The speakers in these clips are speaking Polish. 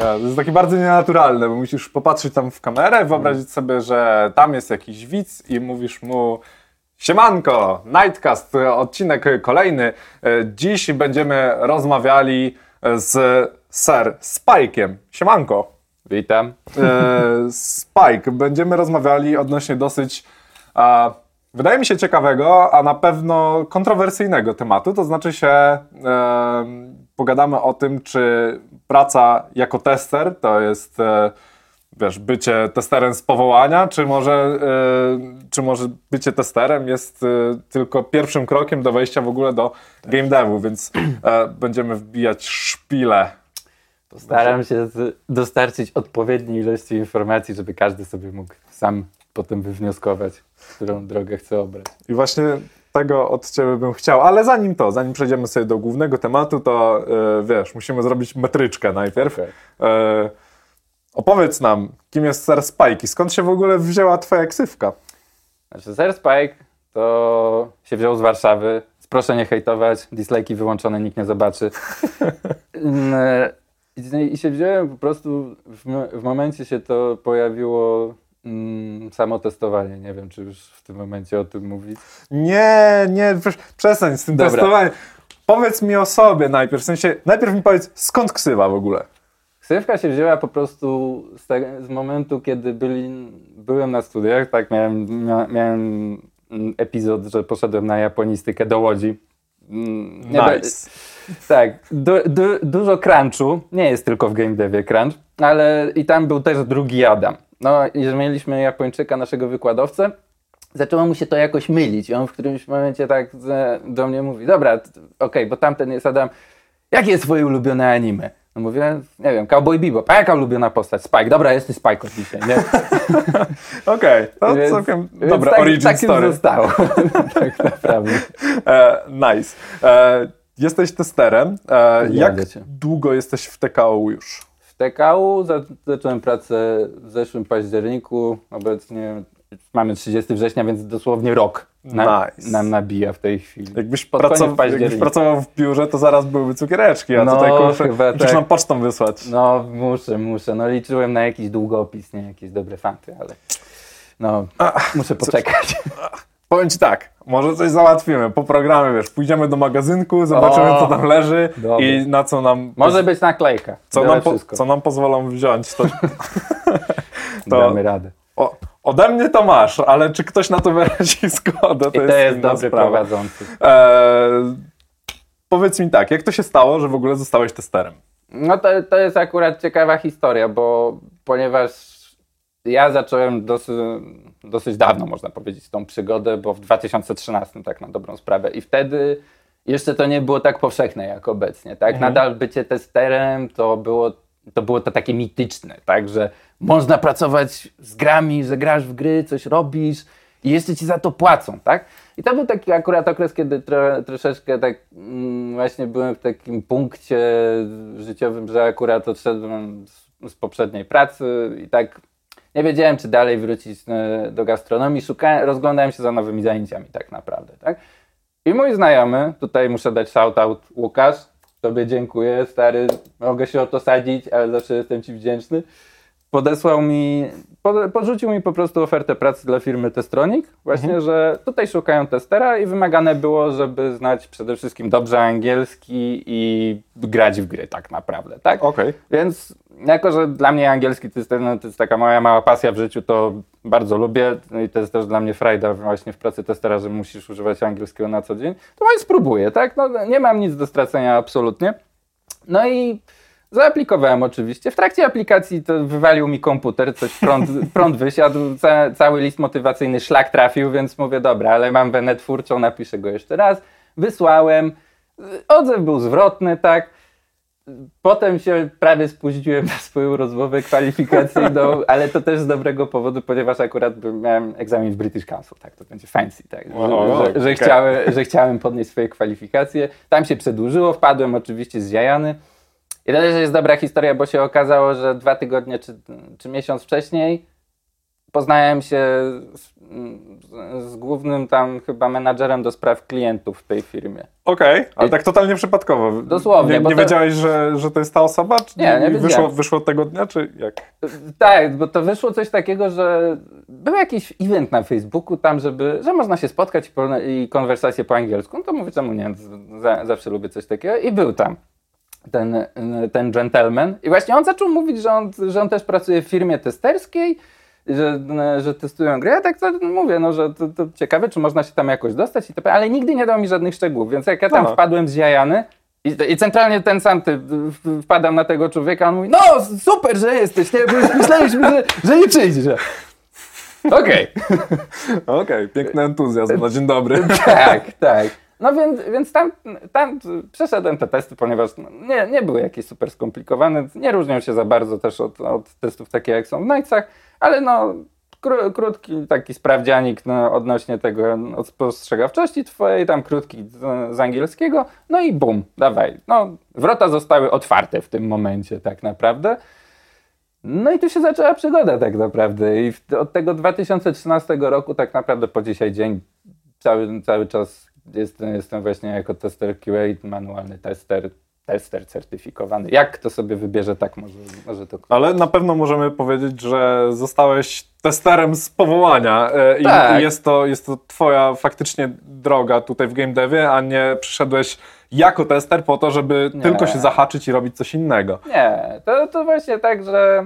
To jest takie bardzo nienaturalne, bo musisz popatrzeć tam w kamerę, wyobrazić sobie, że tam jest jakiś widz i mówisz mu: siemanko, Nightcast, odcinek kolejny. Dziś będziemy rozmawiali z Sir Spike'iem. Siemanko. Witam. Spike, będziemy rozmawiali odnośnie dosyć, wydaje mi się, ciekawego, a na pewno kontrowersyjnego tematu. To znaczy się, pogadamy o tym, czy praca jako tester to jest, bycie testerem z powołania, czy może bycie testerem jest tylko pierwszym krokiem do wejścia w ogóle do game devu, więc będziemy wbijać szpile. Postaram się dostarczyć odpowiedniej ilości informacji, żeby każdy sobie mógł sam potem wywnioskować, którą drogę chce obrać. I właśnie tego od Ciebie bym chciał, ale zanim przejdziemy sobie do głównego tematu, to musimy zrobić metryczkę najpierw. Okay. Opowiedz nam, kim jest Sir Spike i skąd się w ogóle wzięła Twoja ksywka? Znaczy, Sir Spike to się wziął z Warszawy. Proszę nie hejtować, dislike'i wyłączone, nikt nie zobaczy. I się wziąłem po prostu, w momencie się to pojawiło samotestowanie. Nie wiem, czy już w tym momencie o tym mówić. Nie, przestań z tym testowaniem. Powiedz mi o sobie najpierw, w sensie, najpierw mi powiedz, skąd ksywa w ogóle? Ksywka się wzięła po prostu z momentu, kiedy byłem na studiach, tak, miałem epizod, że poszedłem na japonistykę do Łodzi. Nice. Tak, dużo crunchu, nie jest tylko w game devie crunch, ale i tam był też drugi Adam. No i że mieliśmy Japończyka, naszego wykładowcę, zaczęło mu się to jakoś mylić i on w którymś momencie tak do mnie mówi: dobra, okej, bo tamten jest Adam, jakie jest twoje ulubione anime? No mówię, nie wiem, Cowboy Bebop. A jaka ulubiona postać? Spike. Dobra, jesteś Spike od dzisiaj, nie? Okej, to całkiem dobra origin story. Tak zostało, tak naprawdę. Nice. Jesteś testerem. Jak długo jesteś w TKU już? W TKU zacząłem pracę w zeszłym październiku. Obecnie mamy 30 września, więc dosłownie rok nam nabija w tej chwili. Jakbyś pracował w biurze, to zaraz byłyby cukiereczki, a tutaj musisz nam pocztą wysłać. No muszę. No liczyłem na jakiś długopis, nie jakieś dobre fanty, ale muszę poczekać. Powiem Ci tak, może coś załatwimy po programie, pójdziemy do magazynku, zobaczymy co tam leży i na co nam... Może być naklejka. Co nam pozwolą wziąć, to damy radę. Ode mnie to masz, ale czy ktoś na to wyrazi zgodę, to jest dobry prowadzący. Powiedz mi tak, jak to się stało, że w ogóle zostałeś testerem? No to jest akurat ciekawa historia, ponieważ ja zacząłem dosyć dawno, można powiedzieć, tą przygodę, bo w 2013 tak na dobrą sprawę i wtedy jeszcze to nie było tak powszechne jak obecnie, tak? Nadal bycie testerem to było to takie mityczne, tak, że można pracować z grami, że grasz w gry, coś robisz i jeszcze ci za to płacą, tak? I to był taki akurat okres, kiedy troszeczkę tak właśnie byłem w takim punkcie życiowym, że akurat odszedłem z poprzedniej pracy i tak nie wiedziałem, czy dalej wrócić do gastronomii, rozglądałem się za nowymi zajęciami tak naprawdę, tak? I mój znajomy, tutaj muszę dać shoutout, Łukasz, tobie dziękuję, stary, mogę się o to sadzić, ale zawsze jestem ci wdzięczny. Podrzucił mi po prostu ofertę pracy dla firmy Testronic, właśnie, że tutaj szukają testera i wymagane było, żeby znać przede wszystkim dobrze angielski i grać w gry tak naprawdę, tak? Okay. Więc jako, że dla mnie angielski to jest taka moja mała pasja w życiu, to bardzo lubię i to jest też dla mnie frajda właśnie w pracy testera, że musisz używać angielskiego na co dzień, to spróbuję, tak? No, nie mam nic do stracenia absolutnie. No i zaaplikowałem oczywiście. W trakcie aplikacji to wywalił mi komputer, prąd wysiadł, cały list motywacyjny szlak trafił, więc mówię, dobra, ale mam wenę twórczą, napiszę go jeszcze raz. Wysłałem, odzew był zwrotny, tak. Potem się prawie spóźniłem na swoją rozmowę kwalifikacyjną, ale to też z dobrego powodu, ponieważ akurat miałem egzamin w British Council, tak, to będzie fancy, tak, że chciałem podnieść swoje kwalifikacje. Tam się przedłużyło, wpadłem oczywiście zjajany. I to też jest dobra historia, bo się okazało, że 2 tygodnie czy miesiąc wcześniej poznałem się z głównym tam chyba menadżerem do spraw klientów w tej firmie. Okej, ale tak totalnie przypadkowo. Dosłownie. Nie wiedziałeś, że to jest ta osoba? Czy nie wyszło tego dnia, czy jak? Tak, bo to wyszło coś takiego, że był jakiś event na Facebooku tam, że można się spotkać i konwersację po angielsku. No to mówię, czemu nie? Zawsze lubię coś takiego. I był tam ten gentleman. I właśnie on zaczął mówić, że on też pracuje w firmie testerskiej, że testują gry. Ja tak to mówię, no, że to ciekawe, czy można się tam jakoś dostać, ale nigdy nie dał mi żadnych szczegółów, więc jak ja tam wpadłem zjajany i centralnie ten sam typ wpadam na tego człowieka, on mówi, no super, że jesteś, nie? Bo myśleliśmy, że nie przyjdzie. Okej, piękny entuzjazm na dzień dobry. Tak. No więc tam przeszedłem te testy, ponieważ nie były jakieś super skomplikowane, nie różnią się za bardzo też od testów takie jak są w Knightsach, ale no krótki taki sprawdzianik odnośnie tego od spostrzegawczości twojej, tam krótki z angielskiego, no i bum, dawaj. No wrota zostały otwarte w tym momencie tak naprawdę. No i tu się zaczęła przygoda tak naprawdę i od tego 2013 roku tak naprawdę po dzisiaj dzień cały czas jestem właśnie jako tester QA, manualny tester certyfikowany. Jak kto sobie wybierze, tak może to... Ale na pewno możemy powiedzieć, że zostałeś testerem z powołania tak. i jest to twoja faktycznie droga tutaj w game devie, a nie przyszedłeś jako tester po to, żeby tylko się zahaczyć i robić coś innego. Nie, to właśnie tak, że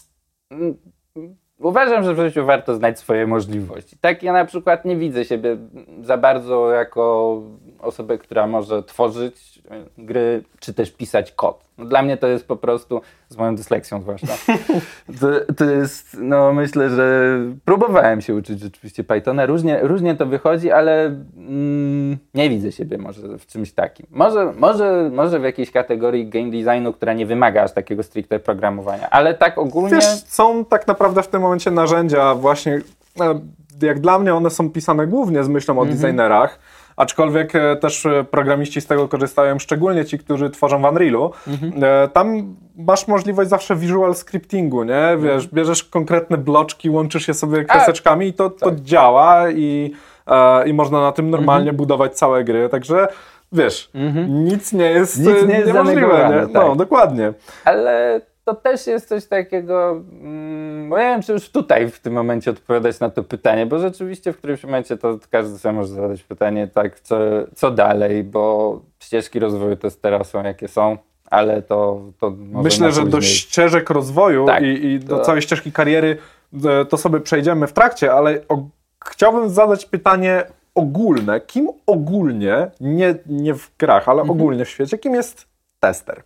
uważam, że w życiu warto znać swoje możliwości. Tak, ja na przykład nie widzę siebie za bardzo jako osobę, która może tworzyć gry, czy też pisać kod. No, dla mnie to jest po prostu, z moją dysleksją zwłaszcza, to jest, no myślę, że próbowałem się uczyć rzeczywiście Pythona, różnie to wychodzi, ale nie widzę siebie może w czymś takim. Może w jakiejś kategorii game designu, która nie wymaga aż takiego stricte programowania, ale tak ogólnie... Wiesz, są tak naprawdę w tym momencie narzędzia właśnie, jak dla mnie one są pisane głównie z myślą o designerach, aczkolwiek też programiści z tego korzystają, szczególnie ci, którzy tworzą w Unrealu. Tam masz możliwość zawsze visual scriptingu, nie? Wiesz, bierzesz konkretne bloczki, łączysz je sobie kreseczkami i to działa i można na tym normalnie budować całe gry, także wiesz, nic nie jest niemożliwe, nie? No, tak. Dokładnie. Ale to też jest coś takiego, bo ja wiem, czy już tutaj w tym momencie odpowiadać na to pytanie, bo rzeczywiście w którymś momencie to każdy sobie może zadać pytanie, tak, co dalej, bo ścieżki rozwoju testera są jakie są, ale to może myślę, że do ścieżek rozwoju i do całej ścieżki kariery to sobie przejdziemy w trakcie, ale chciałbym zadać pytanie ogólne. Kim ogólnie, nie w grach, ale ogólnie w świecie, kim jest tester?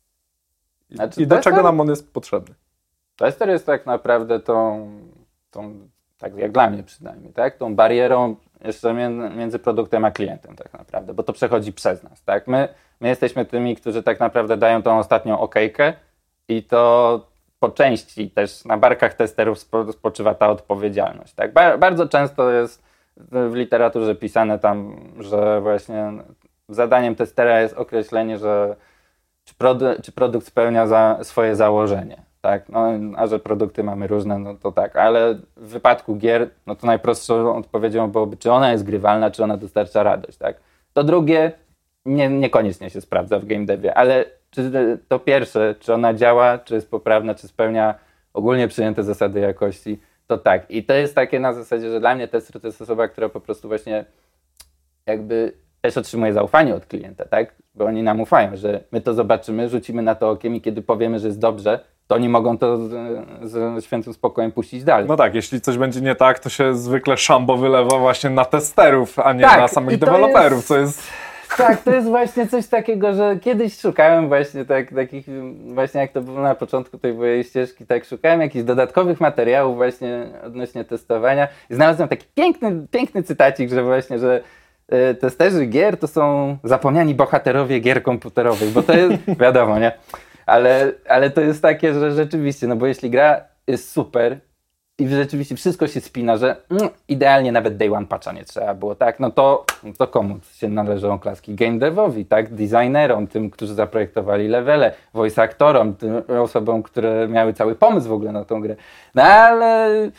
I do czego nam on jest potrzebny? Tester jest tak naprawdę tą tak jak dla mnie przynajmniej, tak? Tą barierą jeszcze między produktem a klientem tak naprawdę, bo to przechodzi przez nas, tak? My jesteśmy tymi, którzy tak naprawdę dają tą ostatnią okejkę i to po części też na barkach testerów spoczywa ta odpowiedzialność, tak? Bardzo często jest w literaturze pisane tam, że właśnie zadaniem testera jest określenie, że czy produkt spełnia swoje założenie, tak? No, a że produkty mamy różne, no to tak, ale w wypadku gier, no to najprostszą odpowiedzią byłoby, czy ona jest grywalna, czy ona dostarcza radość, tak? To drugie niekoniecznie się sprawdza w game devie, ale czy to pierwsze, czy ona działa, czy jest poprawna, czy spełnia ogólnie przyjęte zasady jakości, to tak. I to jest takie na zasadzie, że dla mnie tester to jest osoba, która po prostu właśnie jakby też otrzymuje zaufanie od klienta, tak? Bo oni nam ufają, że my to zobaczymy, rzucimy na to okiem i kiedy powiemy, że jest dobrze, to oni mogą to z świętym spokojem puścić dalej. No tak, jeśli coś będzie nie tak, to się zwykle szambo wylewa właśnie na testerów, a nie na samych deweloperów, co jest... Tak, to jest właśnie coś takiego, że kiedyś szukałem właśnie takich, właśnie jak to było na początku tej mojej ścieżki, tak szukałem jakichś dodatkowych materiałów właśnie odnośnie testowania i znalazłem taki piękny cytacik, że właśnie, że testerzy gier to są zapomniani bohaterowie gier komputerowych, bo to jest, wiadomo, nie? Ale to jest takie, że rzeczywiście, no bo jeśli gra jest super i rzeczywiście wszystko się spina, że idealnie nawet day one patcha nie trzeba było, tak? No to komu się należą oklaski? Game devowi, tak? Designerom, tym, którzy zaprojektowali levele, voice aktorom, tym osobom, które miały cały pomysł w ogóle na tą grę. No ale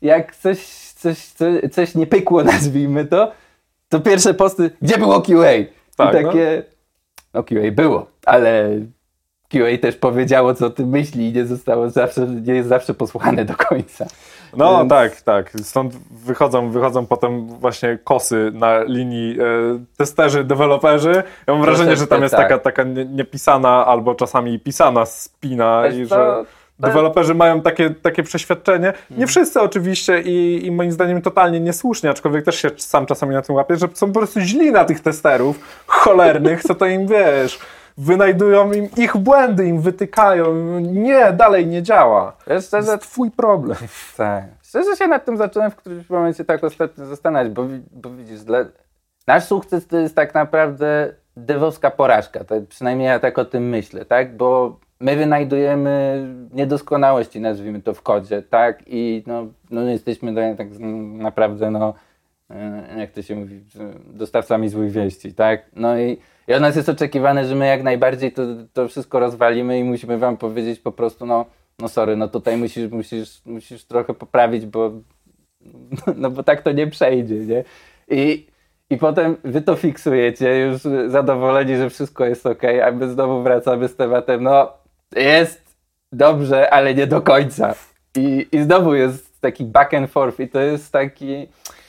jak coś nie pykło, nazwijmy to pierwsze posty, gdzie było QA? Tak, I takie, no QA było, ale QA też powiedziało, co o tym myśli i nie jest zawsze posłuchane do końca. No więc... tak. Stąd wychodzą potem właśnie kosy na linii testerzy, deweloperzy. Ja mam wrażenie, że tam jest taka niepisana albo czasami pisana spina i że deweloperzy mają takie przeświadczenie. Nie wszyscy oczywiście i moim zdaniem totalnie niesłusznie, aczkolwiek też się sam czasami na tym łapię, że są po prostu źli na tych testerów cholernych, co to im wiesz... Wynajdują im ich błędy, im wytykają. Nie, dalej nie działa. To jest twój problem. Tak. Szczerze się nad tym zacząłem w którymś momencie tak ostatnio zastanawiać, bo widzisz, nasz sukces to jest tak naprawdę devowska porażka. Tak? Przynajmniej ja tak o tym myślę, tak? Bo my wynajdujemy niedoskonałości, nazwijmy to, w kodzie, tak? I no jesteśmy tak naprawdę, jak to się mówi, dostawcami złych wieści, tak? No i od nas jest oczekiwane, że my jak najbardziej to wszystko rozwalimy i musimy wam powiedzieć po prostu, no sorry, no tutaj musisz trochę poprawić, bo tak to nie przejdzie, nie? I potem wy to fiksujecie, już zadowoleni, że wszystko jest okej, a my znowu wracamy z tematem, no jest dobrze, ale nie do końca. I znowu jest taki back and forth i to jest taki...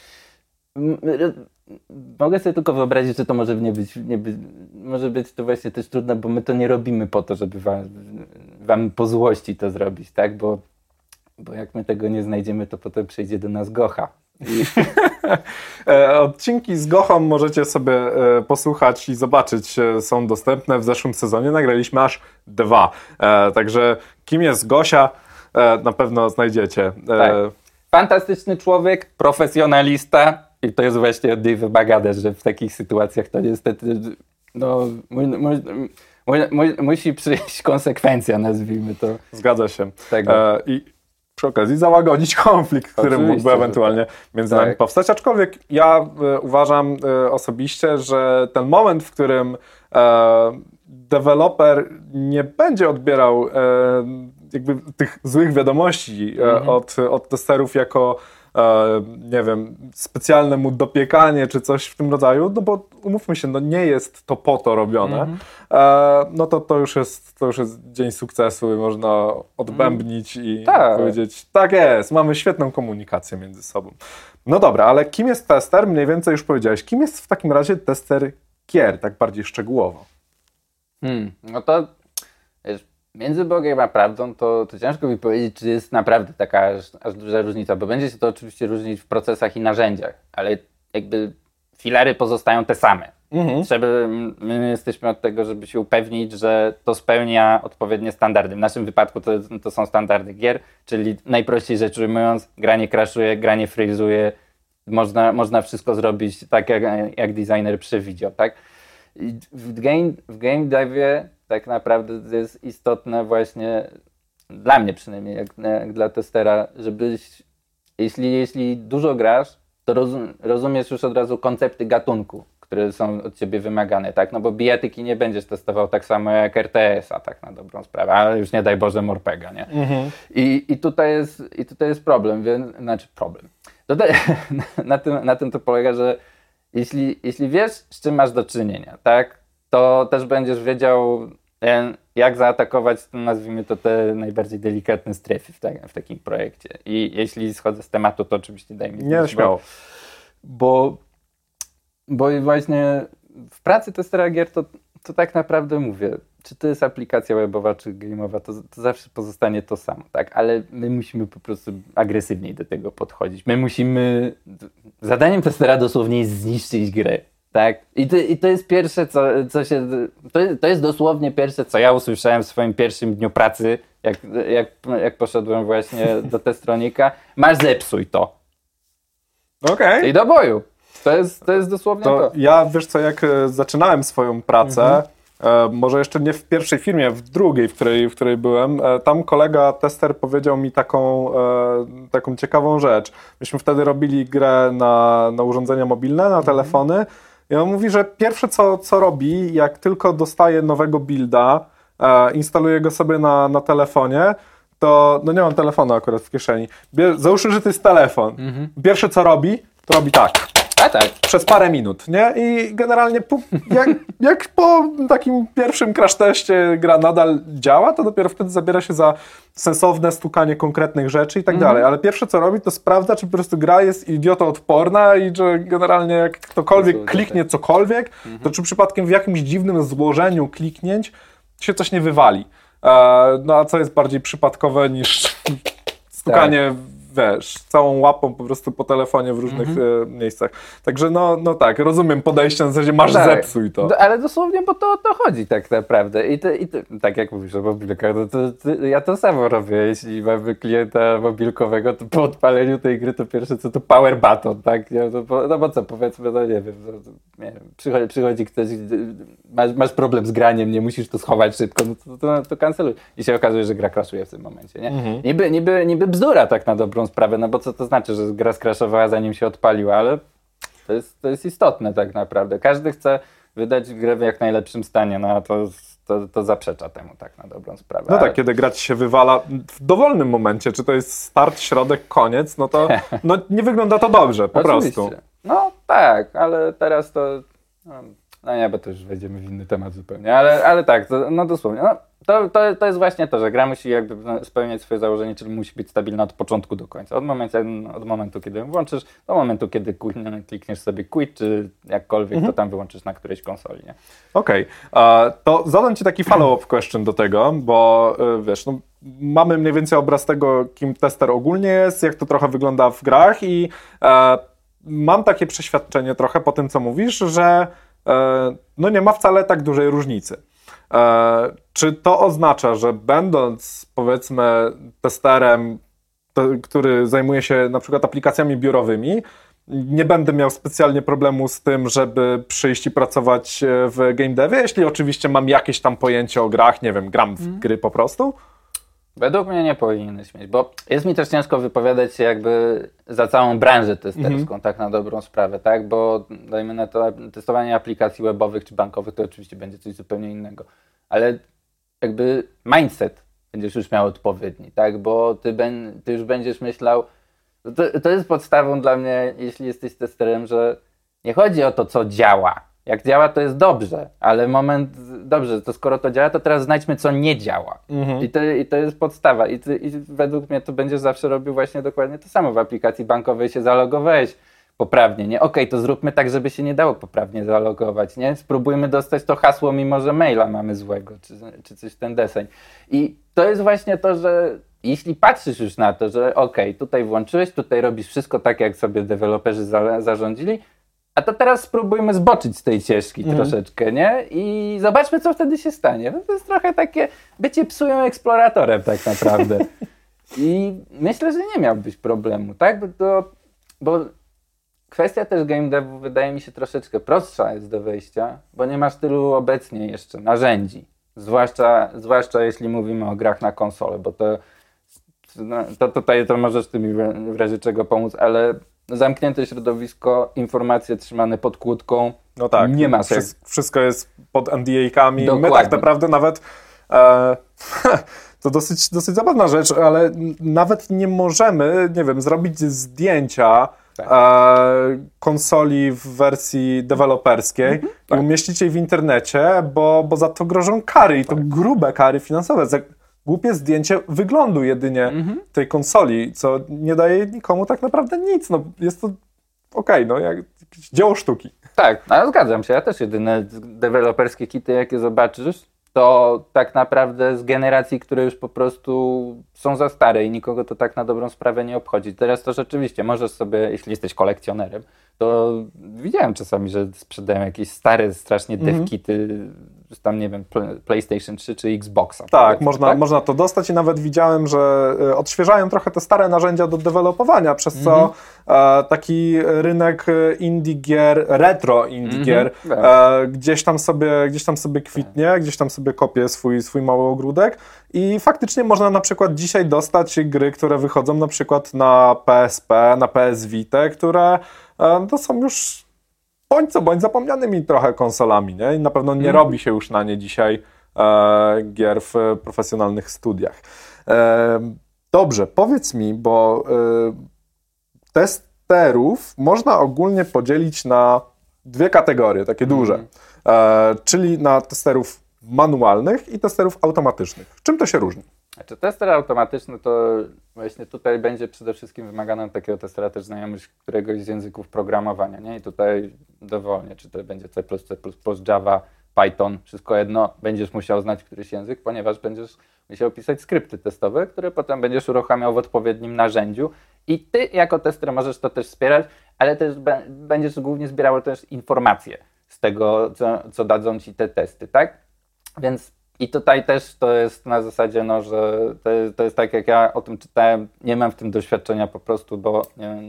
Mogę sobie tylko wyobrazić, że to może może być to właśnie też trudne, bo my to nie robimy po to, żeby wam po złości to zrobić, tak? Bo jak my tego nie znajdziemy, to potem przyjdzie do nas Gocha. Odcinki z Gochą możecie sobie posłuchać i zobaczyć, są dostępne. W zeszłym sezonie nagraliśmy aż 2. Także kim jest Gosia, na pewno znajdziecie. Tak. Fantastyczny człowiek, profesjonalista. I to jest właśnie od niej wymagane, że w takich sytuacjach to niestety musi przyjść konsekwencja, nazwijmy to. Zgadza się. I przy okazji załagodzić konflikt, który mógłby ewentualnie między nami powstać. Aczkolwiek ja uważam osobiście, że ten moment, w którym deweloper nie będzie odbierał jakby tych złych wiadomości od testerów jako nie wiem, specjalne mu dopiekanie czy coś w tym rodzaju, no bo umówmy się, no nie jest to po to robione, no to już jest dzień sukcesu i można odbębnić i powiedzieć, tak jest, mamy świetną komunikację między sobą. No dobra, ale kim jest tester? Mniej więcej już powiedziałeś. Kim jest w takim razie tester gier, tak bardziej szczegółowo? No to między Bogiem a prawdą to ciężko mi powiedzieć, czy jest naprawdę taka aż duża różnica, bo będzie się to oczywiście różnić w procesach i narzędziach, ale jakby filary pozostają te same. My jesteśmy od tego, żeby się upewnić, że to spełnia odpowiednie standardy. W naszym wypadku to są standardy gier, czyli najprościej rzecz ujmując, gra nie crashuje, gra nie freezuje, można wszystko zrobić tak, jak designer przewidział, tak? I w game devie tak naprawdę jest istotne właśnie, dla mnie przynajmniej, jak dla testera, żebyś, jeśli dużo grasz, to rozumiesz już od razu koncepty gatunku, które są od ciebie wymagane, tak? No bo bijatyki nie będziesz testował tak samo jak RTS-a, tak na dobrą sprawę, ale już nie daj Boże Morpega, nie? I tutaj jest problem, więc, znaczy problem. Tutaj, na tym to polega, że jeśli wiesz, z czym masz do czynienia, tak, to też będziesz wiedział, jak zaatakować, nazwijmy to, te najbardziej delikatne strefy w takim projekcie. I jeśli schodzę z tematu, to oczywiście daj mi nie śmiało. Bo właśnie w pracy testera gier to tak naprawdę mówię, czy to jest aplikacja webowa, czy game'owa, to zawsze pozostanie to samo, tak? Ale my musimy po prostu agresywniej do tego podchodzić. Zadaniem testera dosłownie jest zniszczyć grę, tak? I to jest pierwsze, to jest dosłownie pierwsze, co ja usłyszałem w swoim pierwszym dniu pracy, jak poszedłem właśnie do Testronika. Masz zepsuj to. Okej. I do boju. To jest dosłownie to. Ja, wiesz co, jak zaczynałem swoją pracę, może jeszcze nie w pierwszej firmie, w drugiej, w której byłem, tam kolega tester powiedział mi taką ciekawą rzecz. Myśmy wtedy robili grę na urządzenia mobilne, na telefony i on mówi, że pierwsze co robi, jak tylko dostaje nowego builda, instaluje go sobie na telefonie, to no nie mam telefonu akurat w kieszeni. Załóżmy, że to jest telefon. Pierwsze co robi, to robi tak. A tak. Przez parę minut, nie? I generalnie jak po takim pierwszym crash teście gra nadal działa, to dopiero wtedy zabiera się za sensowne stukanie konkretnych rzeczy i tak dalej. Ale pierwsze co robi, to sprawdza, czy po prostu gra jest idiotoodporna i że generalnie jak ktokolwiek kliknie cokolwiek, to czy przypadkiem w jakimś dziwnym złożeniu kliknięć się coś nie wywali. No a co jest bardziej przypadkowe niż stukanie wiesz, całą łapą po prostu po telefonie w różnych miejscach. Także no tak, rozumiem podejście na zasadzie masz zepsuj to. Ale dosłownie, bo to o to chodzi tak naprawdę. I tak jak mówisz o mobilkach, ja to samo robię. Jeśli mamy klienta mobilkowego, to po odpaleniu tej gry to pierwsze co to power button, tak? No bo co, powiedzmy, no nie wiem, przychodzi ktoś, masz problem z graniem, nie musisz to schować szybko, no to canceluj. I się okazuje, że gra crashuje w tym momencie, nie? Niby bzdura tak na dobrą sprawę, no bo co to znaczy, że gra skraszowała zanim się odpaliła, ale to jest istotne tak naprawdę. Każdy chce wydać grę w jak najlepszym stanie, no a to zaprzecza temu tak na dobrą sprawę. No tak, kiedy gra ci się wywala w dowolnym momencie, czy to jest start, środek, koniec, no to nie wygląda to dobrze, po prostu. No tak, ale teraz to... No nie, bo to już wejdziemy w inny temat zupełnie, ale tak, no dosłownie. No, to jest właśnie to, że gra musi jakby spełniać swoje założenie, czyli musi być stabilna od początku do końca. Od momentu, kiedy ją włączysz, do momentu, kiedy klikniesz sobie quit, czy jakkolwiek to tam wyłączysz na którejś konsoli, nie? Okej. To zadam ci taki follow-up question do tego, bo wiesz, no, mamy mniej więcej obraz tego, kim tester ogólnie jest, jak to trochę wygląda w grach i mam takie przeświadczenie trochę po tym, co mówisz, że no nie ma wcale tak dużej różnicy. Czy to oznacza, że będąc powiedzmy testerem, który zajmuje się na przykład aplikacjami biurowymi, nie będę miał specjalnie problemu z tym, żeby przyjść i pracować w game devie, jeśli oczywiście mam jakieś tam pojęcie o grach, nie wiem, gram w gry po prostu? Według mnie nie powinieneś mieć, bo jest mi też ciężko wypowiadać się jakby za całą branżę testerską, tak na dobrą sprawę, tak, bo dajmy na to testowanie aplikacji webowych czy bankowych to oczywiście będzie coś zupełnie innego, ale jakby mindset będziesz już miał odpowiedni, tak, bo ty już będziesz myślał, to jest podstawą dla mnie, jeśli jesteś testerem, że nie chodzi o to, co działa. Jak działa, to jest dobrze, ale dobrze, to skoro to działa, to teraz znajdźmy, co nie działa. I to jest podstawa. I według mnie to będziesz zawsze robił właśnie dokładnie to samo. W aplikacji bankowej się zalogowałeś poprawnie, nie? Okej, to zróbmy tak, żeby się nie dało poprawnie zalogować, nie? Spróbujmy dostać to hasło, mimo że maila mamy złego, czy coś ten deseń. I to jest właśnie to, że jeśli patrzysz już na to, że tutaj włączyłeś, tutaj robisz wszystko tak, jak sobie deweloperzy zarządzili, a to teraz spróbujmy zboczyć z tej ścieżki troszeczkę, nie? I zobaczmy, co wtedy się stanie. No to jest trochę takie bycie psują eksploratorem tak naprawdę. I myślę, że nie miałbyś problemu, tak? Bo kwestia też game devu wydaje mi się troszeczkę prostsza jest do wejścia, bo nie masz tylu obecnie jeszcze narzędzi. Zwłaszcza jeśli mówimy o grach na konsolę, bo to tutaj to możesz ty mi w razie czego pomóc, ale zamknięte środowisko, informacje trzymane pod kłódką. No tak, nie ma wszystko jest pod NDA-kami. Dokładnie. My tak naprawdę nawet to dosyć zabawna rzecz, ale nawet nie możemy, nie wiem, zrobić zdjęcia konsoli w wersji deweloperskiej i umieścić jej w internecie, bo za to grożą kary i to grube kary finansowe. Za głupie zdjęcie wyglądu jedynie tej konsoli, co nie daje nikomu tak naprawdę nic. No, jest to no jak dzieło sztuki. Tak, no, zgadzam się. Ja też jedyne deweloperskie kity, jakie zobaczysz, to tak naprawdę z generacji, które już po prostu są za stare i nikogo to tak na dobrą sprawę nie obchodzi. Teraz to rzeczywiście możesz sobie, jeśli jesteś kolekcjonerem, to widziałem czasami, że sprzedają jakieś stare strasznie dev-kity, tam nie wiem, PlayStation 3 czy Xboxa. Tak, można to dostać i nawet widziałem, że odświeżają trochę te stare narzędzia do dewelopowania, przez co taki rynek indie gier, retro indie gier gdzieś tam sobie kwitnie, gdzieś tam sobie kopie swój mały ogródek i faktycznie można na przykład dzisiaj dostać gry, które wychodzą na przykład na PSP, na PS Vita, które to są już bądź zapomnianymi trochę konsolami, nie? I na pewno nie robi się już na nie dzisiaj gier w profesjonalnych studiach. Dobrze, powiedz mi, bo testerów można ogólnie podzielić na dwie kategorie, takie duże, czyli na testerów manualnych i testerów automatycznych. Czym to się różni? Znaczy, tester automatyczny to właśnie tutaj będzie przede wszystkim wymagana takiego testera też znajomość któregoś z języków programowania, nie? I tutaj dowolnie, czy to będzie C++, Java, Python, wszystko jedno, będziesz musiał znać któryś język, ponieważ będziesz musiał pisać skrypty testowe, które potem będziesz uruchamiał w odpowiednim narzędziu i ty jako tester możesz to też wspierać, ale też będziesz głównie zbierał też informacje z tego, co dadzą ci te testy, tak? Więc i tutaj też to jest na zasadzie, no, że to jest tak, jak ja o tym czytałem, nie mam w tym doświadczenia po prostu, bo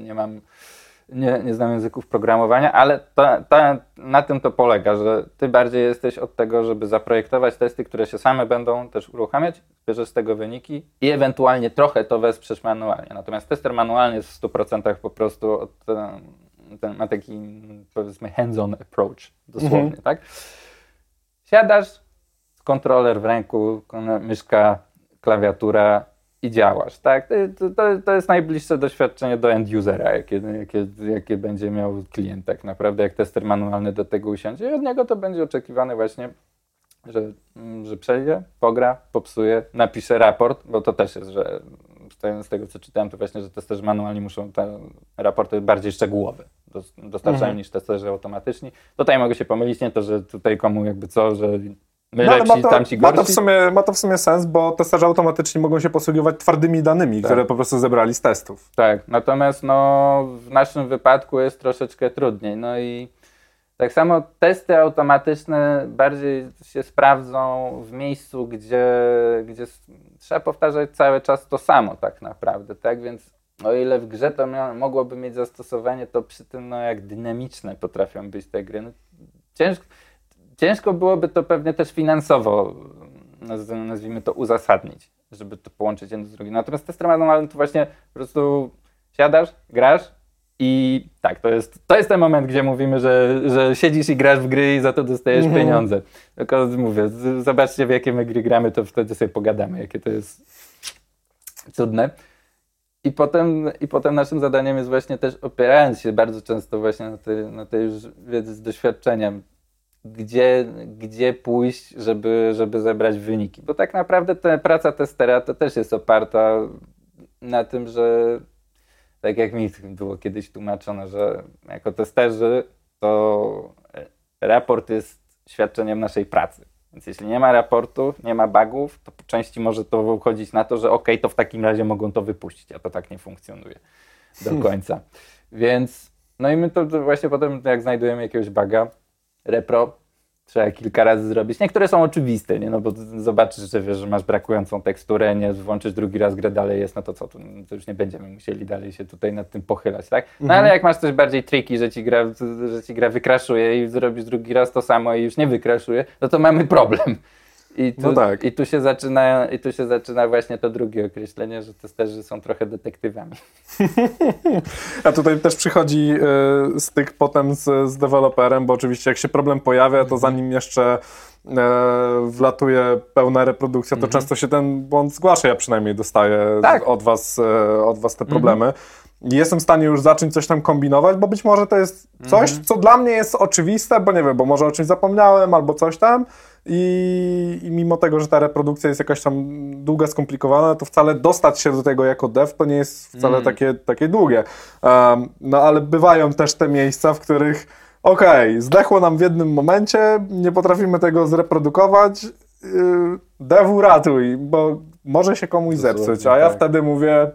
nie znam języków programowania, ale na tym to polega, że ty bardziej jesteś od tego, żeby zaprojektować testy, które się same będą też uruchamiać, bierzesz z tego wyniki i ewentualnie trochę to wesprzesz manualnie. Natomiast tester manualny jest w 100% po prostu ma taki, powiedzmy, hands-on approach, dosłownie, tak? Siadasz, kontroler w ręku, myszka, klawiatura i działasz, tak? To jest najbliższe doświadczenie do end-usera, jakie będzie miał klient tak naprawdę, jak tester manualny do tego usiądzie i od niego to będzie oczekiwane właśnie, że przejdzie, pogra, popsuje, napisze raport, bo to też jest, że z tego co czytałem, to właśnie, że testerzy manualni muszą te raporty bardziej szczegółowe dostarczają niż testerzy automatyczni. Tutaj mogę się pomylić, nie to, że tutaj komu jakby co, że my lepsi, tamci gorsi. Ma to w sumie sens, bo testerzy automatyczni mogą się posługiwać twardymi danymi, które po prostu zebrali z testów. Tak, natomiast no, w naszym wypadku jest troszeczkę trudniej. No i tak samo testy automatyczne bardziej się sprawdzą w miejscu, gdzie trzeba powtarzać cały czas to samo tak naprawdę, tak? Więc o ile w grze to mogłoby mieć zastosowanie, to przy tym, no, jak dynamiczne potrafią być te gry, no, ciężko byłoby to pewnie też finansowo, nazwijmy to, uzasadnić, żeby to połączyć jedno z drugim. Natomiast tester manualny to właśnie po prostu siadasz, grasz i tak, to jest ten moment, gdzie mówimy, że siedzisz i grasz w gry i za to dostajesz pieniądze. Tylko mówię, zobaczcie, w jakie my gry gramy, to wtedy sobie pogadamy, jakie to jest cudne. I potem naszym zadaniem jest właśnie też, opierając się bardzo często właśnie na tej już wiedzy z doświadczeniem, gdzie pójść, żeby zebrać wyniki. Bo tak naprawdę ta praca testera to też jest oparta na tym, że tak jak mi było kiedyś tłumaczone, że jako testerzy to raport jest świadczeniem naszej pracy. Więc jeśli nie ma raportu, nie ma bugów, to po części może to wychodzić na to, że okej, to w takim razie mogą to wypuścić, a to tak nie funkcjonuje do końca. Więc no i my to właśnie potem, jak znajdujemy jakiegoś buga, repro trzeba kilka razy zrobić. Niektóre są oczywiste, nie? No bo zobaczysz, że wiesz, że masz brakującą teksturę, nie włączysz drugi raz, grę dalej jest, no to co, to już nie będziemy musieli dalej się tutaj nad tym pochylać, tak? No ale jak masz coś bardziej tricky, że ci gra wykraszuje i zrobisz drugi raz to samo i już nie wykraszuje, no to mamy problem. I tu się zaczyna właśnie to drugie określenie, że testerzy są trochę detektywami. A tutaj też przychodzi styk potem z deweloperem, bo oczywiście jak się problem pojawia, to zanim jeszcze wlatuje pełna reprodukcja, to często się ten błąd zgłasza. Ja przynajmniej dostaję od was te problemy. Jestem w stanie już zacząć coś tam kombinować, bo być może to jest coś, co dla mnie jest oczywiste, bo nie wiem, bo może o czymś zapomniałem albo coś tam i mimo tego, że ta reprodukcja jest jakaś tam długa, skomplikowana, to wcale dostać się do tego jako dev to nie jest wcale takie długie. No ale bywają też te miejsca, w których zdechło nam w jednym momencie, nie potrafimy tego zreprodukować, devu ratuj, bo może się komuś zepsuć, a ja wtedy mówię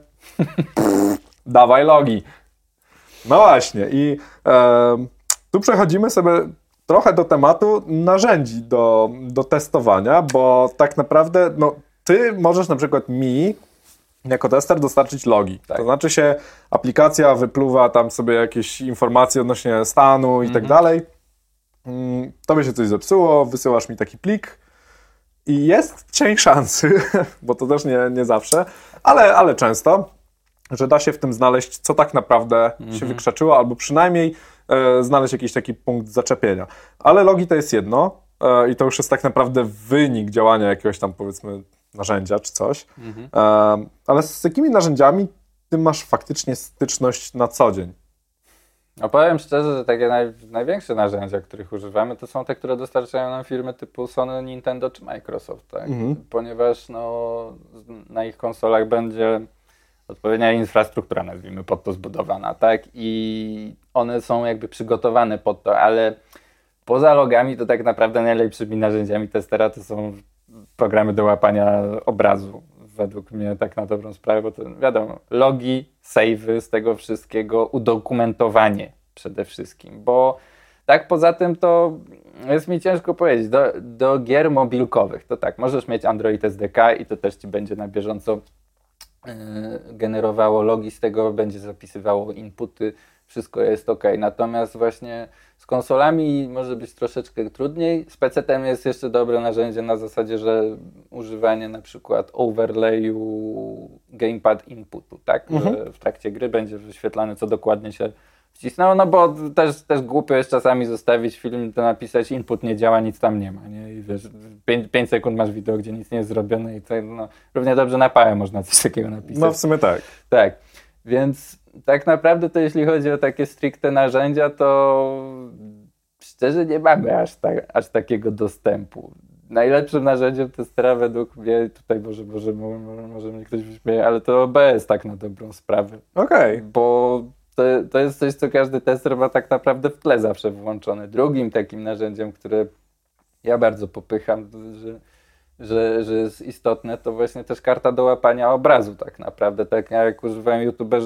dawaj logi. No właśnie i tu przechodzimy sobie trochę do tematu narzędzi do testowania, bo tak naprawdę ty możesz na przykład mi jako tester dostarczyć logi. Tak. To znaczy się aplikacja wypluwa tam sobie jakieś informacje odnośnie stanu i tak dalej. Tobie się coś zepsuło, wysyłasz mi taki plik i jest cień szansy, bo to też nie zawsze, ale często, że da się w tym znaleźć, co tak naprawdę się wykrzaczyło, albo przynajmniej znaleźć jakiś taki punkt zaczepienia. Ale logi to jest jedno i to już jest tak naprawdę wynik działania jakiegoś tam, powiedzmy, narzędzia czy coś. Ale z jakimi narzędziami ty masz faktycznie styczność na co dzień? No powiem szczerze, że takie największe narzędzia, których używamy, to są te, które dostarczają nam firmy typu Sony, Nintendo czy Microsoft, tak? Ponieważ na ich konsolach będzie odpowiednia infrastruktura, nazwijmy, pod to zbudowana, tak? I one są jakby przygotowane pod to, ale poza logami to tak naprawdę najlepszymi narzędziami testera to są programy do łapania obrazu. Według mnie tak na dobrą sprawę, bo to wiadomo, logi, save'y z tego wszystkiego, udokumentowanie przede wszystkim, bo tak poza tym to jest mi ciężko powiedzieć, do gier mobilkowych to tak, możesz mieć Android SDK i to też ci będzie na bieżąco generowało logi z tego, będzie zapisywało inputy, wszystko jest ok. Natomiast właśnie z konsolami może być troszeczkę trudniej. Z PC-tem jest jeszcze dobre narzędzie na zasadzie, że używanie na przykład overlayu gamepad inputu, tak? Że w trakcie gry będzie wyświetlane, co dokładnie się wcisnęło, no bo też głupio jest czasami zostawić film, to napisać input nie działa, nic tam nie ma, nie? I wiesz, 5 sekund masz wideo, gdzie nic nie jest zrobione i to, równie dobrze na pałę można coś takiego napisać. No w sumie tak. Tak, więc tak naprawdę to jeśli chodzi o takie stricte narzędzia, to szczerze nie mamy aż takiego dostępu. Najlepszym narzędziem testera według mnie, tutaj może mnie ktoś wyśmieje, ale to OBS tak na dobrą sprawę. Okej. Bo to jest coś, co każdy tester ma tak naprawdę w tle zawsze włączone. Drugim takim narzędziem, które ja bardzo popycham, że jest istotne, to właśnie też karta do łapania obrazu tak naprawdę, tak jak używają youtuberzy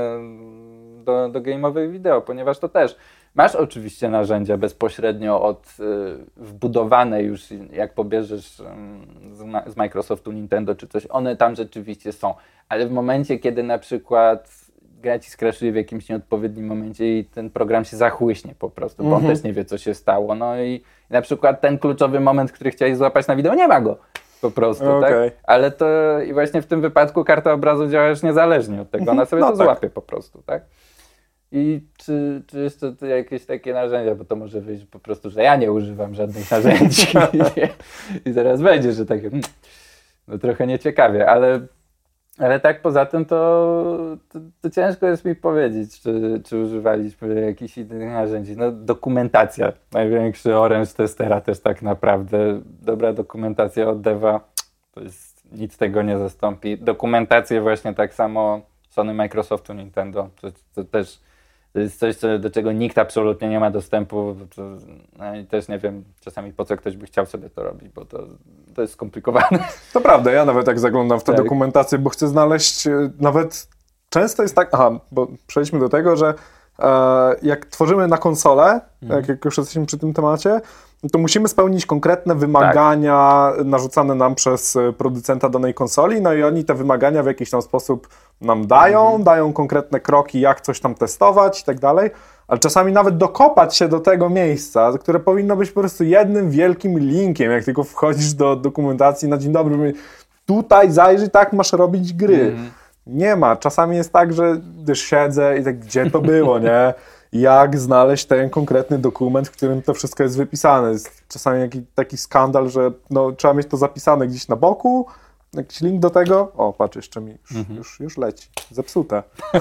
do game'owych wideo, ponieważ to też masz oczywiście narzędzia bezpośrednio wbudowane już, jak pobierzesz z Microsoftu, Nintendo czy coś, one tam rzeczywiście są, ale w momencie, kiedy na przykład gra ci skraszuje w jakimś nieodpowiednim momencie i ten program się zachłyśnie po prostu, bo on też nie wie, co się stało. No i na przykład ten kluczowy moment, który chciałeś złapać na wideo, nie ma go po prostu, tak? Ale to i właśnie w tym wypadku karta obrazu działa już niezależnie od tego. Ona sobie to złapie po prostu, tak? I czy jeszcze jakieś takie narzędzia, bo to może wyjść po prostu, że ja nie używam żadnych narzędzi i zaraz będzie, że takie no trochę nieciekawie, ale tak poza tym to ciężko jest mi powiedzieć, czy używaliśmy jakichś innych narzędzi. No dokumentacja, największy oręż testera też tak naprawdę. Dobra dokumentacja od deva, to jest, nic tego nie zastąpi. Dokumentację właśnie tak samo Sony, Microsoftu, Nintendo, to też to jest coś, do czego nikt absolutnie nie ma dostępu. No i też nie wiem czasami po co ktoś by chciał sobie to robić, bo to jest skomplikowane. To prawda, ja nawet jak zaglądam w tę dokumentację, bo chcę znaleźć, nawet często jest tak, bo przejdźmy do tego, że jak tworzymy na konsolę, jak już jesteśmy przy tym temacie, to musimy spełnić konkretne wymagania narzucane nam przez producenta danej konsoli, no i oni te wymagania w jakiś tam sposób nam dają konkretne kroki, jak coś tam testować i tak dalej, ale czasami nawet dokopać się do tego miejsca, które powinno być po prostu jednym wielkim linkiem, jak tylko wchodzisz do dokumentacji na dzień dobry, tutaj zajrzyj, tak masz robić gry. Nie ma. Czasami jest tak, że wiesz, siedzę i tak, gdzie to było, nie? Jak znaleźć ten konkretny dokument, w którym to wszystko jest wypisane. Jest czasami taki skandal, że no, trzeba mieć to zapisane gdzieś na boku, jakiś link do tego. O, patrz, jeszcze mi już leci. Zepsute.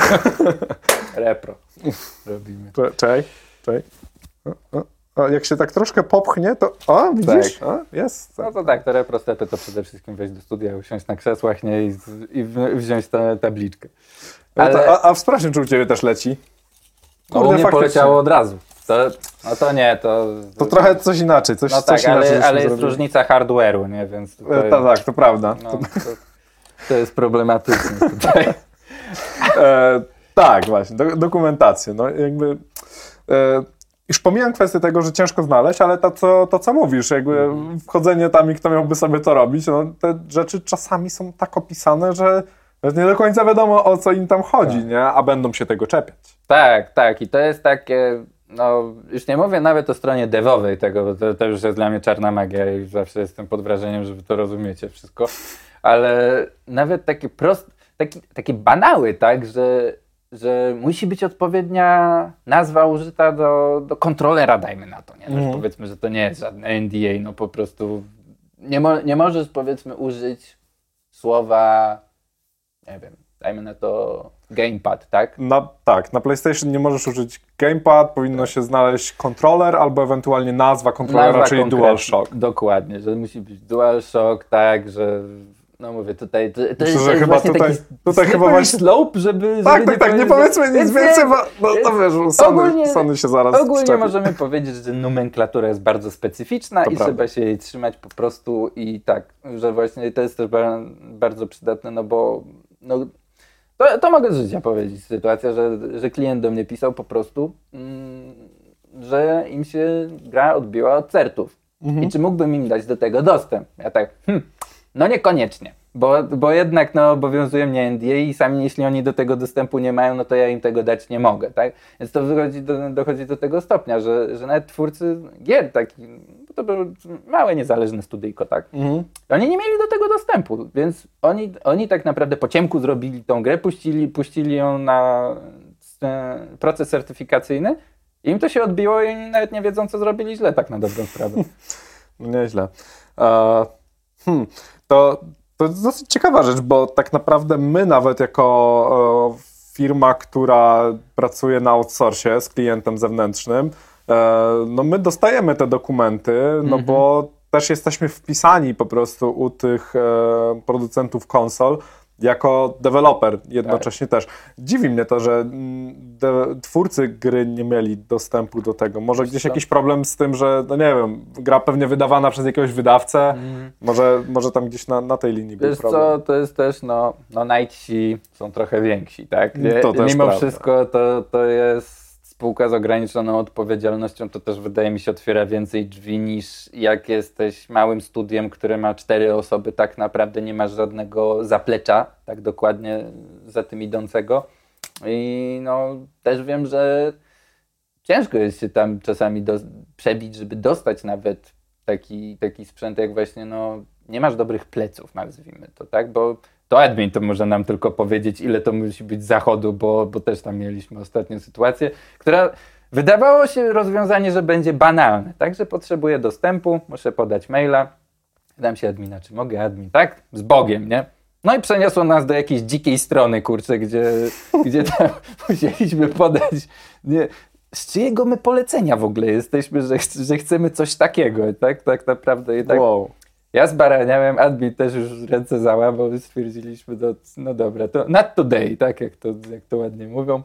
Repro. Robimy. Czekaj. Jak się tak troszkę popchnie, to... O, widzisz? Tak. Jest. No to tak, to repro stepy to przede wszystkim wejść do studia, usiąść na krzesłach, nie? I wziąć tę tabliczkę. Ale... A sprawdźmy, czy u Ciebie też leci. Kurde, u mnie poleciało od razu. To nie, to... To trochę coś inaczej. No tak, coś ale jest różnica hardware'u, nie? Więc tutaj... Tak, to prawda. No, to jest problematyczne tutaj. Tak, właśnie, dokumentację. No jakby... Już pomijam kwestię tego, że ciężko znaleźć, ale to co mówisz, jakby wchodzenie tam i kto miałby sobie to robić, no te rzeczy czasami są tak opisane, że nie do końca wiadomo, o co im tam chodzi, nie? A będą się tego czepiać. Tak. I to jest takie, no już nie mówię nawet o stronie devowej tego, bo to już jest dla mnie czarna magia i zawsze jestem pod wrażeniem, że wy to rozumiecie wszystko, ale nawet takie banały, tak, że musi być odpowiednia nazwa użyta do kontrolera, dajmy na to, nie? Powiedzmy, że to nie jest żadne NDA, no po prostu nie możesz, powiedzmy, użyć słowa, nie wiem, dajmy na to gamepad, tak? Tak, na PlayStation nie możesz użyć gamepad, powinno się znaleźć kontroler albo ewentualnie nazwa kontrolera, czyli DualShock. Dokładnie, że musi być DualShock, tak, że no mówię, tutaj to Myślę, jest że chyba tutaj chyba właśnie slope, żeby tak, nie powiedzmy nic więcej, bo no wiesz, Sony się zaraz ogólnie szczepi. możemy powiedzieć, że nomenklatura jest bardzo specyficzna i trzeba się jej trzymać po prostu i tak, że właśnie to jest też bardzo przydatne, no bo no, to mogę z życia powiedzieć, sytuacja, że klient do mnie pisał po prostu, że im się gra odbiła od certów i czy mógłbym im dać do tego dostęp. Ja tak, no niekoniecznie, bo jednak no, obowiązuje mnie NDA i sami jeśli oni do tego dostępu nie mają, no to ja im tego dać nie mogę, tak? Więc to dochodzi do tego stopnia, że nawet twórcy gier, bo to było małe niezależne studyjko, tak? Oni nie mieli do tego dostępu, więc oni tak naprawdę po ciemku zrobili tą grę, puścili ją na proces certyfikacyjny i im to się odbiło i nawet nie wiedzą, co zrobili źle, tak na dobrą sprawę. No nieźle. To jest dosyć ciekawa rzecz, bo tak naprawdę my nawet jako firma, która pracuje na outsourcie z klientem zewnętrznym, no my dostajemy te dokumenty, no bo też jesteśmy wpisani po prostu u tych producentów konsol jako deweloper jednocześnie też. Dziwi mnie to, że twórcy gry nie mieli dostępu do tego. Może gdzieś jakiś problem z tym, że no nie wiem, gra pewnie wydawana przez jakiegoś wydawcę, może tam gdzieś na tej linii był problem. Co, to jest też, no najci są trochę więksi, tak? To też mimo prawda. wszystko to jest spółka z ograniczoną odpowiedzialnością, to też wydaje mi się otwiera więcej drzwi niż jak jesteś małym studiem, które ma 4 osoby, tak naprawdę nie masz żadnego zaplecza, tak dokładnie za tym idącego. I no też wiem, że ciężko jest się tam czasami przebić, żeby dostać nawet taki sprzęt, jak właśnie no nie masz dobrych pleców, nazwijmy to, tak? Bo to admin to może nam tylko powiedzieć, ile to musi być zachodu, bo też tam mieliśmy ostatnią sytuację, która wydawało się rozwiązanie, że będzie banalne, tak? Że potrzebuję dostępu, muszę podać maila, dam się admina, czy mogę admin, tak? Z Bogiem, nie? No i przeniosło nas do jakiejś dzikiej strony, kurczę, gdzie tam musieliśmy podać, nie, z czyjego my polecenia w ogóle jesteśmy, że chcemy coś takiego, tak naprawdę. I tak. Wow. Ja zbaraniałem, admin też już ręce załamał i stwierdziliśmy, no dobra, to not today, tak jak to ładnie mówią.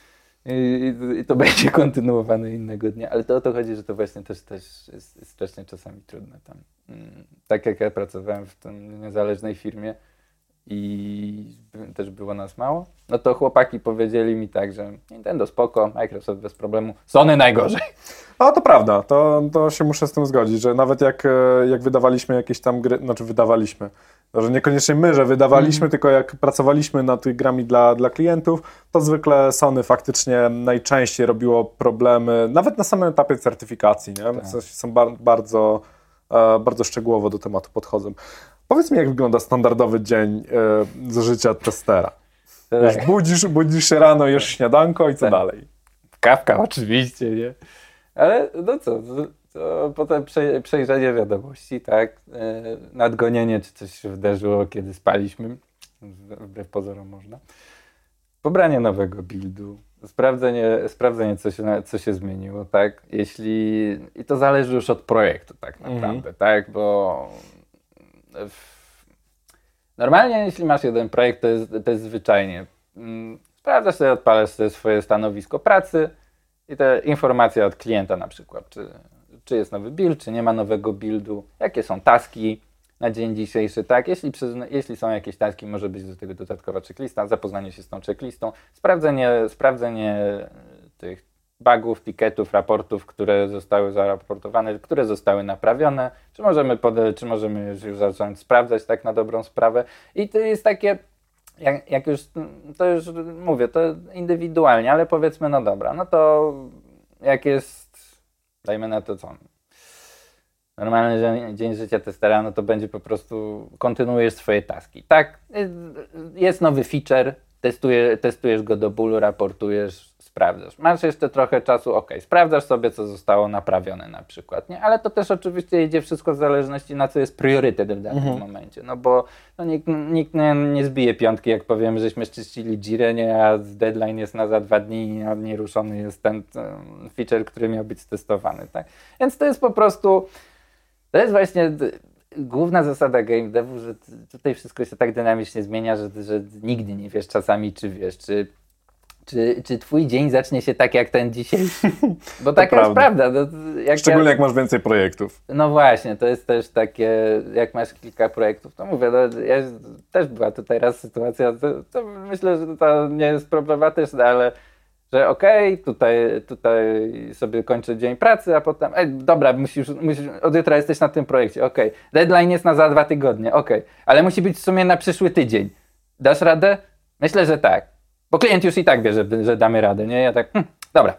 I to będzie kontynuowane innego dnia, ale to o to chodzi, że to właśnie też jest strasznie czasami trudne tam. Tak jak ja pracowałem w tej niezależnej firmie i też było nas mało, no to chłopaki powiedzieli mi tak, że Nintendo spoko, Microsoft bez problemu, Sony najgorzej. A to prawda, to się muszę z tym zgodzić, że nawet jak wydawaliśmy jakieś tam gry, znaczy wydawaliśmy, że niekoniecznie my, że wydawaliśmy, tylko jak pracowaliśmy nad tych grami dla klientów, to zwykle Sony faktycznie najczęściej robiło problemy, nawet na samym etapie certyfikacji, nie? Tak. W sensie są bardzo szczegółowo do tematu podchodzą. Powiedz mi, jak wygląda standardowy dzień z życia testera. Tak. Budzisz się rano, jesz śniadanko i co dalej? Kawka oczywiście, nie? Ale no co, to potem przejrzenie wiadomości, tak? Nadgonienie, czy coś się wydarzyło, kiedy spaliśmy. Wbrew pozorom można. Pobranie nowego buildu. Sprawdzenie co się zmieniło, tak? I to zależy już od projektu tak naprawdę, tak? Bo normalnie jeśli masz jeden projekt, to jest zwyczajnie. Sprawdzasz sobie, odpalasz sobie swoje stanowisko pracy i te informacje od klienta na przykład, czy jest nowy build, czy nie ma nowego buildu, jakie są taski na dzień dzisiejszy, tak? Jeśli są jakieś taski, może być do tego dodatkowa checklista, zapoznanie się z tą checklistą, sprawdzenie tych bugów, ticketów, raportów, które zostały zaraportowane, które zostały naprawione, czy możemy już zacząć sprawdzać tak na dobrą sprawę. I to jest takie, jak już, to już mówię, to indywidualnie, ale powiedzmy, no dobra, no to jak jest, dajmy na to co, normalny dzień życia testera, no to będzie po prostu, kontynuujesz swoje taski. Tak, jest nowy feature, testujesz go do bólu, raportujesz, sprawdzasz. Masz jeszcze trochę czasu, sprawdzasz sobie, co zostało naprawione na przykład, nie? Ale to też oczywiście idzie wszystko w zależności, na co jest priorytet w danym momencie, no bo nikt nie zbije piątki, jak powiem, żeśmy czyścili Jirę, nie? A deadline jest za 2 dni i nieruszony jest ten feature, który miał być testowany, tak? Więc to jest po prostu, to jest właśnie główna zasada game devu, że tutaj wszystko się tak dynamicznie zmienia, że nigdy nie wiesz czasami, czy wiesz, czy twój dzień zacznie się tak jak ten dzisiejszy. Bo taka jest prawda. No, szczególnie jak masz więcej projektów. No właśnie, to jest też takie, jak masz kilka projektów, to mówię, no, też była tutaj raz sytuacja, to myślę, że to nie jest problematyczne, ale że tutaj sobie kończę dzień pracy, a potem, dobra, musisz, od jutra jesteś na tym projekcie, deadline jest za 2 tygodnie, ale musi być w sumie na przyszły tydzień. Dasz radę? Myślę, że tak. Bo klient już i tak wie, że damy radę, nie? Ja tak, dobra.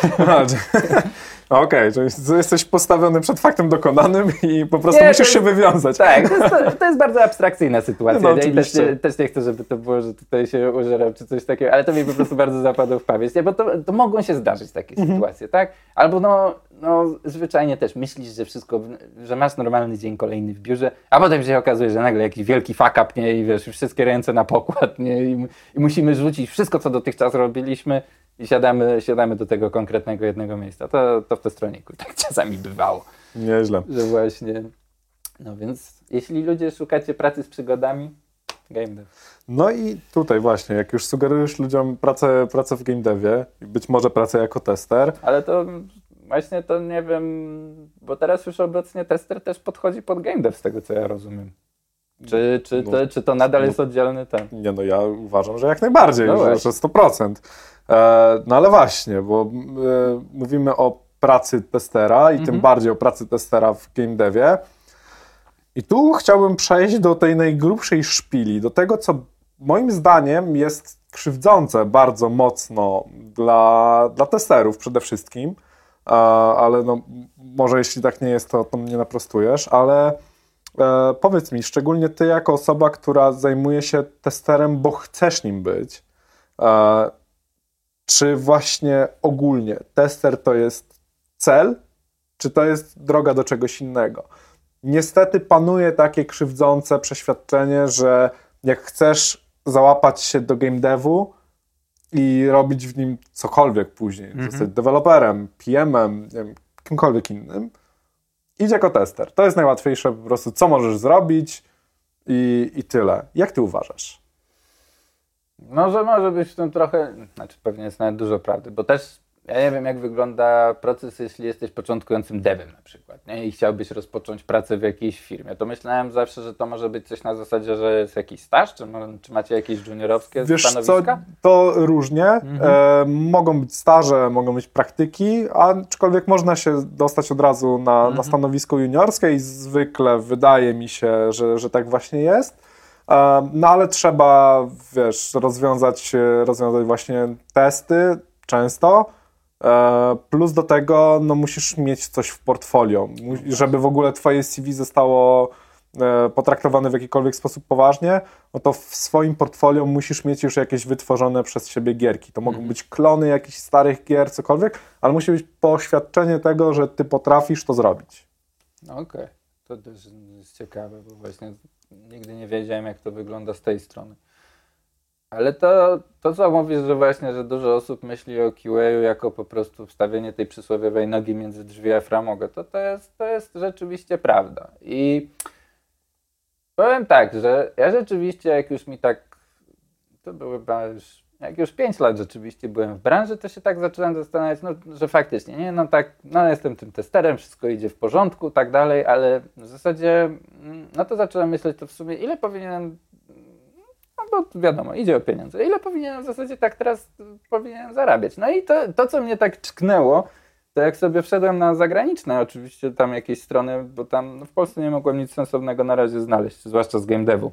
Czyli jesteś postawiony przed faktem dokonanym i po prostu musisz się wywiązać. Tak, to jest bardzo abstrakcyjna sytuacja. No, I też nie chcę, żeby to było, że tutaj się użeram czy coś takiego, ale to mi po prostu bardzo zapadło w pamięć, nie? Bo to mogą się zdarzyć takie sytuacje, tak? Albo zwyczajnie też myślisz, że wszystko, że masz normalny dzień kolejny w biurze, a potem się okazuje, że nagle jakiś wielki fuck up, nie? I wiesz, wszystkie ręce na pokład, nie? I musimy rzucić wszystko, co dotychczas robiliśmy, i siadamy do tego konkretnego jednego miejsca. To w Testroniku tak czasami bywało. Nieźle. Że właśnie, no więc jeśli ludzie szukacie pracy z przygodami, game dev. No i tutaj właśnie, jak już sugerujesz ludziom pracę w game devie i być może pracę jako tester. Ale to właśnie to nie wiem, bo teraz już obecnie tester też podchodzi pod game dev z tego, co ja rozumiem. Czy to nadal jest oddzielny ten? Nie, no ja uważam, że jak najbardziej, że 100%. No ale właśnie, bo mówimy o pracy testera i tym bardziej o pracy testera w game devie. I tu chciałbym przejść do tej najgrubszej szpili, do tego, co moim zdaniem jest krzywdzące bardzo mocno dla testerów przede wszystkim, ale no, może jeśli tak nie jest, to mnie naprostujesz, ale powiedz mi, szczególnie ty jako osoba, która zajmuje się testerem, bo chcesz nim być, czy właśnie ogólnie tester to jest cel, czy to jest droga do czegoś innego? Niestety panuje takie krzywdzące przeświadczenie, że jak chcesz załapać się do game devu i robić w nim cokolwiek później, zostać deweloperem, PM-em, nie wiem, kimkolwiek innym, idź jako tester. To jest najłatwiejsze po prostu, co możesz zrobić i tyle. Jak ty uważasz? No, że może być w tym trochę, pewnie jest nawet dużo prawdy, bo też ja nie wiem, jak wygląda proces, jeśli jesteś początkującym devem na przykład, nie? I chciałbyś rozpocząć pracę w jakiejś firmie. To myślałem zawsze, że to może być coś na zasadzie, że jest jakiś staż, czy macie jakieś juniorowskie stanowiska? Wiesz co, to różnie. Mogą być staże, mogą być praktyki, aczkolwiek można się dostać od razu na stanowisko juniorskie i zwykle wydaje mi się, że tak właśnie jest. No ale trzeba, wiesz, rozwiązać właśnie testy często. Plus do tego no, musisz mieć coś w portfolio, żeby w ogóle twoje CV zostało potraktowane w jakikolwiek sposób poważnie, no to w swoim portfolio musisz mieć już jakieś wytworzone przez siebie gierki. To mogą być klony jakichś starych gier, cokolwiek, ale musi być poświadczenie tego, że ty potrafisz to zrobić. Okej. To też jest ciekawe, bo właśnie nigdy nie wiedziałem, jak to wygląda z tej strony. Ale to co mówisz, że właśnie, że dużo osób myśli o QA jako po prostu wstawienie tej przysłowiowej nogi między drzwi a framugę, to jest rzeczywiście prawda. I powiem tak, że ja rzeczywiście, jak już mi tak, to były już, jak już 5 lat rzeczywiście byłem w branży, to się tak zacząłem zastanawiać, no, że faktycznie, nie, no tak, no jestem tym testerem, wszystko idzie w porządku, tak dalej, ale w zasadzie, no to zacząłem myśleć, to w sumie ile powinienem, no bo wiadomo, idzie o pieniądze, ile powinienem w zasadzie tak teraz powinienem zarabiać. No i to co mnie tak czknęło, to jak sobie wszedłem na zagraniczne, oczywiście tam jakieś strony, bo tam no w Polsce nie mogłem nic sensownego na razie znaleźć, zwłaszcza z game devu.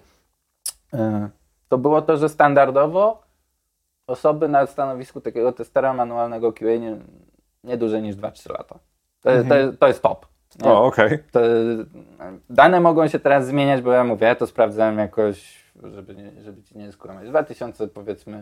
To było to, że standardowo osoby na stanowisku takiego testera manualnego QA nie dłużej niż 2-3 lata. To jest top. Nie? O, okej. Dane mogą się teraz zmieniać, bo ja mówię, ja to sprawdzałem jakoś, żeby ci nie skłamać. W 2000 powiedzmy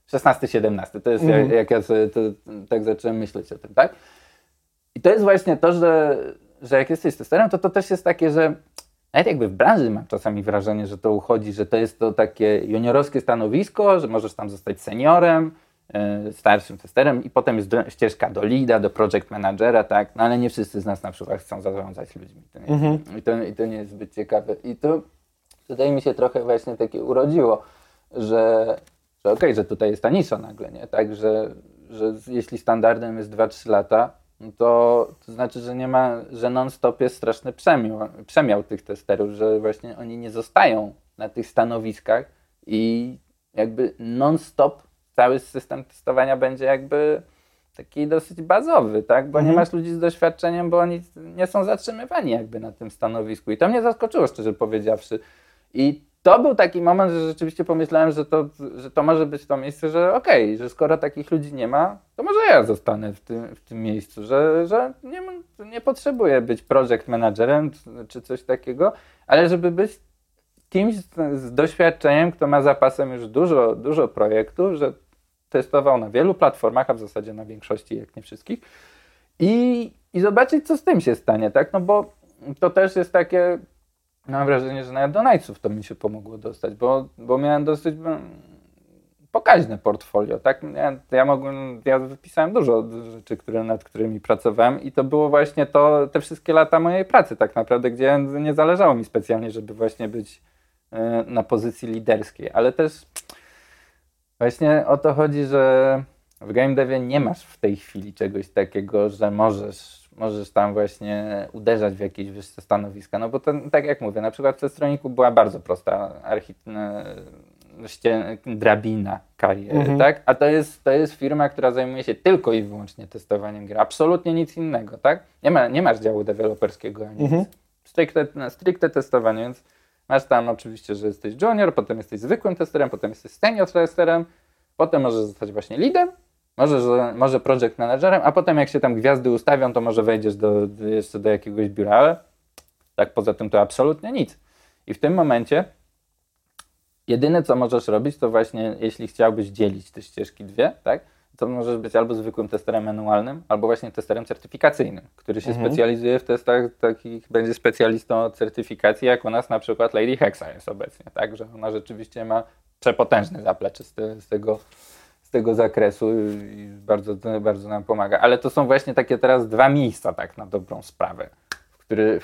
16-17. To jest jak ja sobie tak zacząłem myśleć o tym, tak? I to jest właśnie to, że jak jesteś testerem, to też jest takie, że nawet jakby w branży mam czasami wrażenie, że to uchodzi, że to jest to takie juniorowskie stanowisko, że możesz tam zostać seniorem, starszym testerem i potem jest ścieżka do leada, do project managera, tak? No ale nie wszyscy z nas na przykład chcą zarządzać ludźmi. I to nie jest zbyt ciekawe. I to tutaj mi się trochę właśnie takie urodziło, że okej, że tutaj jest ta nisza nagle, nie? Tak, że jeśli standardem jest 2-3 lata, to znaczy, że nie ma, że non-stop jest straszny przemiał tych testerów, że właśnie oni nie zostają na tych stanowiskach i jakby non-stop cały system testowania będzie jakby taki dosyć bazowy, tak? Bo nie masz ludzi z doświadczeniem, bo oni nie są zatrzymywani jakby na tym stanowisku. I to mnie zaskoczyło, szczerze powiedziawszy. I to był taki moment, że rzeczywiście pomyślałem, że to może być to miejsce, że okej, że skoro takich ludzi nie ma, to może ja zostanę w tym miejscu, że nie potrzebuję być project managerem czy coś takiego, ale żeby być kimś z doświadczeniem, kto ma zapasem już dużo projektów, że testował na wielu platformach, a w zasadzie na większości, jak nie wszystkich, i zobaczyć, co z tym się stanie, tak? No bo to też jest takie, mam wrażenie, że nawet do Knightsów to mi się pomogło dostać, bo miałem dosyć pokaźne portfolio, tak? Ja wypisałem dużo rzeczy, nad którymi pracowałem i to było właśnie te wszystkie lata mojej pracy tak naprawdę, gdzie nie zależało mi specjalnie, żeby właśnie być na pozycji liderskiej, ale też właśnie o to chodzi, że w game devie nie masz w tej chwili czegoś takiego, że możesz tam właśnie uderzać w jakieś wyższe stanowiska, no bo to, tak jak mówię, na przykład w Testroniku była bardzo prosta drabina kariery, tak? A to jest firma, która zajmuje się tylko i wyłącznie testowaniem gier, absolutnie nic innego, tak? Nie masz działu deweloperskiego ani nic. Stricte testowanie, więc masz tam oczywiście, że jesteś junior, potem jesteś zwykłym testerem, potem jesteś senior testerem, potem możesz zostać właśnie leadem, może project managerem, a potem jak się tam gwiazdy ustawią, to może wejdziesz jeszcze do jakiegoś biura, ale tak poza tym to absolutnie nic. I w tym momencie jedyne, co możesz robić, to właśnie jeśli chciałbyś dzielić te ścieżki dwie, tak, to możesz być albo zwykłym testerem manualnym, albo właśnie testerem certyfikacyjnym, który się specjalizuje w testach takich, będzie specjalistą od certyfikacji, jak u nas na przykład Lady Hexa jest obecnie, tak, że ona rzeczywiście ma przepotężne zaplecze z tego zakresu i bardzo, bardzo nam pomaga. Ale to są właśnie takie teraz dwa miejsca, tak na dobrą sprawę, w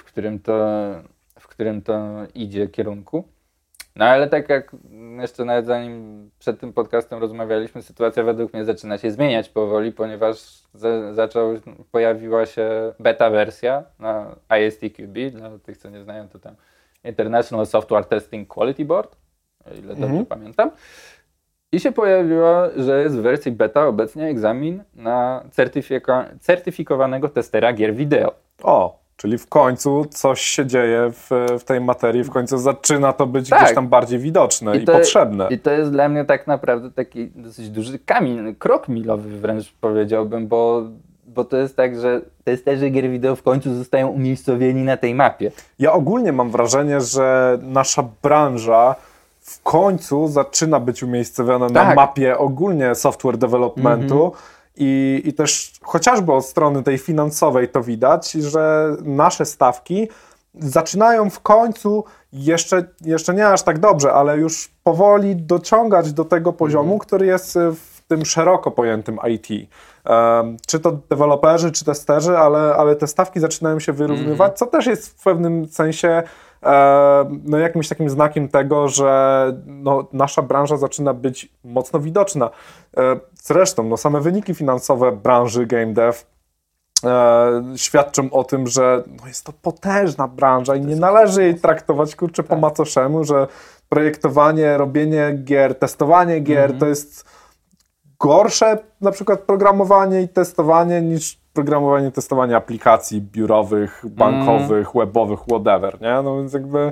którym to idzie kierunku. No ale tak jak jeszcze nawet zanim przed tym podcastem rozmawialiśmy, sytuacja według mnie zaczyna się zmieniać powoli, ponieważ pojawiła się beta wersja na ISTQB, dla tych, co nie znają, to tam International Software Testing Quality Board, o ile dobrze pamiętam. I się pojawiło, że jest w wersji beta obecnie egzamin na certyfikowanego testera gier wideo. O, czyli w końcu coś się dzieje w tej materii, w końcu zaczyna to być gdzieś tam bardziej widoczne i potrzebne. I to jest dla mnie tak naprawdę taki dosyć duży krok milowy wręcz powiedziałbym, bo to jest tak, że testerzy gier wideo w końcu zostają umiejscowieni na tej mapie. Ja ogólnie mam wrażenie, że nasza branża w końcu zaczyna być umiejscowiona na mapie ogólnie software developmentu i też chociażby od strony tej finansowej to widać, że nasze stawki zaczynają w końcu jeszcze nie aż tak dobrze, ale już powoli dociągać do tego poziomu, który jest w tym szeroko pojętym IT. Czy to deweloperzy, czy testerzy, ale te stawki zaczynają się wyrównywać, co też jest w pewnym sensie no jakimś takim znakiem tego, że no, nasza branża zaczyna być mocno widoczna. Zresztą no, same wyniki finansowe branży game dev świadczą o tym, że no, jest to potężna branża i nie należy jej traktować po macoszemu, że projektowanie, robienie gier, testowanie gier to jest gorsze na przykład programowanie i testowanie niż programowanie, testowanie aplikacji biurowych, bankowych, webowych, whatever, nie? No więc jakby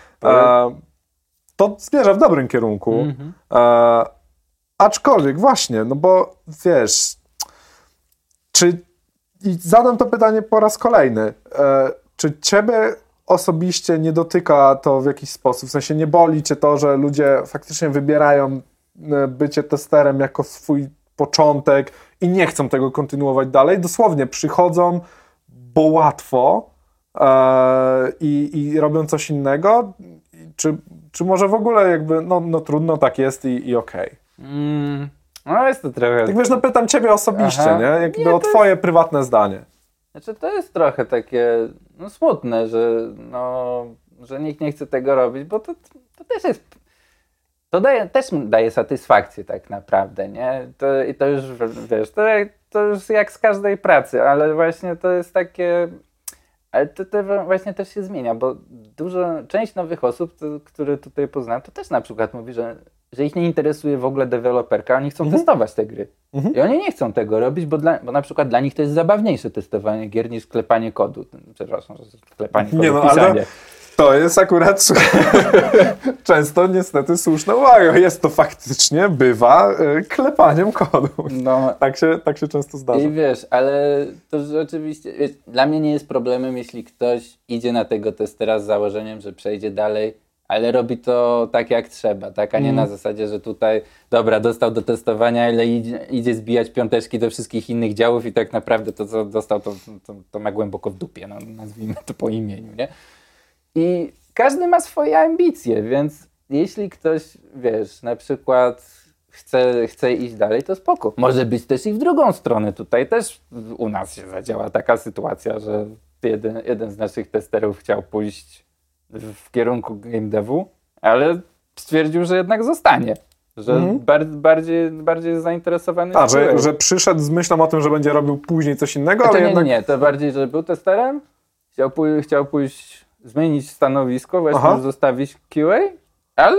to zmierza w dobrym kierunku. Aczkolwiek właśnie, no bo wiesz, i zadam to pytanie po raz kolejny, czy ciebie osobiście nie dotyka to w jakiś sposób, w sensie nie boli cię to, że ludzie faktycznie wybierają bycie testerem jako swój początek i nie chcą tego kontynuować dalej. Dosłownie przychodzą, bo łatwo i robią coś innego. Czy może w ogóle jakby, no trudno, tak jest i okej. No jest to trochę... Tak wiesz, no pytam ciebie osobiście, nie? Jakby o twoje prywatne zdanie. Znaczy to jest trochę takie smutne, że nikt nie chce tego robić, bo to też jest... też daje satysfakcję tak naprawdę, nie? I to już, wiesz, to już jak z każdej pracy, ale właśnie to jest takie... Ale to właśnie też się zmienia, bo część nowych osób, które tutaj poznałem, to też na przykład mówi, że ich nie interesuje w ogóle deweloperka, oni chcą testować te gry. I oni nie chcą tego robić, bo na przykład dla nich to jest zabawniejsze testowanie gier niż klepanie kodu. Przepraszam, że klepanie kodu, pisanie. To jest akurat często niestety słuszna uwaga. Jest to faktycznie, bywa klepaniem kodu. No, tak się często zdarza. I wiesz, ale to rzeczywiście, wiesz, dla mnie nie jest problemem, jeśli ktoś idzie na tego testera z założeniem, że przejdzie dalej, ale robi to tak jak trzeba, tak? A nie na zasadzie, że tutaj, dobra, dostał do testowania, ale idzie zbijać piąteczki do wszystkich innych działów i tak naprawdę to, co dostał, to ma głęboko w dupie, no, nazwijmy to po imieniu, nie? I każdy ma swoje ambicje, więc jeśli ktoś, wiesz, na przykład chce iść dalej, to spoko. Może być też i w drugą stronę. Tutaj też u nas się zadziała taka sytuacja, że jeden z naszych testerów chciał pójść w kierunku game devu, ale stwierdził, że jednak zostanie. Że bardziej jest zainteresowany. Że przyszedł z myślą o tym, że będzie robił później coś innego, ale jednak... Nie, to bardziej, że był testerem, chciał pójść, zmienić stanowisko, właśnie zostawić QA, ale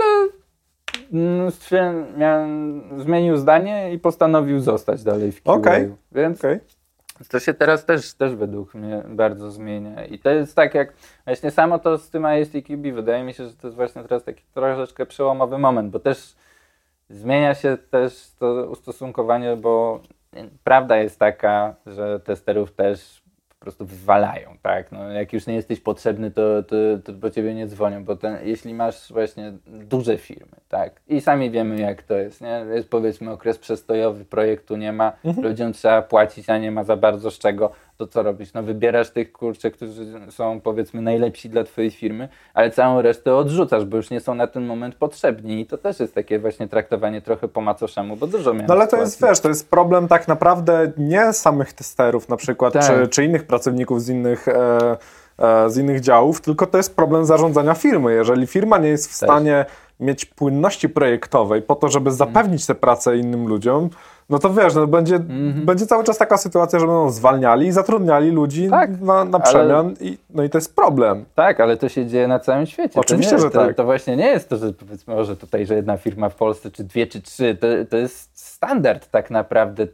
zmienił zdanie i postanowił zostać dalej w QA. Więc to się teraz też według mnie bardzo zmienia. I to jest tak jak właśnie samo to z tym ISTQB. Wydaje mi się, że to jest właśnie teraz taki troszeczkę przełomowy moment, bo też zmienia się też to ustosunkowanie, bo prawda jest taka, że testerów też po prostu wywalają, tak? No, jak już nie jesteś potrzebny, to po ciebie nie dzwonią, bo jeśli masz właśnie duże firmy, tak? I sami wiemy, jak to jest, nie? Jest powiedzmy okres przestojowy, projektu nie ma, ludziom trzeba płacić, a nie ma za bardzo z czego, to co robisz? No wybierasz tych którzy są powiedzmy najlepsi dla twojej firmy, ale całą resztę odrzucasz, bo już nie są na ten moment potrzebni i to też jest takie właśnie traktowanie trochę po macoszemu, bo dużo miałem ale to jest, wiesz, to jest problem tak naprawdę nie samych testerów na przykład, czy innych pracowników z innych działów, tylko to jest problem zarządzania firmy. Jeżeli firma nie jest w stanie mieć płynności projektowej po to, żeby zapewnić tę pracę innym ludziom, no to wiesz, no będzie cały czas taka sytuacja, że będą zwalniali i zatrudniali ludzi na przemian i to jest problem. Tak, ale to się dzieje na całym świecie. Oczywiście, że tak. To właśnie nie jest to, że powiedzmy, że tutaj, że jedna firma w Polsce, czy dwie, czy trzy, to jest standard tak naprawdę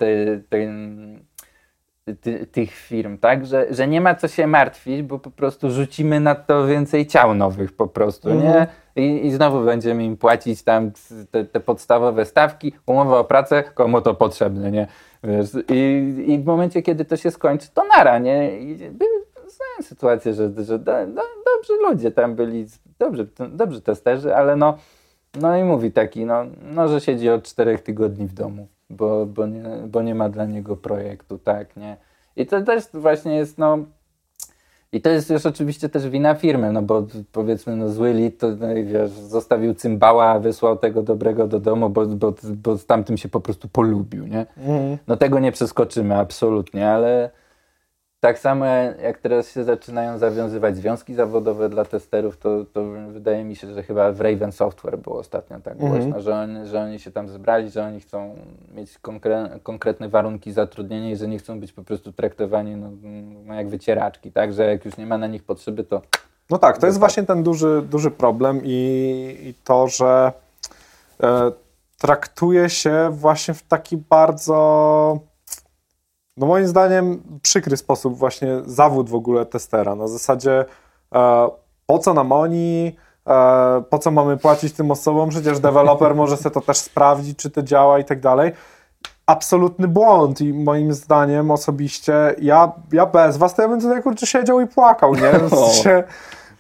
tych firm, tak? Że nie ma co się martwić, bo po prostu rzucimy na to więcej ciał nowych po prostu, nie? I znowu będziemy im płacić tam te podstawowe stawki, umowa o pracę, komu to potrzebne, nie? Wiesz, i w momencie, kiedy to się skończy, to nara, nie? Znałem sytuację, że dobrzy ludzie tam byli, dobrzy testerzy, ale no i mówi taki, że siedzi od 4 tygodni w domu, bo nie ma dla niego projektu, tak, nie? I to też właśnie jest, i to jest już oczywiście też wina firmy, no bo powiedzmy, zły lead to wiesz, zostawił cymbała, wysłał tego dobrego do domu, bo z tamtym się po prostu polubił, nie? No tego nie przeskoczymy absolutnie, ale tak samo jak teraz się zaczynają zawiązywać związki zawodowe dla testerów, to wydaje mi się, że chyba w Raven Software było ostatnio tak głośno, że oni się tam zebrali, że oni chcą mieć konkretne warunki zatrudnienia i że nie chcą być po prostu traktowani jak wycieraczki, tak? Że jak już nie ma na nich potrzeby, to... No tak, to jest właśnie ten duży problem i to, że traktuje się właśnie w taki bardzo... No moim zdaniem przykry sposób właśnie zawód w ogóle testera. Na zasadzie po co nam oni, po co mamy płacić tym osobom, przecież deweloper może sobie to też sprawdzić, czy to działa i tak dalej. Absolutny błąd i moim zdaniem osobiście ja bez was to ja bym tutaj kurczę siedział i płakał, nie? W sensie,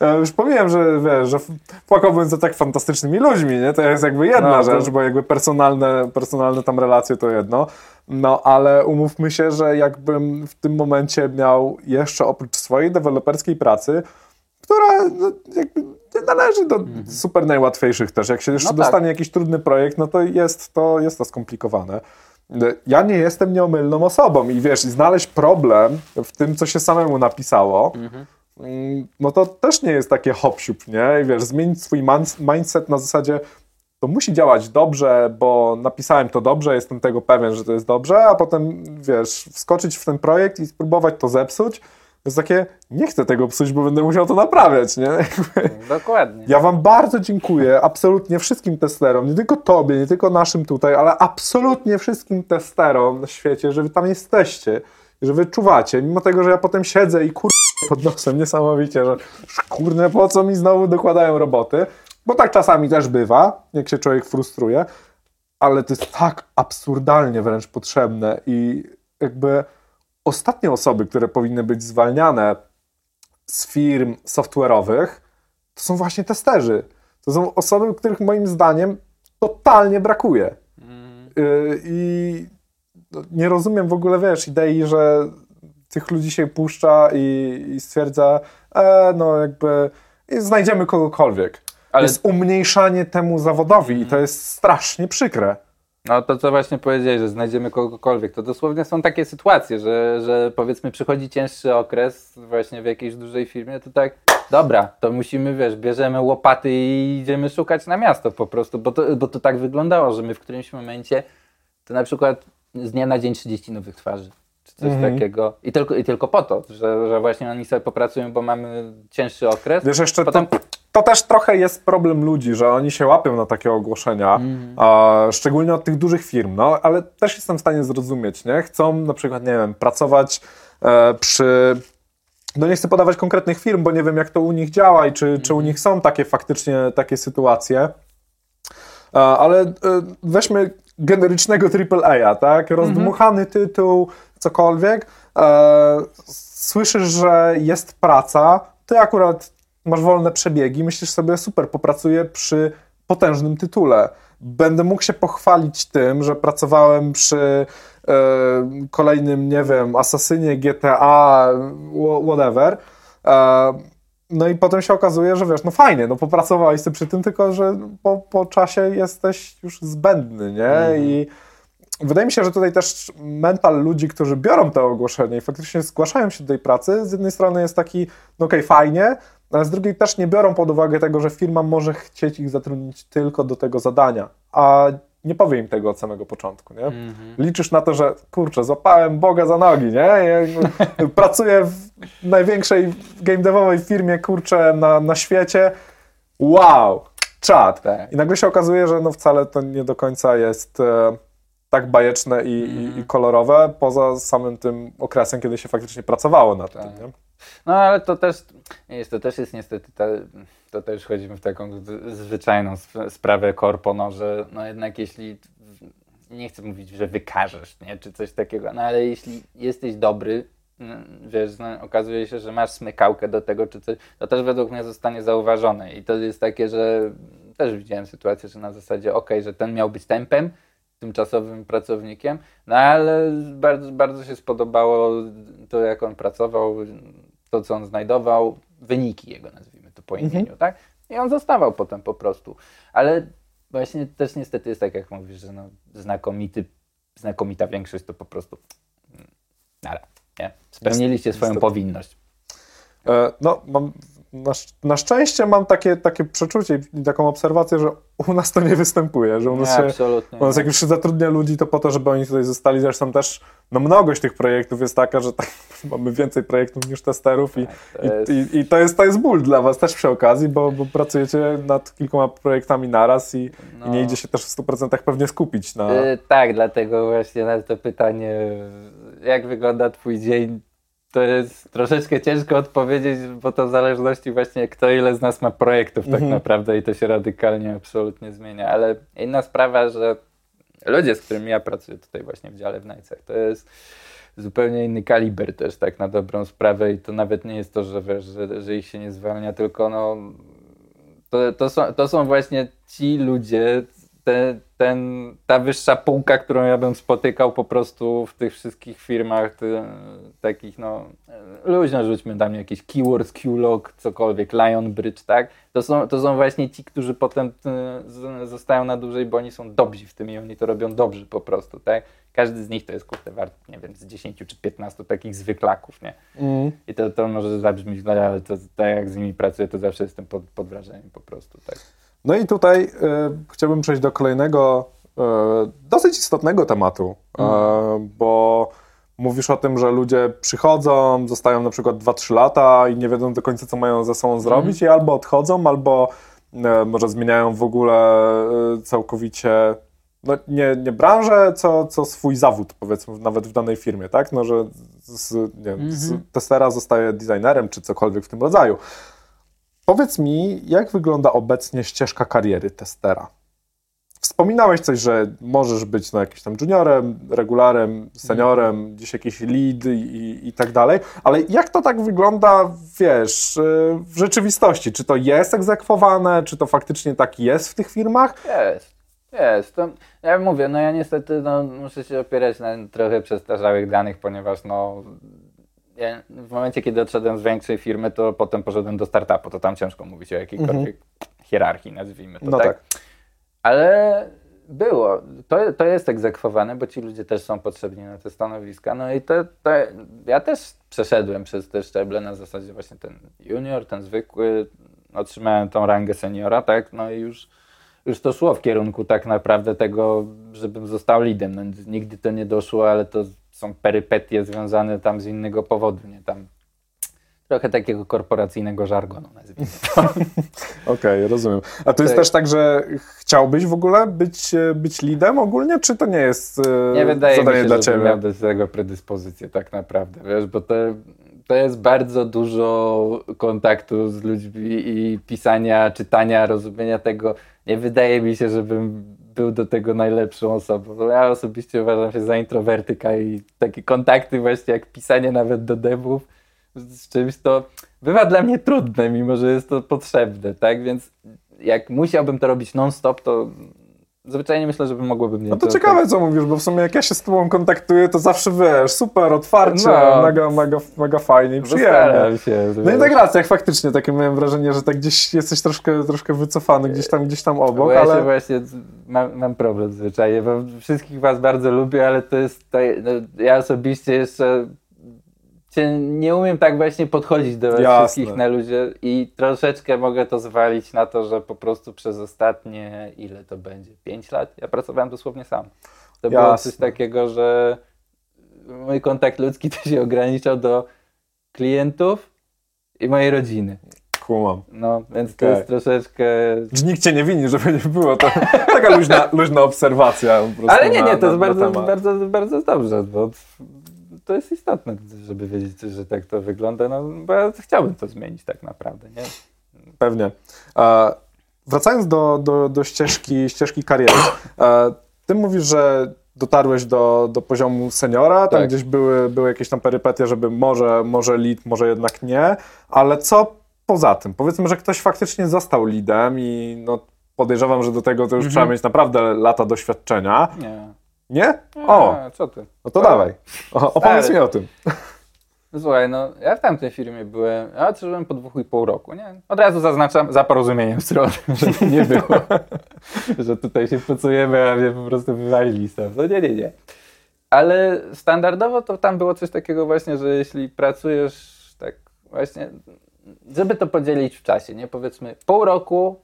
Ja już pomijam, że wiesz, że płakałbym za tak fantastycznymi ludźmi, nie? To jest jakby jedna rzecz, bo jakby personalne tam relacje to jedno. No, ale umówmy się, że jakbym w tym momencie miał jeszcze oprócz swojej deweloperskiej pracy, która no, jakby nie należy do super najłatwiejszych też. Jak się jeszcze dostanie jakiś trudny projekt, no to jest to skomplikowane. Ja nie jestem nieomylną osobą i wiesz, znaleźć problem w tym, co się samemu napisało, no to też nie jest takie hop-siup, nie? I wiesz, zmienić swój mindset na zasadzie to musi działać dobrze, bo napisałem to dobrze, jestem tego pewien, że to jest dobrze, a potem, wiesz, wskoczyć w ten projekt i spróbować to zepsuć. To jest takie, nie chcę tego psuć, bo będę musiał to naprawiać, nie? Dokładnie. Ja wam bardzo dziękuję, absolutnie wszystkim testerom, nie tylko tobie, nie tylko naszym tutaj, ale absolutnie wszystkim testerom na świecie, że wy tam jesteście, że wy czuwacie, mimo tego, że ja potem siedzę i pod nosem niesamowicie, że kurde, po co mi znowu dokładają roboty, bo tak czasami też bywa, jak się człowiek frustruje, ale to jest tak absurdalnie wręcz potrzebne i jakby ostatnie osoby, które powinny być zwalniane z firm software'owych, to są właśnie testerzy. To są osoby, których moim zdaniem totalnie brakuje. I nie rozumiem w ogóle, wiesz, idei, że tych ludzi się puszcza i stwierdza, no jakby znajdziemy kogokolwiek. Ale jest umniejszanie temu zawodowi i to jest strasznie przykre. No to co właśnie powiedziałeś, że znajdziemy kogokolwiek, to dosłownie są takie sytuacje, że powiedzmy przychodzi cięższy okres właśnie w jakiejś dużej firmie, to tak, dobra, to musimy, wiesz, bierzemy łopaty i idziemy szukać na miasto po prostu, bo to tak wyglądało, że my w którymś momencie to na przykład z dnia na dzień 30 nowych twarzy, czy coś takiego i tylko po to, że właśnie oni sobie popracują, bo mamy cięższy okres. Wiesz, jeszcze potem... To też trochę jest problem ludzi, że oni się łapią na takie ogłoszenia, szczególnie od tych dużych firm, no, ale też jestem w stanie zrozumieć, nie? Chcą na przykład, nie wiem, pracować przy... No nie chcę podawać konkretnych firm, bo nie wiem, jak to u nich działa i czy u nich są takie faktycznie takie sytuacje, ale weźmy generycznego AAA, tak? Rozdmuchany tytuł, cokolwiek, słyszysz, że jest praca, ty akurat masz wolne przebiegi, myślisz sobie, super, popracuję przy potężnym tytule. Będę mógł się pochwalić tym, że pracowałem przy kolejnym, nie wiem, Asasynie, GTA, whatever. No i potem się okazuje, że wiesz, no fajnie, no popracowałeś sobie przy tym, tylko że po czasie jesteś już zbędny, nie? I wydaje mi się, że tutaj też mental ludzi, którzy biorą te ogłoszenia i faktycznie zgłaszają się do tej pracy, z jednej strony jest taki, no okej, fajnie, ale z drugiej też nie biorą pod uwagę tego, że firma może chcieć ich zatrudnić tylko do tego zadania, a nie powie im tego od samego początku, nie? Liczysz na to, że kurczę, złapałem Boga za nogi, nie? Ja pracuję w największej game devowej firmie, kurczę, na świecie. Wow! Czad! Tak. I nagle się okazuje, że no wcale to nie do końca jest tak bajeczne i kolorowe, poza samym tym okresem, kiedy się faktycznie pracowało nad tym, nie? No ale to też jest niestety, to też wchodzimy w taką zwyczajną sprawę korpo, no, że no jednak jeśli, nie chcę mówić, że wykażesz, nie, czy coś takiego, no ale jeśli jesteś dobry, wiesz, no, okazuje się, że masz smykałkę do tego, czy coś, to też według mnie zostanie zauważone i to jest takie, że też widziałem sytuację, że na zasadzie że ten miał być tempem, tymczasowym pracownikiem, no ale bardzo, bardzo się spodobało to, jak on pracował, to, co on znajdował, wyniki jego, nazwijmy to po imieniu, tak? I on zostawał potem po prostu. Ale właśnie też niestety jest tak, jak mówisz, że no, znakomita większość to po prostu nie? Spełniliście swoją powinność. No, na szczęście mam takie przeczucie i taką obserwację, że u nas to nie występuje, że u nas jak już się zatrudnia ludzi, to po to, żeby oni tutaj zostali, zresztą też mnogość tych projektów jest taka, że mamy więcej projektów niż testerów i to jest ból dla was też przy okazji, bo pracujecie nad kilkoma projektami naraz i nie idzie się też w 100% pewnie skupić na... Tak, dlatego właśnie na to pytanie, jak wygląda twój dzień, to jest troszeczkę ciężko odpowiedzieć, bo to w zależności właśnie kto ile z nas ma projektów tak naprawdę i to się radykalnie absolutnie zmienia, ale inna sprawa, że ludzie, z którymi ja pracuję tutaj właśnie w dziale w Najcach, zupełnie inny kaliber też, tak na dobrą sprawę i to nawet nie jest to, że wiesz, że ich się nie zwalnia, tylko no to są właśnie ci ludzie, ta wyższa półka, którą ja bym spotykał po prostu w tych wszystkich firmach takich, no luźno rzućmy tam jakieś Keywords, Qlog, cokolwiek, Lionbridge, tak? To są właśnie ci, którzy potem zostają na dłużej, bo oni są dobrzy w tym i oni to robią dobrze po prostu, tak? Każdy z nich to jest, wart, nie wiem, z 10 czy 15 takich zwyklaków, nie? I to może zabrzmieć źle, ale to tak jak z nimi pracuję, to zawsze jestem pod wrażeniem po prostu, tak? No i tutaj chciałbym przejść do kolejnego dosyć istotnego tematu, bo mówisz o tym, że ludzie przychodzą, zostają na przykład 2-3 lata i nie wiedzą do końca, co mają ze sobą zrobić i albo odchodzą, albo może zmieniają w ogóle całkowicie no nie branżę, co swój zawód, powiedzmy, nawet w danej firmie, tak? No, że z testera zostaje designerem, czy cokolwiek w tym rodzaju. Powiedz mi, jak wygląda obecnie ścieżka kariery testera? Wspominałeś coś, że możesz być jakimś tam juniorem, regularem, seniorem, gdzieś jakiś lead i tak dalej, ale jak to tak wygląda, wiesz, w rzeczywistości? Czy to jest egzekwowane, czy to faktycznie tak jest w tych firmach? Jest. To, ja mówię, no ja niestety muszę się opierać na trochę przestarzałych danych, ponieważ ja w momencie, kiedy odszedłem z większej firmy, to potem poszedłem do startupu, to tam ciężko mówić o jakiejkolwiek hierarchii, nazwijmy to, no tak. Ale było. To jest egzekwowane, bo ci ludzie też są potrzebni na te stanowiska. No i ja też przeszedłem przez te szczeble na zasadzie właśnie ten junior, ten zwykły, otrzymałem tą rangę seniora, tak? No i już to szło w kierunku tak naprawdę tego, żebym został leadem. No, nigdy to nie doszło, ale to są perypetie związane tam z innego powodu, nie? Tam trochę takiego korporacyjnego żargonu, nazwijmy to. Okej, rozumiem. A to jest też tak, że chciałbyś w ogóle być leadem ogólnie, czy to nie jest nie wydaje zadanie mi się, dla że ciebie? miał do tego predyspozycję tak naprawdę, wiesz, bo to jest bardzo dużo kontaktu z ludźmi i pisania, czytania, rozumienia tego. Nie wydaje mi się, żebym był do tego najlepszą osobą. Ja osobiście uważam się za introwertyka i takie kontakty właśnie jak pisanie nawet do devów z czymś, to bywa dla mnie trudne, mimo że jest to potrzebne, tak? Więc jak musiałbym to robić non-stop, to zwyczajnie myślę, że mogłoby mnie... No to ciekawe, co mówisz, bo w sumie jak ja się z tobą kontaktuję, to zawsze wiesz, super, otwarcie, mega fajnie i przyjemnie. No i tak racja, jak faktycznie takie miałem wrażenie, że tak gdzieś jesteś troszkę wycofany, gdzieś tam obok, bo ja ale... się właśnie mam problem zwyczajnie, bo wszystkich was bardzo lubię, ale to jest... ja osobiście jeszcze... nie umiem tak właśnie podchodzić do wszystkich na ludzie i troszeczkę mogę to zwalić na to, że po prostu przez ostatnie, ile to będzie, 5 lat? Ja pracowałem dosłownie sam. To było coś takiego, że mój kontakt ludzki to się ograniczał do klientów i mojej rodziny. Kumam. No, więc to jest troszeczkę... Nikt cię nie wini, żeby nie było. To taka luźna obserwacja po prostu. Ale nie, to jest bardzo dobrze, bo to jest istotne, żeby wiedzieć, że tak to wygląda, no bo ja chciałbym to zmienić tak naprawdę, nie? Pewnie. Wracając do ścieżki kariery. Ty mówisz, że dotarłeś do poziomu seniora, tam gdzieś były jakieś tam perypetie, żeby może lead, może jednak nie, ale co poza tym? Powiedzmy, że ktoś faktycznie został leadem i no, podejrzewam, że do tego to już trzeba mieć naprawdę lata doświadczenia. Nie? O! Co ty? No to dawaj. Opowiedz mi o tym. Słuchaj, no ja w tamtej firmie byłem, ja odszedłem po 2,5 roku, nie? Od razu zaznaczam, za porozumieniem stron, że nie było, że tutaj się pracujemy, a mnie po prostu wywalili stąd. No nie. Ale standardowo to tam było coś takiego właśnie, że jeśli pracujesz tak właśnie, żeby to podzielić w czasie, nie? Powiedzmy pół roku,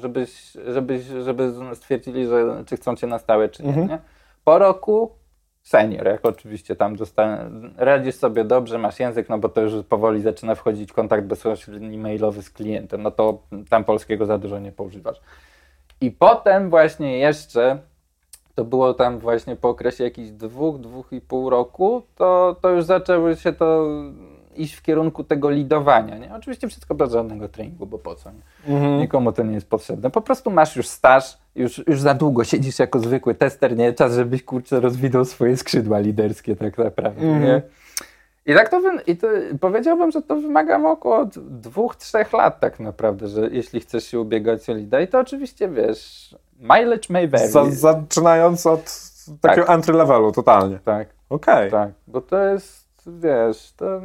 żeby stwierdzili, że czy chcą cię na stałe, czy nie? Po roku senior, jak oczywiście tam radzisz sobie dobrze, masz język, no bo to już powoli zaczyna wchodzić kontakt bezpośredni mailowy z klientem, no to tam polskiego za dużo nie poużywasz. I potem właśnie jeszcze, to było tam właśnie po okresie jakichś 2,5 roku, to już zaczęły się to iść w kierunku tego lidowania, nie? Oczywiście wszystko bez żadnego treningu, bo po co, nie? Nikomu to nie jest potrzebne. Po prostu masz już staż, już za długo siedzisz jako zwykły tester, nie? Czas, żebyś, kurczę, rozwinął swoje skrzydła liderskie tak naprawdę, nie? I tak to powiedziałbym, że to wymaga około 2-3 lat tak naprawdę, że jeśli chcesz się ubiegać o lida i to oczywiście, wiesz, mileage may vary. Zaczynając od takiego entry levelu, totalnie. Tak. Okej. Tak, bo to jest, wiesz, to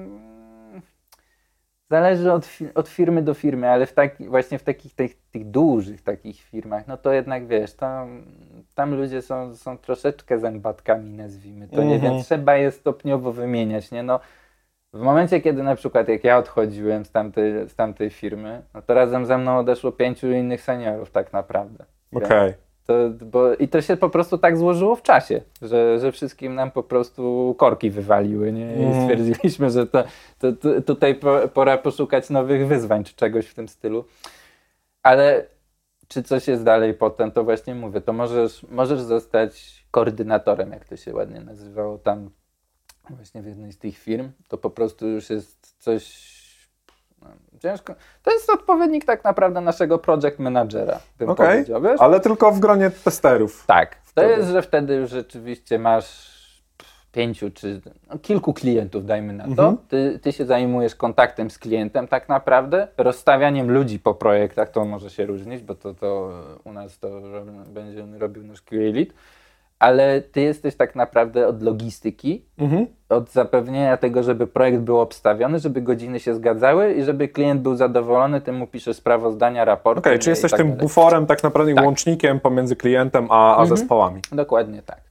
zależy od firmy do firmy, ale właśnie w takich tych dużych takich firmach, no to jednak, wiesz, tam ludzie są troszeczkę zębatkami, nazwijmy to, nie? Więc trzeba je stopniowo wymieniać, nie? No, w momencie, kiedy na przykład jak ja odchodziłem z tamtej firmy, no to razem ze mną odeszło 5 innych seniorów tak naprawdę. Okej. I to się po prostu tak złożyło w czasie, że wszystkim nam po prostu korki wywaliły, nie? I stwierdziliśmy, że tutaj pora poszukać nowych wyzwań, czy czegoś w tym stylu. Ale czy coś jest dalej potem, to właśnie mówię, to możesz zostać koordynatorem, jak to się ładnie nazywało tam właśnie w jednej z tych firm. To po prostu już jest coś ciężko. To jest odpowiednik tak naprawdę naszego project managera, bym powiedział, wiesz? Ale tylko w gronie testerów. Tak. To jest, że wtedy już rzeczywiście masz 5 czy kilku klientów, dajmy na to. Ty się zajmujesz kontaktem z klientem tak naprawdę, rozstawianiem ludzi po projektach, to może się różnić, bo to u nas to będzie robił nasz QA lead, ale ty jesteś tak naprawdę od logistyki, od zapewnienia tego, żeby projekt był obstawiony, żeby godziny się zgadzały i żeby klient był zadowolony, ty mu piszesz sprawozdania, raporty. Okej, czy jesteś tym buforem, tak naprawdę łącznikiem pomiędzy klientem a zespołami. Dokładnie tak.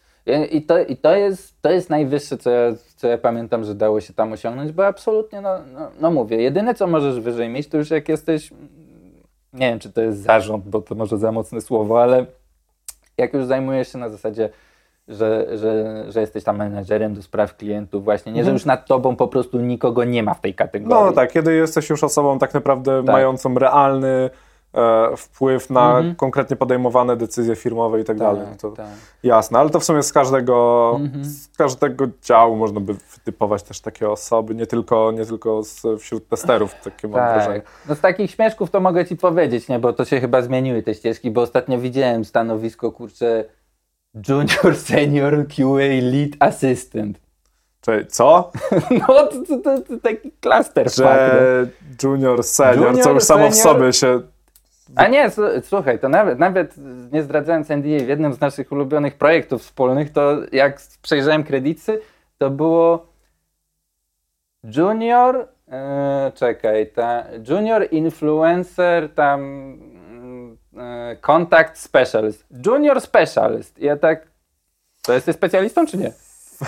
I to jest najwyższe, co ja pamiętam, że dało się tam osiągnąć, bo absolutnie, no mówię, jedyne co możesz wyżej mieć, to już jak jesteś, nie wiem czy to jest zarząd, bo to może za mocne słowo, ale jak już zajmujesz się na zasadzie, że jesteś tam menedżerem do spraw klientów właśnie, nie, że już nad tobą po prostu nikogo nie ma w tej kategorii. No tak, kiedy jesteś już osobą tak naprawdę mającą realny wpływ na konkretnie podejmowane decyzje firmowe i tak dalej. To jasne, ale to w sumie z każdego działu można by wytypować też takie osoby, nie tylko wśród testerów, takie mam wrażenie. No z takich śmieszków to mogę ci powiedzieć, nie, bo to się chyba zmieniły te ścieżki, bo ostatnio widziałem stanowisko, kurczę, Junior Senior QA Lead Assistant. Czyli co? No to taki cluster. Że junior, senior, co już samo w sobie się... A nie, słuchaj, to nawet nie zdradzając NDA, w jednym z naszych ulubionych projektów wspólnych, to jak przejrzałem kredyty, to było Junior, Junior Influencer, Contact Specialist. Junior Specialist. Ja tak, to jesteś specjalistą czy nie?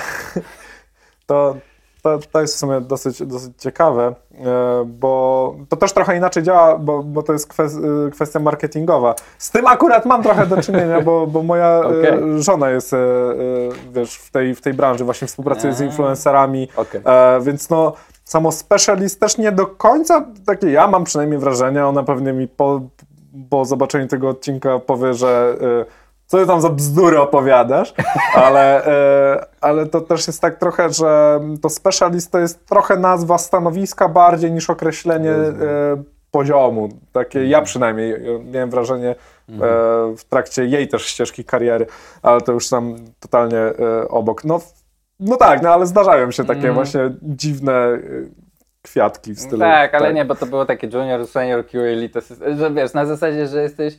To jest w sumie dosyć ciekawe, bo to też trochę inaczej działa, bo to jest kwestia marketingowa. Z tym akurat mam trochę do czynienia, bo moja żona jest wiesz, w tej branży, właśnie współpracuje z influencerami, więc no samo specialist też nie do końca, takie ja mam przynajmniej wrażenie, ona pewnie mi po zobaczeniu tego odcinka powie, że co ty tam za bzdury opowiadasz, ale to też jest tak trochę, że to specialist to jest trochę nazwa stanowiska bardziej niż określenie poziomu. Takie ja przynajmniej miałem wrażenie w trakcie jej też ścieżki kariery, ale to już tam totalnie obok. No tak, ale zdarzają się takie właśnie dziwne kwiatki w stylu. Tak, ale nie, bo to było takie junior, senior, QA, elite, że wiesz, na zasadzie, że jesteś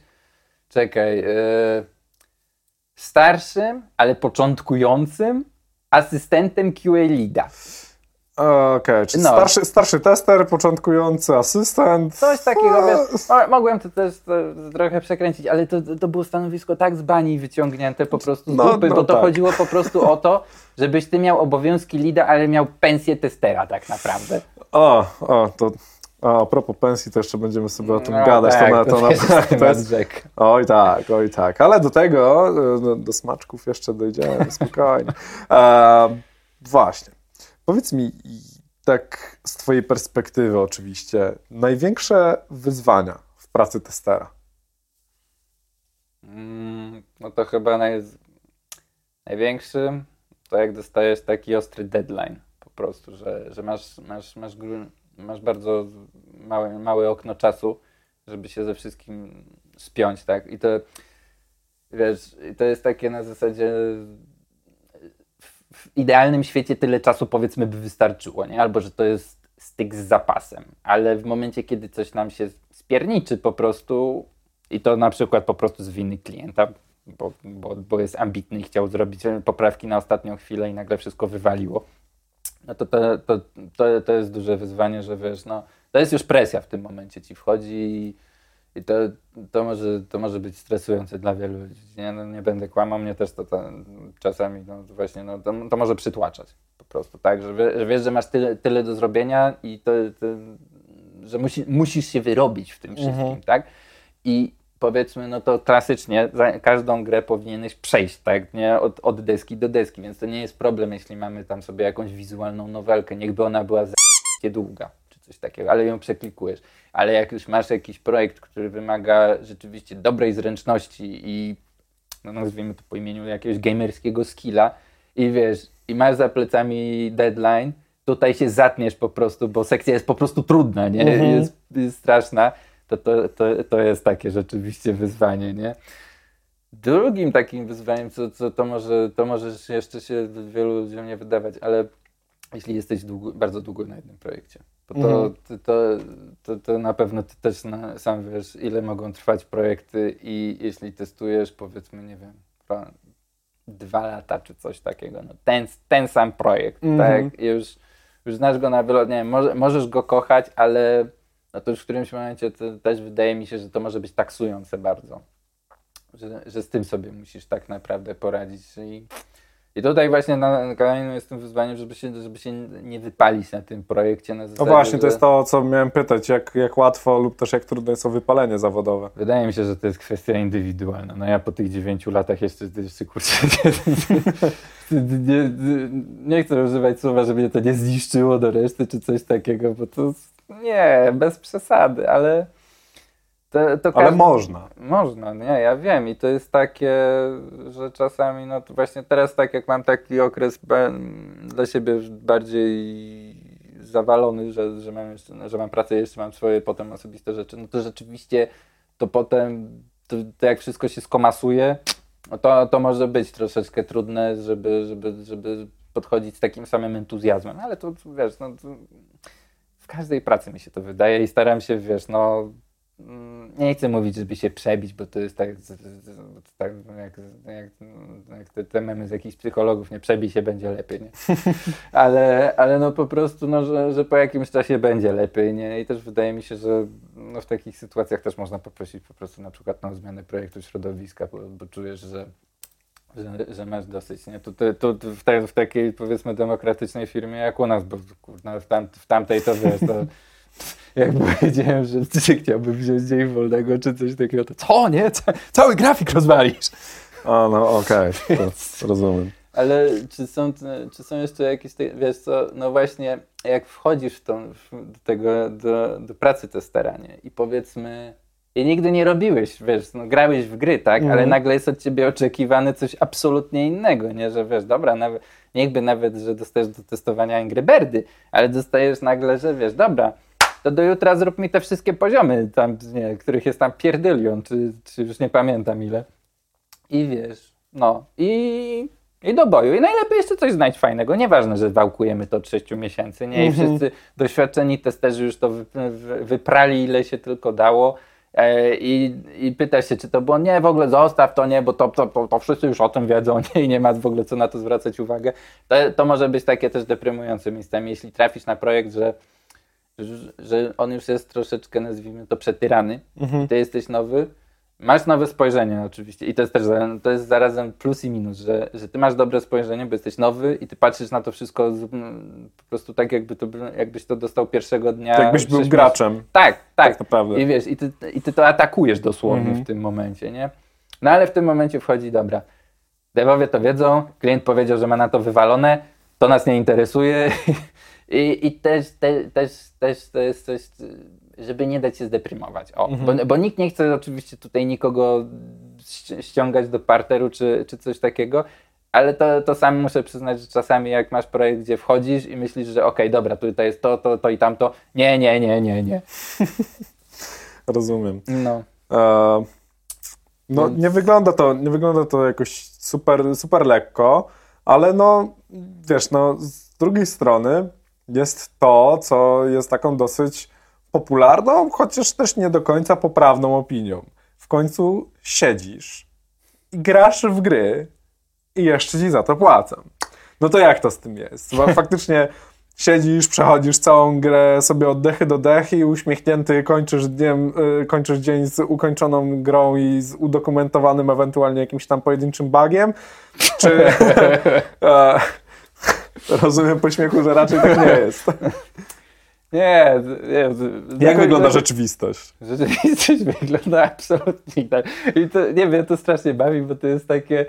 starszym, ale początkującym asystentem QA leada. Okej, czyli starszy tester, początkujący asystent. Coś takiego, wiesz, mogłem to też trochę przekręcić, ale to było stanowisko tak z bani wyciągnięte po prostu z dupy, bo to chodziło po prostu o to, żebyś ty miał obowiązki leada, ale miał pensję testera tak naprawdę. A propos pensji, to jeszcze będziemy sobie o tym gadać. Tak, to jest oj tak. Ale do tego, do smaczków jeszcze dojdziemy, spokojnie. Właśnie. Powiedz mi, tak z twojej perspektywy oczywiście, największe wyzwania w pracy testera? No to chyba największym, to jak dostajesz taki ostry deadline po prostu, że masz bardzo małe okno czasu, żeby się ze wszystkim spiąć, tak? I to, wiesz, to jest takie na zasadzie w idealnym świecie tyle czasu, powiedzmy, by wystarczyło, nie? Albo że to jest styk z zapasem, ale w momencie, kiedy coś nam się spierniczy po prostu i to na przykład po prostu z winy klienta, bo jest ambitny i chciał zrobić poprawki na ostatnią chwilę i nagle wszystko wywaliło, no to jest duże wyzwanie, że wiesz, no to jest już presja w tym momencie ci wchodzi i to może być stresujące dla wielu ludzi. Nie będę kłamał, mnie też to czasami właśnie to może przytłaczać po prostu, tak, że wiesz, że masz tyle do zrobienia i że musisz się wyrobić w tym wszystkim, tak? I powiedzmy, no to klasycznie każdą grę powinieneś przejść, tak, nie? Od deski do deski, więc to nie jest problem, jeśli mamy tam sobie jakąś wizualną nowelkę, niechby ona była długa, czy coś takiego, ale ją przeklikujesz. Ale jak już masz jakiś projekt, który wymaga rzeczywiście dobrej zręczności i no nazwijmy to po imieniu jakiegoś gamerskiego skilla i wiesz, i masz za plecami deadline, tutaj się zatniesz po prostu, bo sekcja jest po prostu trudna, nie? Jest straszna. To jest takie rzeczywiście wyzwanie, nie? Drugim takim wyzwaniem, co to może jeszcze się wielu ludziom nie wydawać, ale jeśli jesteś bardzo długo na jednym projekcie, to na pewno ty też sam wiesz, ile mogą trwać projekty i jeśli testujesz, powiedzmy, nie wiem, 2 lata czy coś takiego, no ten sam projekt, tak? I już znasz go na wylot, nie wiem, możesz go kochać, ale no to już w którymś momencie też wydaje mi się, że to może być taksujące bardzo. Że z tym sobie musisz tak naprawdę poradzić. I tutaj właśnie na kolejnym jest tym wyzwaniem, żeby się nie wypalić na tym projekcie. Na zasadzie, no właśnie, to jest to, o co miałem pytać. Jak łatwo lub też jak trudne jest o wypalenie zawodowe? Wydaje mi się, że to jest kwestia indywidualna. No ja po tych 9 latach jeszcze kurczę, nie chcę używać słowa, żeby mnie to nie zniszczyło do reszty czy coś takiego, bo to nie, bez przesady, ale ale można. Można, nie, ja wiem i to jest takie, że czasami, no to właśnie teraz tak jak mam taki okres dla siebie bardziej zawalony, że mam pracę, jeszcze mam swoje potem osobiste rzeczy, no to rzeczywiście to potem, to jak wszystko się skomasuje, no to może być troszeczkę trudne, żeby podchodzić z takim samym entuzjazmem, ale to wiesz, no to w każdej pracy mi się to wydaje i staram się, wiesz, no nie chcę mówić, żeby się przebić, bo to jest tak jak te memy z jakichś psychologów, nie przebij się, będzie lepiej, nie? Ale no po prostu, no, że po jakimś czasie będzie lepiej, nie? I też wydaje mi się, że no, w takich sytuacjach też można poprosić po prostu na przykład na zmianę projektu środowiska, bo czujesz, że masz dosyć, nie? W takiej, powiedzmy, demokratycznej firmie jak u nas, bo kurna, w tamtej to wiesz, to jak powiedziałem, że chciałbym wziąć dzień wolnego czy coś takiego, to co, nie? Cały grafik rozwalisz. A no okej, rozumiem. Ale czy są jeszcze jakieś, wiesz co, no właśnie jak wchodzisz do pracy testera, nie? I powiedzmy, i nigdy nie robiłeś, wiesz, no grałeś w gry, tak? Ale nagle jest od ciebie oczekiwane coś absolutnie innego, nie? Że wiesz, dobra, nawet, że dostajesz do testowania Angry Birdy, ale dostajesz nagle, że wiesz, dobra, to do jutra zrób mi te wszystkie poziomy, tam, nie, których jest tam pierdylion, czy już nie pamiętam ile. I wiesz, no, i do boju. I najlepiej jeszcze coś znajdź fajnego. Nieważne, że wałkujemy to od 6 miesięcy, nie? I wszyscy doświadczeni testerzy już to wyprali, ile się tylko dało. I pytasz się, czy to było, nie, w ogóle zostaw to, nie, bo to wszyscy już o tym wiedzą, nie, i nie ma w ogóle co na to zwracać uwagę. To może być takie też deprymujące miejscami, jeśli trafisz na projekt, że on już jest troszeczkę, nazwijmy to, przetyrany, ty jesteś nowy, masz nowe spojrzenie oczywiście i to jest zarazem plus i minus, że ty masz dobre spojrzenie, bo jesteś nowy i ty patrzysz na to wszystko po prostu tak, jakbyś to dostał pierwszego dnia. Jakbyś był graczem. Tak. Naprawdę. I wiesz, i ty to atakujesz dosłownie w tym momencie, nie? No ale w tym momencie wchodzi, dobra, devowie to wiedzą, klient powiedział, że ma na to wywalone, to nas nie interesuje i też to jest coś, żeby nie dać się zdeprymować. Bo nikt nie chce oczywiście tutaj nikogo ściągać do parteru czy coś takiego, Ale to sam muszę przyznać, że czasami jak masz projekt, gdzie wchodzisz i myślisz, że okej, dobra, tutaj jest to i tamto. Nie. Rozumiem. No. No nie wygląda to jakoś super lekko, ale no wiesz, no z drugiej strony jest to, co jest taką dosyć popularną, chociaż też nie do końca poprawną opinią. W końcu siedzisz i grasz w gry i jeszcze ci za to płacą. No to jak to z tym jest? Bo faktycznie siedzisz, przechodzisz całą grę sobie od dechy do dechy i uśmiechnięty kończysz dzień z ukończoną grą i z udokumentowanym ewentualnie jakimś tam pojedynczym bugiem? Czy... rozumiem po śmiechu, że raczej tak nie jest. Nie. Jak wygląda rzeczywistość? Rzeczywistość wygląda absolutnie tak. I to, nie wiem, to strasznie bawi, bo to jest takie...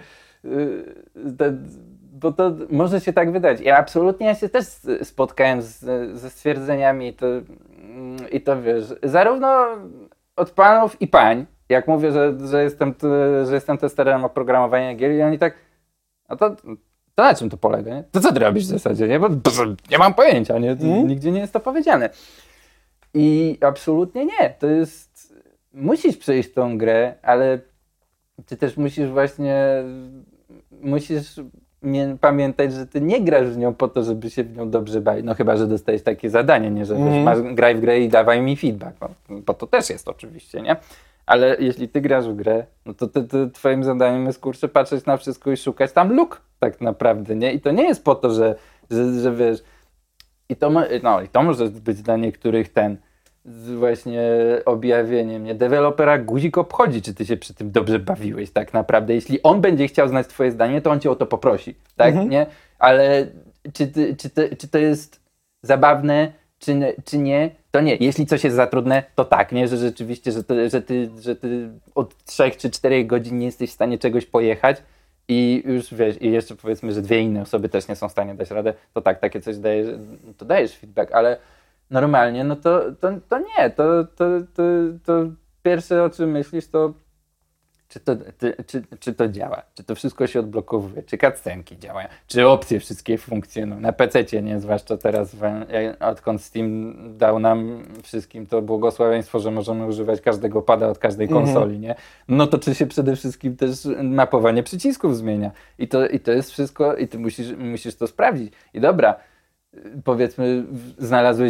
Bo to może się tak wydać. Ja się też spotkałem ze stwierdzeniami i to wiesz, zarówno od panów i pań, jak mówię, że jestem testerem oprogramowania gier i oni tak, a to na czym to polega, nie? To co ty robisz w zasadzie, nie? Bo nie mam pojęcia, nie? Nigdzie nie jest to powiedziane. I absolutnie nie. To jest... Musisz przejść tą grę, ale ty też musisz pamiętać, że ty nie grasz w nią po to, żeby się w nią dobrze bawić. No chyba, że dostajesz takie zadanie, nie? Że graj w grę i dawaj mi feedback. No, bo to też jest oczywiście, nie? Ale jeśli ty grasz w grę, no to twoim zadaniem jest, kurczę, patrzeć na wszystko i szukać tam luk tak naprawdę, nie? I to nie jest po to, że wiesz... I to może być dla niektórych właśnie objawieniem, nie? Dewelopera guzik obchodzi, czy ty się przy tym dobrze bawiłeś tak naprawdę. Jeśli on będzie chciał znać twoje zdanie, to on cię o to poprosi, tak? Nie? Ale czy to jest zabawne, czy nie, to nie. Jeśli coś jest za trudne, to tak, nie? Że rzeczywiście, że ty od 3 czy 4 godzin nie jesteś w stanie czegoś pojechać i już wiesz, i jeszcze powiedzmy, że 2 inne osoby też nie są w stanie dać radę, to tak, takie coś to dajesz feedback, ale normalnie, no to nie. To pierwsze, o czym myślisz, to czy to działa, czy to wszystko się odblokowuje, czy cutscenki działają, czy opcje wszystkie funkcjonują. Na PC-cie, nie? Zwłaszcza teraz, odkąd Steam dał nam wszystkim to błogosławieństwo, że możemy używać każdego pada od każdej konsoli, nie? No to czy się przede wszystkim też mapowanie przycisków zmienia. I to jest wszystko, i ty musisz to sprawdzić. I dobra, powiedzmy, znalazłeś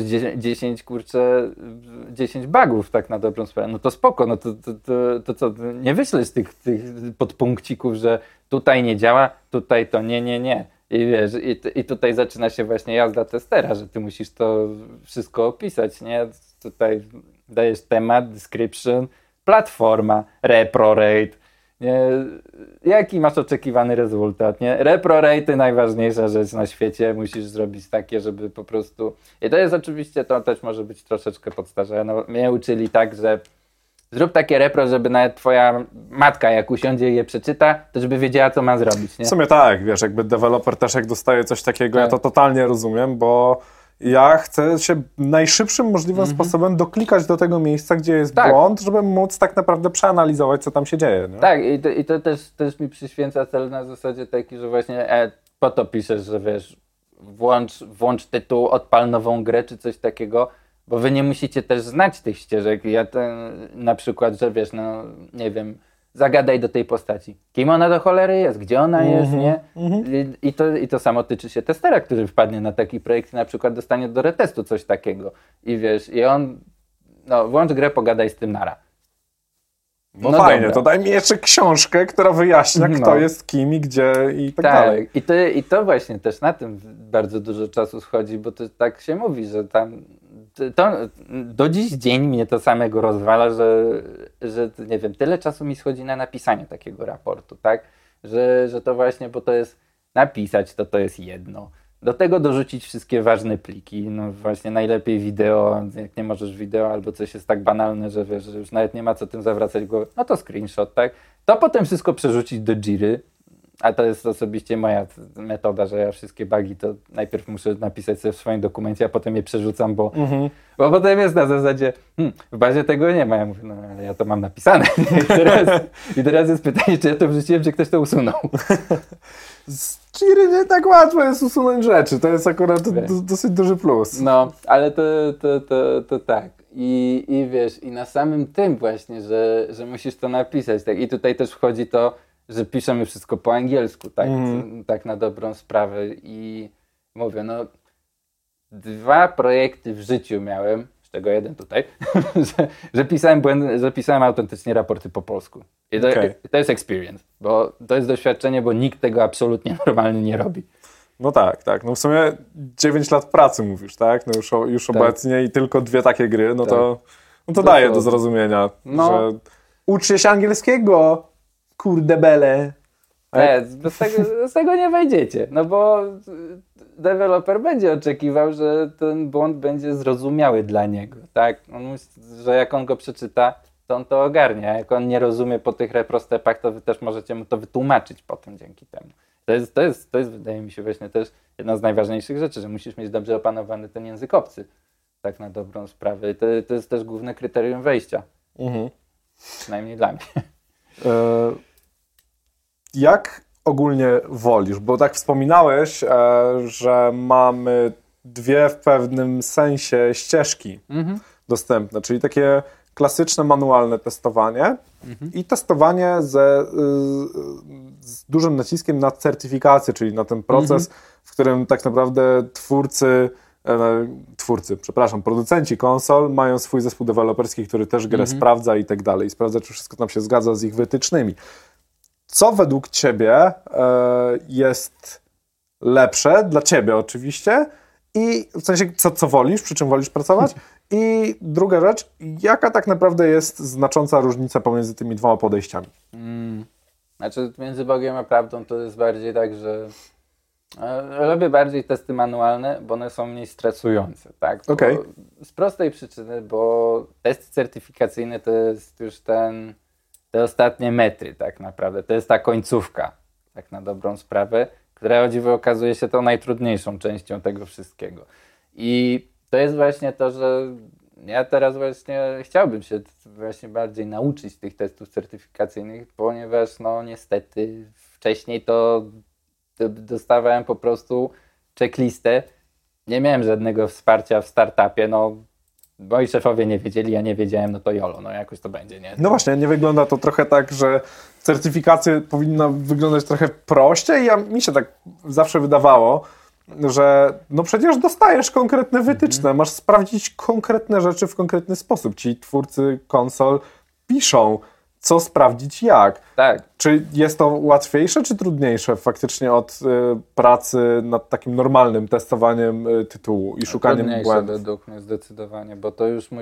10 bugów tak na dobrą sprawę, no to spoko, no to co, nie wyślesz tych podpunkcików, że tutaj nie działa, tutaj to nie. I wiesz, i tutaj zaczyna się właśnie jazda testera, że ty musisz to wszystko opisać, nie? Tutaj dajesz temat, description, platforma, repro rate, nie? Jaki masz oczekiwany rezultat, nie? Repro rate, najważniejsza rzecz na świecie, musisz zrobić takie, żeby po prostu... I to jest oczywiście, to też może być troszeczkę podstarzałe. No, mnie uczyli tak, że zrób takie repro, żeby nawet twoja matka, jak usiądzie i je przeczyta, to żeby wiedziała, co ma zrobić, nie? W sumie tak, wiesz, jakby deweloper też jak dostaje coś takiego, ja to totalnie rozumiem, bo ja chcę się najszybszym możliwym sposobem doklikać do tego miejsca, gdzie jest błąd, żeby móc tak naprawdę przeanalizować, co tam się dzieje. Nie? Tak, i to też mi przyświęca cel na zasadzie taki, że właśnie po to piszesz, że wiesz, włącz tytuł, odpal nową grę, czy coś takiego, bo wy nie musicie też znać tych ścieżek. Ja na przykład, że wiesz, no nie wiem, zagadaj do tej postaci. Kim ona do cholery jest? Gdzie ona jest? Nie? I to samo tyczy się testera, który wpadnie na taki projekt i na przykład dostanie do retestu coś takiego. I wiesz, i on, no włącz grę, pogadaj z tym nara. No fajnie, dobra. To daj mi jeszcze książkę, która wyjaśnia, kto jest kim i gdzie i tak dalej. I to właśnie też na tym bardzo dużo czasu schodzi, bo to tak się mówi, że tam to do dziś dzień mnie to samego rozwala, że nie wiem, tyle czasu mi schodzi na napisanie takiego raportu, tak? Że to właśnie, bo to jest napisać, to jest jedno. Do tego dorzucić wszystkie ważne pliki, no właśnie najlepiej wideo, jak nie możesz wideo albo coś jest tak banalne, że wiesz, że już nawet nie ma co tym zawracać głowy, no to screenshot, tak? To potem wszystko przerzucić do Jiry, a to jest osobiście moja metoda, że ja wszystkie bugi to najpierw muszę napisać sobie w swoim dokumencie, a potem je przerzucam, bo potem jest na zasadzie, w bazie tego nie ma. Ja mówię, no ale ja to mam napisane. I teraz jest pytanie, czy ja to wrzuciłem, czy ktoś to usunął. Z Jiry nie tak łatwo jest usunąć rzeczy, to jest akurat dosyć duży plus. No, ale to tak. I wiesz, i na samym tym właśnie, że musisz to napisać, tak? I tutaj też wchodzi to, że piszemy wszystko po angielsku, tak? Tak na dobrą sprawę. I mówię, no 2 projekty w życiu miałem, z czego jeden tutaj, że pisałem autentycznie raporty po polsku. I to jest experience, bo to jest doświadczenie, bo nikt tego absolutnie normalnie nie robi. No tak. No w sumie 9 lat pracy mówisz, tak? No już tak. obecnie i tylko 2 takie gry, no to daje do zrozumienia, że ucz się angielskiego, kurde bele. Nie, z tego nie wejdziecie, no bo deweloper będzie oczekiwał, że ten błąd będzie zrozumiały dla niego, tak? Że jak on go przeczyta, to on to ogarnia, a jak on nie rozumie po tych reprostepach, to wy też możecie mu to wytłumaczyć potem dzięki temu. To jest wydaje mi się właśnie też jedna z najważniejszych rzeczy, że musisz mieć dobrze opanowany ten język obcy, tak na dobrą sprawę. I to jest też główne kryterium wejścia, przynajmniej dla mnie. Jak ogólnie wolisz? Bo tak wspominałeś, że mamy 2 w pewnym sensie ścieżki dostępne, czyli takie klasyczne manualne testowanie i testowanie z dużym naciskiem na certyfikację, czyli na ten proces, w którym tak naprawdę producenci konsol mają swój zespół deweloperski, który też grę sprawdza i tak dalej. Sprawdza, czy wszystko tam się zgadza z ich wytycznymi. Co według Ciebie jest lepsze, dla Ciebie oczywiście, i w sensie co wolisz, przy czym wolisz pracować? I druga rzecz, jaka tak naprawdę jest znacząca różnica pomiędzy tymi 2 podejściami? Znaczy między Bogiem a prawdą to jest bardziej tak, że lubię bardziej testy manualne, bo one są mniej stresujące, tak? Z prostej przyczyny, bo testy certyfikacyjne to jest już te ostatnie metry tak naprawdę, to jest ta końcówka, tak na dobrą sprawę, która o dziwo okazuje się tą najtrudniejszą częścią tego wszystkiego. I to jest właśnie to, że ja teraz właśnie chciałbym się właśnie bardziej nauczyć tych testów certyfikacyjnych, ponieważ no niestety wcześniej to dostawałem po prostu checklistę. Nie miałem żadnego wsparcia w startupie, no moi szefowie nie wiedzieli, ja nie wiedziałem, no to jolo, no jakoś to będzie, nie? No właśnie, nie wygląda to trochę tak, że certyfikacja powinna wyglądać trochę prościej. Mi się tak zawsze wydawało, że no przecież dostajesz konkretne wytyczne, masz sprawdzić konkretne rzeczy w konkretny sposób. Ci twórcy konsol piszą, co sprawdzić jak. Tak. Czy jest to łatwiejsze, czy trudniejsze faktycznie od pracy nad takim normalnym testowaniem tytułu i szukaniem błędów? Według mnie zdecydowanie, bo to już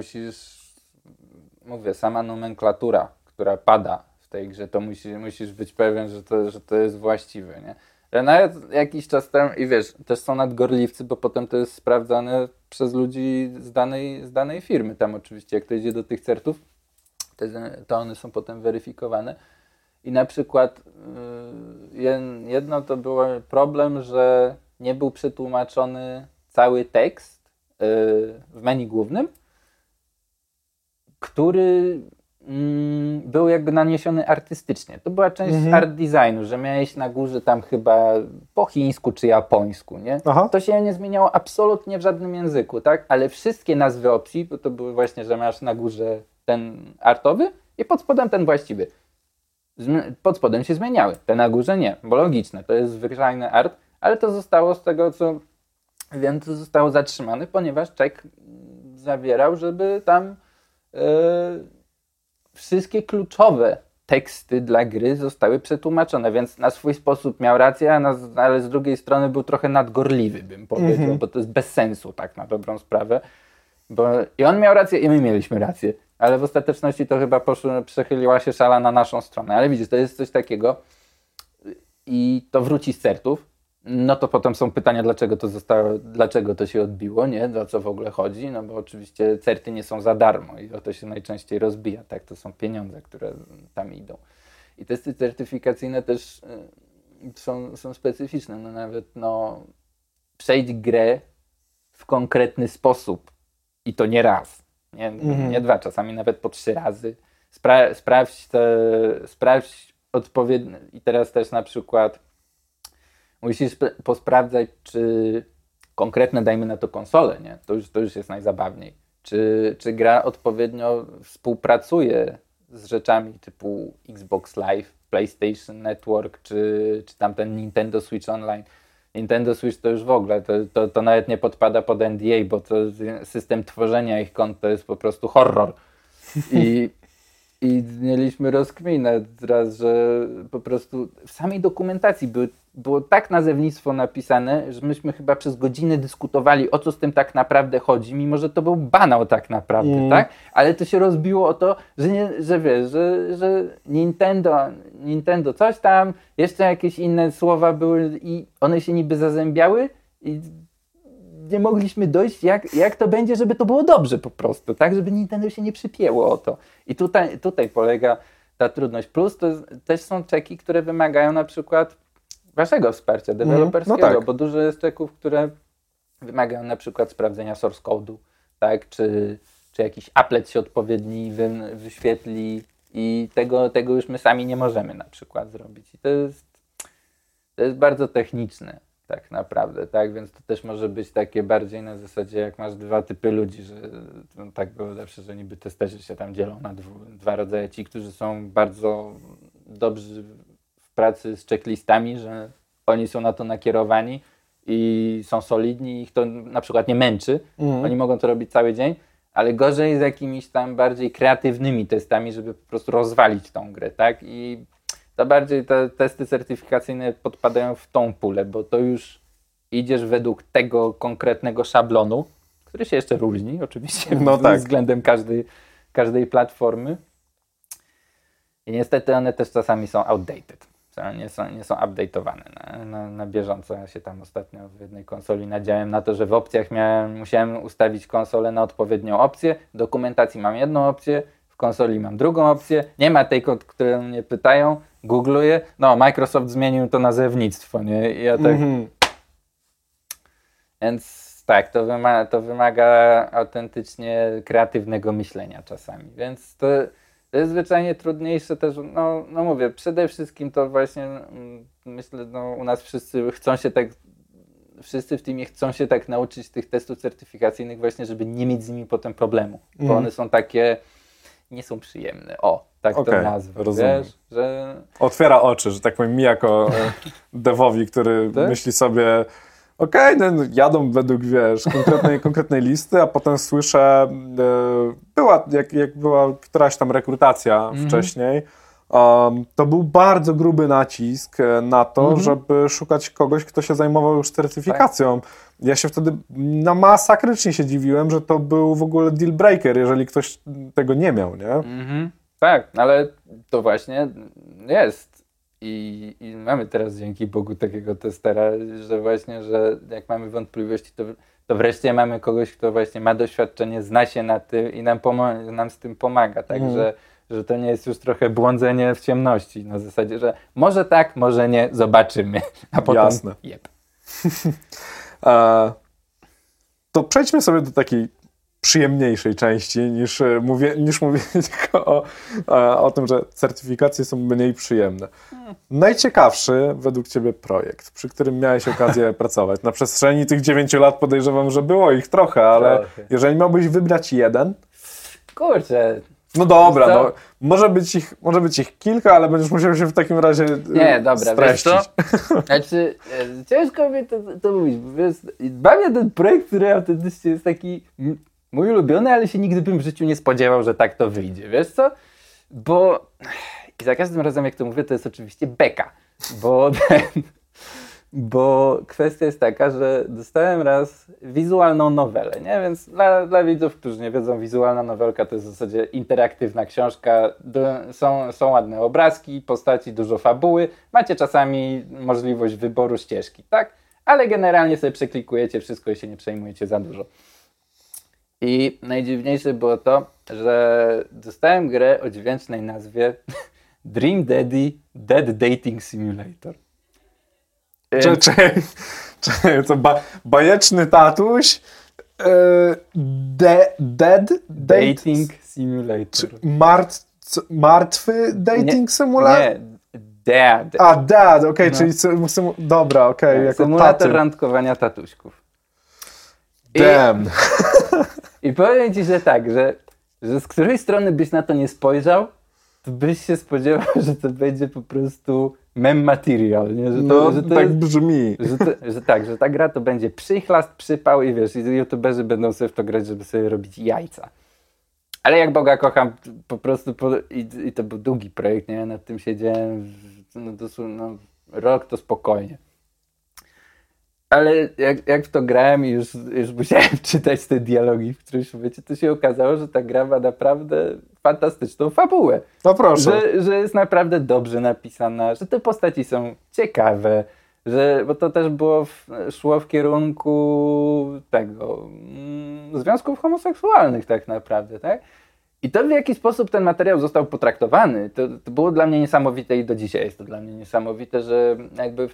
sama nomenklatura, która pada w tej grze, to musisz być pewien, że to jest właściwe, nie? Nawet jakiś czas temu, i wiesz, też są nadgorliwcy, bo potem to jest sprawdzane przez ludzi z danej firmy. Tam oczywiście, jak to idzie do tych certów, to one są potem weryfikowane. I na przykład jedno to był problem, że nie był przetłumaczony cały tekst w menu głównym, który był jakby naniesiony artystycznie. To była część art designu, że miałeś na górze tam chyba po chińsku czy japońsku, nie? Aha. To się nie zmieniało absolutnie w żadnym języku, tak? Ale wszystkie nazwy opcji, bo to były właśnie, że masz na górze ten artowy i pod spodem ten właściwy. Pod spodem się zmieniały, te na górze nie, bo logiczne, to jest zwyczajny art, ale to zostało z tego, co wiem, to zostało zatrzymane, ponieważ check zawierał, żeby tam wszystkie kluczowe teksty dla gry zostały przetłumaczone, więc na swój sposób miał rację, ale z drugiej strony był trochę nadgorliwy, bym powiedział, bo to jest bez sensu tak na dobrą sprawę. I on miał rację i my mieliśmy rację, ale w ostateczności to chyba przechyliła się szala na naszą stronę. Ale widzisz, to jest coś takiego i to wróci z certów, no to potem są pytania, dlaczego to się odbiło, nie? O co w ogóle chodzi, no bo oczywiście certy nie są za darmo i o to się najczęściej rozbija, tak? To są pieniądze, które tam idą. I testy certyfikacyjne też są specyficzne. No nawet przejść grę w konkretny sposób i to nie raz, nie dwa, czasami nawet po 3 razy. Sprawdź odpowiednio i teraz też na przykład musisz posprawdzać, czy konkretne, dajmy na to konsolę, nie? To już jest najzabawniej. Czy gra odpowiednio współpracuje z rzeczami typu Xbox Live, PlayStation Network, czy tamten Nintendo Switch Online. Nintendo Switch to już w ogóle, to nawet nie podpada pod NDA, bo to system tworzenia ich kont to jest po prostu horror. I mieliśmy rozkminę raz, że po prostu w samej dokumentacji było tak nazewnictwo napisane, że myśmy chyba przez godziny dyskutowali, o co z tym tak naprawdę chodzi, mimo że to był banał tak naprawdę, tak? Ale to się rozbiło o to, że Nintendo coś tam, jeszcze jakieś inne słowa były i one się niby zazębiały i nie mogliśmy dojść, jak to będzie, żeby to było dobrze po prostu, tak? Żeby Nintendo się nie przypięło o to. I tutaj polega ta trudność. Plus to też są czeki, które wymagają na przykład waszego wsparcia deweloperskiego, bo dużo jest czeków, które wymagają na przykład sprawdzenia source code'u, tak? Czy jakiś applet się odpowiedni wyświetli i tego już my sami nie możemy na przykład zrobić. I to jest bardzo techniczne. Tak naprawdę, tak? Więc to też może być takie bardziej na zasadzie, jak masz 2 typy ludzi, że tak było zawsze, że niby testerzy się tam dzielą na 2 rodzaje. Ci, którzy są bardzo dobrzy w pracy z checklistami, że oni są na to nakierowani i są solidni, ich to na przykład nie męczy. Oni mogą to robić cały dzień, ale gorzej z jakimiś tam bardziej kreatywnymi testami, żeby po prostu rozwalić tą grę, tak? I to bardziej te testy certyfikacyjne podpadają w tą pulę, bo to już idziesz według tego konkretnego szablonu, który się jeszcze różni oczywiście względem każdej platformy. I niestety one też czasami są outdated, nie są update'owane na bieżąco. Ja się tam ostatnio w jednej konsoli nadziałem na to, że w opcjach musiałem ustawić konsolę na odpowiednią opcję. W dokumentacji mam jedną opcję, w konsoli mam drugą opcję. Nie ma tej, której mnie pytają. Googluję. Microsoft zmienił to nazewnictwo, nie? I ja tak... Więc tak, to wymaga autentycznie kreatywnego myślenia czasami. Więc to jest zwyczajnie trudniejsze też, mówię, przede wszystkim to właśnie myślę, u nas wszyscy w teamie chcą się tak nauczyć tych testów certyfikacyjnych właśnie, żeby nie mieć z nimi potem problemu, bo one są takie, nie są przyjemne. Tak to nazwę, rozumiem. Wiesz, że... Otwiera oczy, że tak powiem, mi jako devowi, który myśli sobie jadą według, konkretnej listy, a potem słyszę, jak była któraś tam rekrutacja wcześniej, to był bardzo gruby nacisk na to, żeby szukać kogoś, kto się zajmował już certyfikacją. Tak. Ja się wtedy masakrycznie się dziwiłem, że to był w ogóle deal breaker, jeżeli ktoś tego nie miał, nie? Tak, ale to właśnie jest. I mamy teraz dzięki Bogu takiego testera, że jak mamy wątpliwości, to wreszcie mamy kogoś, kto właśnie ma doświadczenie, zna się na tym i nam z tym pomaga. Także że to nie jest już trochę błądzenie w ciemności. Na zasadzie, że może tak, może nie, zobaczymy. A potem jasne. To przejdźmy sobie do takiej przyjemniejszej części niż mówię tylko o tym, że certyfikacje są mniej przyjemne. Najciekawszy według Ciebie projekt, przy którym miałeś okazję pracować. Na przestrzeni tych 9 lat podejrzewam, że było ich trochę, ale jeżeli miałbyś wybrać jeden... Kurczę... No dobra, może być ich kilka, ale będziesz musiał się w takim razie streścić. Znaczy, ciężko mi to mówić, bo dla mnie ten projekt, który autentycznie jest taki mój ulubiony, ale się nigdy bym w życiu nie spodziewał, że tak to wyjdzie, wiesz co? I za każdym razem, jak to mówię, to jest oczywiście beka, bo kwestia jest taka, że dostałem raz wizualną nowelę, nie? Więc dla widzów, którzy nie wiedzą, wizualna nowelka to jest w zasadzie interaktywna książka, są ładne obrazki, postaci, dużo fabuły, macie czasami możliwość wyboru ścieżki, tak? Ale generalnie sobie przeklikujecie wszystko i się nie przejmujecie za dużo. I najdziwniejsze było to, że dostałem grę o dźwięcznej nazwie Dream Daddy Dead Dating Simulator. Co, bajeczny tatuś, Dating Simulator. Martwy dating simulator? Nie, Dad. A, dad, okej, czyli dobra, okej, jako symulator taty. randkowania tatuśków. Damn. I powiem ci, że tak, że z której strony byś na to nie spojrzał, to byś się spodziewał, że to będzie po prostu meme material, nie? Że tak brzmi. Że ta gra to będzie przychlast, przypał i wiesz, i youtuberzy będą sobie w to grać, żeby sobie robić jajca. Ale jak Boga kocham, po prostu i to był długi projekt, nie? Nad tym siedziałem rok to spokojnie. Ale jak w to grałem i już musiałem czytać te dialogi w którymś momencie, to się okazało, że ta gra ma naprawdę fantastyczną fabułę. No proszę. Że jest naprawdę dobrze napisana, że te postaci są ciekawe, bo to też szło w kierunku tego związków homoseksualnych tak naprawdę, tak? I to w jaki sposób ten materiał został potraktowany, to było dla mnie niesamowite i do dzisiaj jest to dla mnie niesamowite, że jakby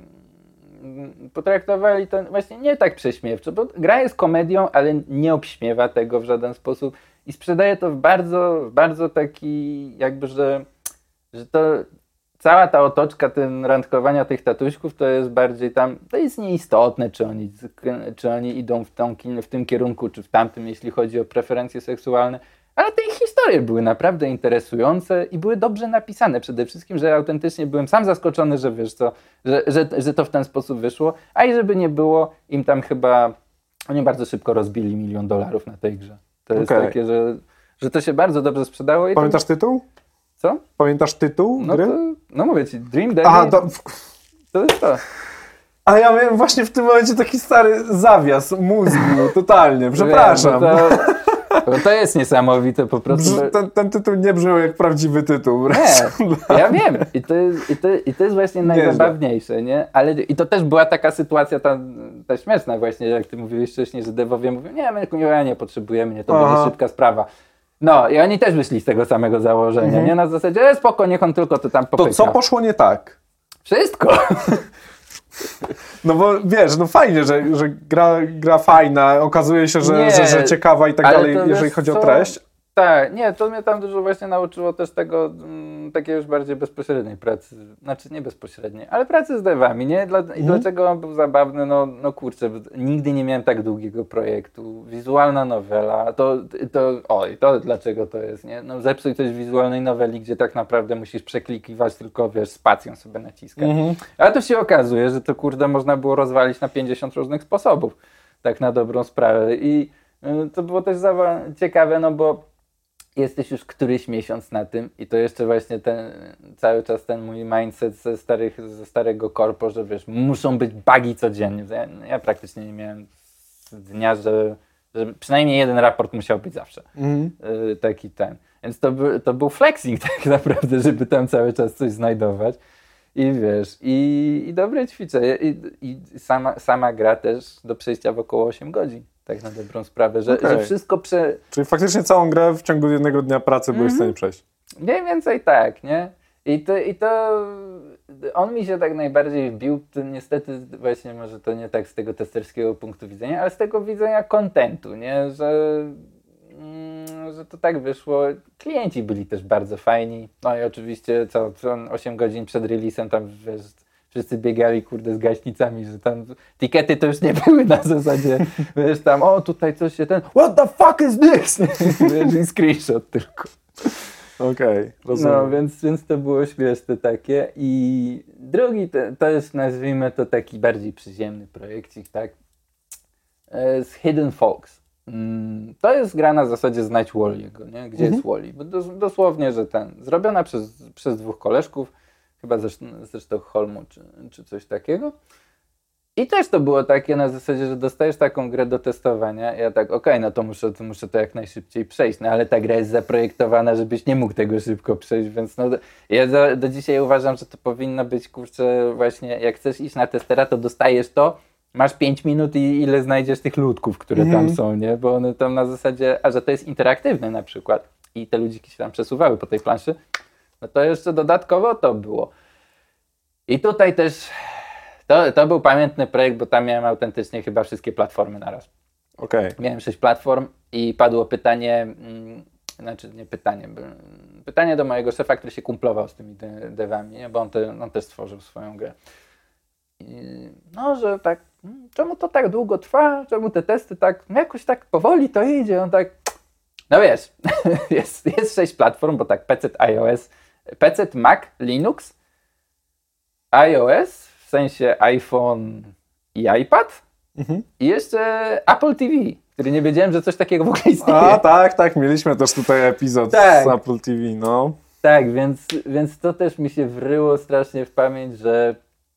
potraktowali to właśnie nie tak prześmiewczo, bo gra jest komedią, ale nie obśmiewa tego w żaden sposób i sprzedaje to w bardzo taki jakby, że to cała ta otoczka randkowania tych tatuśków to jest bardziej to jest nieistotne, czy oni idą w tym kierunku, czy w tamtym, jeśli chodzi o preferencje seksualne, ale te ich historie były naprawdę interesujące i były dobrze napisane. Przede wszystkim, że autentycznie byłem sam zaskoczony, że wiesz co, że to w ten sposób wyszło, a i żeby nie było, im tam chyba, oni bardzo szybko rozbili $1 milion na tej grze. To jest takie, że to się bardzo dobrze sprzedało. Pamiętasz tytuł? Co? Pamiętasz tytuł gry? No mówię ci, Dream Daddy. Aha, to jest to. A ja miałem właśnie w tym momencie taki stary zawias mózgu, totalnie, przepraszam. Bo to jest niesamowite po prostu. Ten tytuł nie brzmiał jak prawdziwy tytuł. Nie, ja wiem. I to jest właśnie najzabawniejsze, nie? Ale i to też była taka sytuacja ta śmieszna właśnie, jak ty mówiłeś wcześniej, że devowie mówią, my nie potrzebujemy, to będzie szybka sprawa. No i oni też wyszli z tego samego założenia, nie? Na zasadzie, spoko, niech on tylko to tam popyka. To co poszło nie tak? Wszystko. No bo wiesz, no fajnie, że gra fajna, okazuje się, że ciekawa i tak dalej, jeżeli chodzi o treść. Tak, nie, to mnie tam dużo właśnie nauczyło też tego, takiej już bardziej bezpośredniej pracy, znaczy nie bezpośredniej, ale pracy z devami, nie? I dlaczego on był zabawny? No kurczę, nigdy nie miałem tak długiego projektu, wizualna nowela, to dlaczego to jest, nie? No zepsuj coś w wizualnej noweli, gdzie tak naprawdę musisz przeklikiwać, tylko wiesz, spacją sobie naciskać. A tu się okazuje, że to kurde można było rozwalić na 50 różnych sposobów, tak na dobrą sprawę i to było też ciekawe, no bo jesteś już któryś miesiąc na tym i to jeszcze właśnie cały czas ten mój mindset ze starego korpo, że wiesz, muszą być bugi codziennie. Ja praktycznie nie miałem dnia, że przynajmniej jeden raport musiał być zawsze. Taki ten. Więc to był flexing tak naprawdę, żeby tam cały czas coś znajdować. I wiesz, i dobre ćwiczenie. I sama gra też do przejścia w około 8 godzin. Tak na dobrą sprawę, że wszystko Czyli faktycznie całą grę w ciągu jednego dnia pracy byłeś w stanie przejść. Mniej więcej tak, nie? I to on mi się tak najbardziej wbił, to niestety właśnie może to nie tak z tego testerskiego punktu widzenia, ale z tego widzenia kontentu, nie? Że to tak wyszło. Klienci byli też bardzo fajni. No i oczywiście 8 godzin przed releasem tam wiesz, wszyscy biegali, kurde, z gaśnicami, że tam tikety to już nie były na zasadzie, wiesz, tam, tutaj coś się what the fuck is this? Wiesz, i screenshot tylko. Okej, rozumiem. No, więc to było śmieszne takie. I drugi, to jest, nazwijmy to taki bardziej przyziemny projekcik, tak? Z Hidden Folks. To jest gra na zasadzie znajdź Wally'ego, nie? Gdzie jest Wally? Bo dosłownie, że zrobiona przez dwóch koleżków, chyba ze Sztokholmu czy coś takiego. I też to było takie na zasadzie, że dostajesz taką grę do testowania. Ja tak, no to muszę to jak najszybciej przejść. No ale ta gra jest zaprojektowana, żebyś nie mógł tego szybko przejść, więc ja do dzisiaj uważam, że to powinno być, kurczę, właśnie jak chcesz iść na testera, to dostajesz to, masz 5 minut i ile znajdziesz tych ludków, które tam są, nie? Bo one tam na zasadzie, że to jest interaktywne na przykład i te ludziki się tam przesuwały po tej planszy, no to jeszcze dodatkowo to było. I tutaj też To był pamiętny projekt, bo tam miałem autentycznie chyba wszystkie platformy naraz. Okej. Miałem 6 platform i padło pytanie, pytanie do mojego szefa, który się kumplował z tymi devami, nie? Bo on też stworzył swoją grę. No, że tak, czemu to tak długo trwa? Czemu te testy tak, jakoś tak powoli to idzie? On tak, no wiesz, jest 6 platform, bo tak PC, iOS, PC, Mac, Linux, iOS, w sensie iPhone i iPad i jeszcze Apple TV, który nie wiedziałem, że coś takiego w ogóle istnieje. A tak, mieliśmy też tutaj epizod z Apple TV, no. Tak, więc to też mi się wryło strasznie w pamięć, że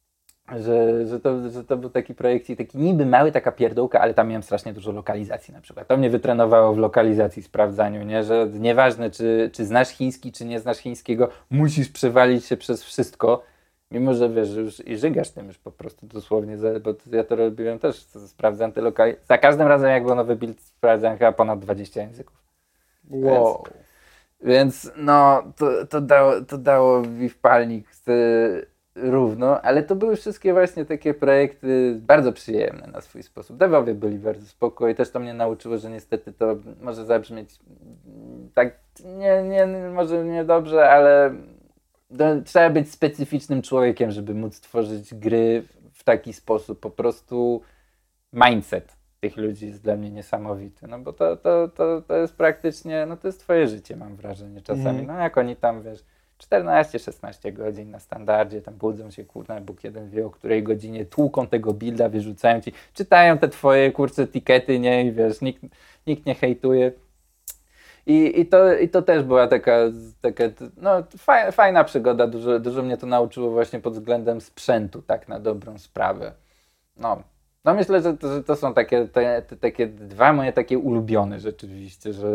to był taki projekt, taki niby mały, taka pierdółka, ale tam miałem strasznie dużo lokalizacji na przykład. To mnie wytrenowało w lokalizacji, sprawdzaniu, nie? Że nieważne, czy znasz chiński, czy nie znasz chińskiego, musisz przewalić się przez wszystko, mimo że wiesz, że już i żygasz tym już po prostu dosłownie, bo ja to robiłem też, sprawdzam te lokalizacje. Za każdym razem, jak był nowy build, sprawdzałem chyba ponad 20 języków. Wow. Więc no, to dało mi wpalnik równo, ale to były wszystkie właśnie takie projekty bardzo przyjemne na swój sposób. Devowie byli bardzo spoko i też to mnie nauczyło, że niestety to może zabrzmieć tak może nie dobrze, ale trzeba być specyficznym człowiekiem, żeby móc tworzyć gry w taki sposób. Po prostu mindset tych ludzi jest dla mnie niesamowity, no bo to jest praktycznie, no to jest twoje życie, mam wrażenie czasami. No jak oni tam, wiesz, 14-16 godzin na standardzie, tam budzą się, kurna, Bóg jeden wie o której godzinie, tłuką tego builda, wyrzucają ci, czytają te twoje, kurczę, tikety, nie, i wiesz, nikt nie hejtuje. I to też była taka no, fajna przygoda, dużo mnie to nauczyło właśnie pod względem sprzętu, tak na dobrą sprawę. No myślę, że to są takie dwa moje takie ulubione rzeczywiście, że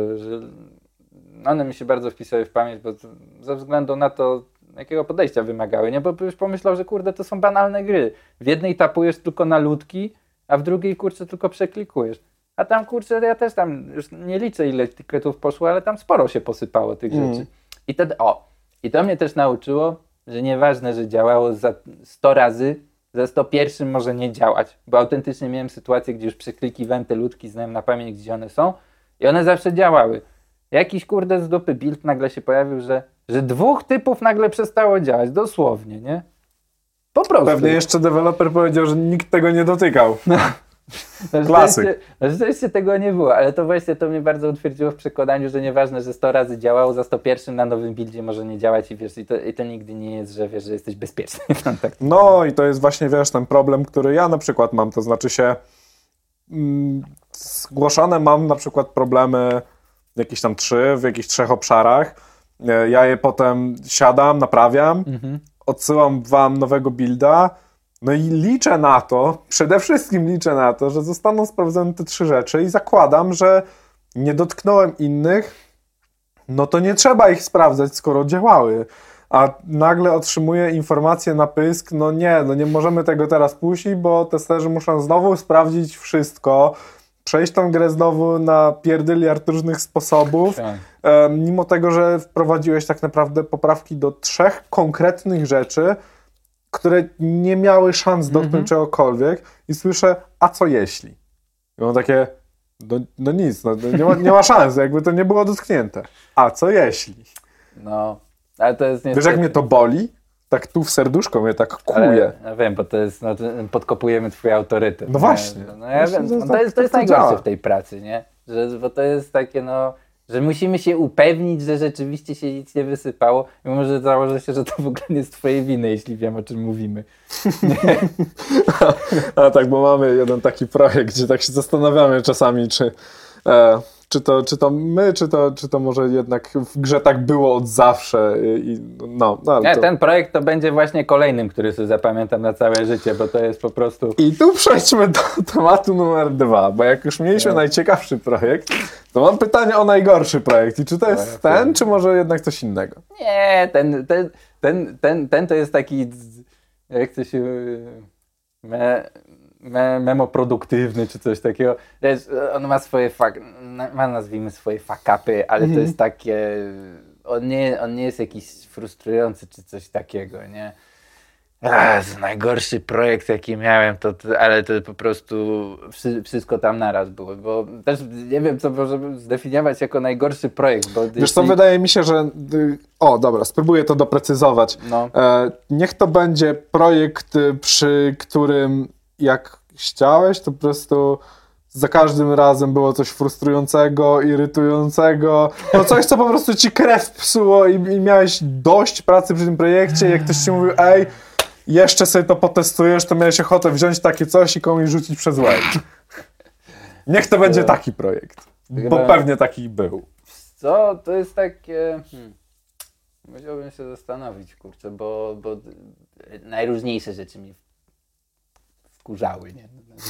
one mi się bardzo wpisały w pamięć, bo ze względu na to, jakiego podejścia wymagały, nie? Bo byś pomyślał, że kurde, to są banalne gry. W jednej tapujesz tylko na ludki, a w drugiej, kurczę, tylko przeklikujesz. A tam, kurczę, ja też tam już nie liczę, ile tiketów poszło, ale tam sporo się posypało tych rzeczy. I to mnie też nauczyło, że nieważne, że działało za 100 razy, za 101 może nie działać, bo autentycznie miałem sytuację, gdzie już przeklikiwałem te ludki, znałem na pamięć, gdzie one są i one zawsze działały. Jakiś kurde z dupy build nagle się pojawił, że 2 typów nagle przestało działać, dosłownie, nie? Po prostu. Pewnie jeszcze deweloper powiedział, że nikt tego nie dotykał. Klasyk. Rzeczywiście tego nie było, ale to właśnie to mnie bardzo utwierdziło w przekonaniu, że nieważne, że 100 razy działało, za 101 na nowym buildzie może nie działać i wiesz, i to nigdy nie jest, że wiesz, że jesteś bezpieczny. No i to jest właśnie, wiesz, ten problem, który ja na przykład mam, to znaczy się zgłoszone mam na przykład problemy jakieś tam 3 w jakichś 3 obszarach. Ja je potem siadam, naprawiam, odsyłam wam nowego builda, no i liczę na to, przede wszystkim liczę na to, że zostaną sprawdzone te 3 rzeczy i zakładam, że nie dotknąłem innych, no to nie trzeba ich sprawdzać, skoro działały. A nagle otrzymuję informację na pysk, no nie możemy tego teraz puścić, bo testerzy muszą znowu sprawdzić wszystko, przejść tą grę znowu na pierdyliard różnych sposobów, mimo tego, że wprowadziłeś tak naprawdę poprawki do 3 konkretnych rzeczy, które nie miały szans dotknąć czegokolwiek i słyszę, a co jeśli? I mam takie, no nic, nie ma szans, jakby to nie było dotknięte. A co jeśli? No, ale to jest niestety... Wiesz, jak mnie to boli? Tak tu w serduszko mnie tak kłuje. Ja wiem, bo to jest, podkopujemy twój autorytet. No właśnie. No ja wiem, to jest najgorsze w tej pracy, nie? Bo to jest takie, że musimy się upewnić, że rzeczywiście się nic nie wysypało, mimo że założę się, że to w ogóle nie jest twojej winy, jeśli wiem, o czym mówimy. A tak, bo mamy jeden taki projekt, gdzie tak się zastanawiamy czasami, czy to my, czy to może jednak w grze tak było od zawsze. Ten projekt to będzie właśnie kolejnym, który sobie zapamiętam na całe życie, bo to jest po prostu... I tu przejdźmy do tematu numer 2, bo jak już mieliśmy najciekawszy projekt, to mam pytanie o najgorszy projekt. I czy to jest ten, czy może jednak coś innego? Nie, ten to jest taki, jak to się... memoproduktywny czy coś takiego. Wiesz, on ma swoje nazwijmy swoje fuck-upy, ale to jest takie... On nie jest jakiś frustrujący czy coś takiego, nie? Najgorszy projekt, jaki miałem, ale to po prostu wszystko tam naraz było, bo też nie wiem, co możemy zdefiniować jako najgorszy projekt. Bo wiesz co, wydaje mi się, że... dobra, spróbuję to doprecyzować. No. Niech to będzie projekt, przy którym jak chciałeś, to po prostu... Za każdym razem było coś frustrującego, irytującego, coś, co po prostu ci krew psuło i miałeś dość pracy przy tym projekcie. Jak ktoś ci mówił, ej, jeszcze sobie to potestujesz, to miałeś ochotę wziąć takie coś i komuś rzucić przez łeb. Niech to będzie taki projekt, bo pewnie taki był. Co? To jest takie... Musiałbym się zastanowić, kurczę, bo najróżniejsze rzeczy mi wkurzały, nie?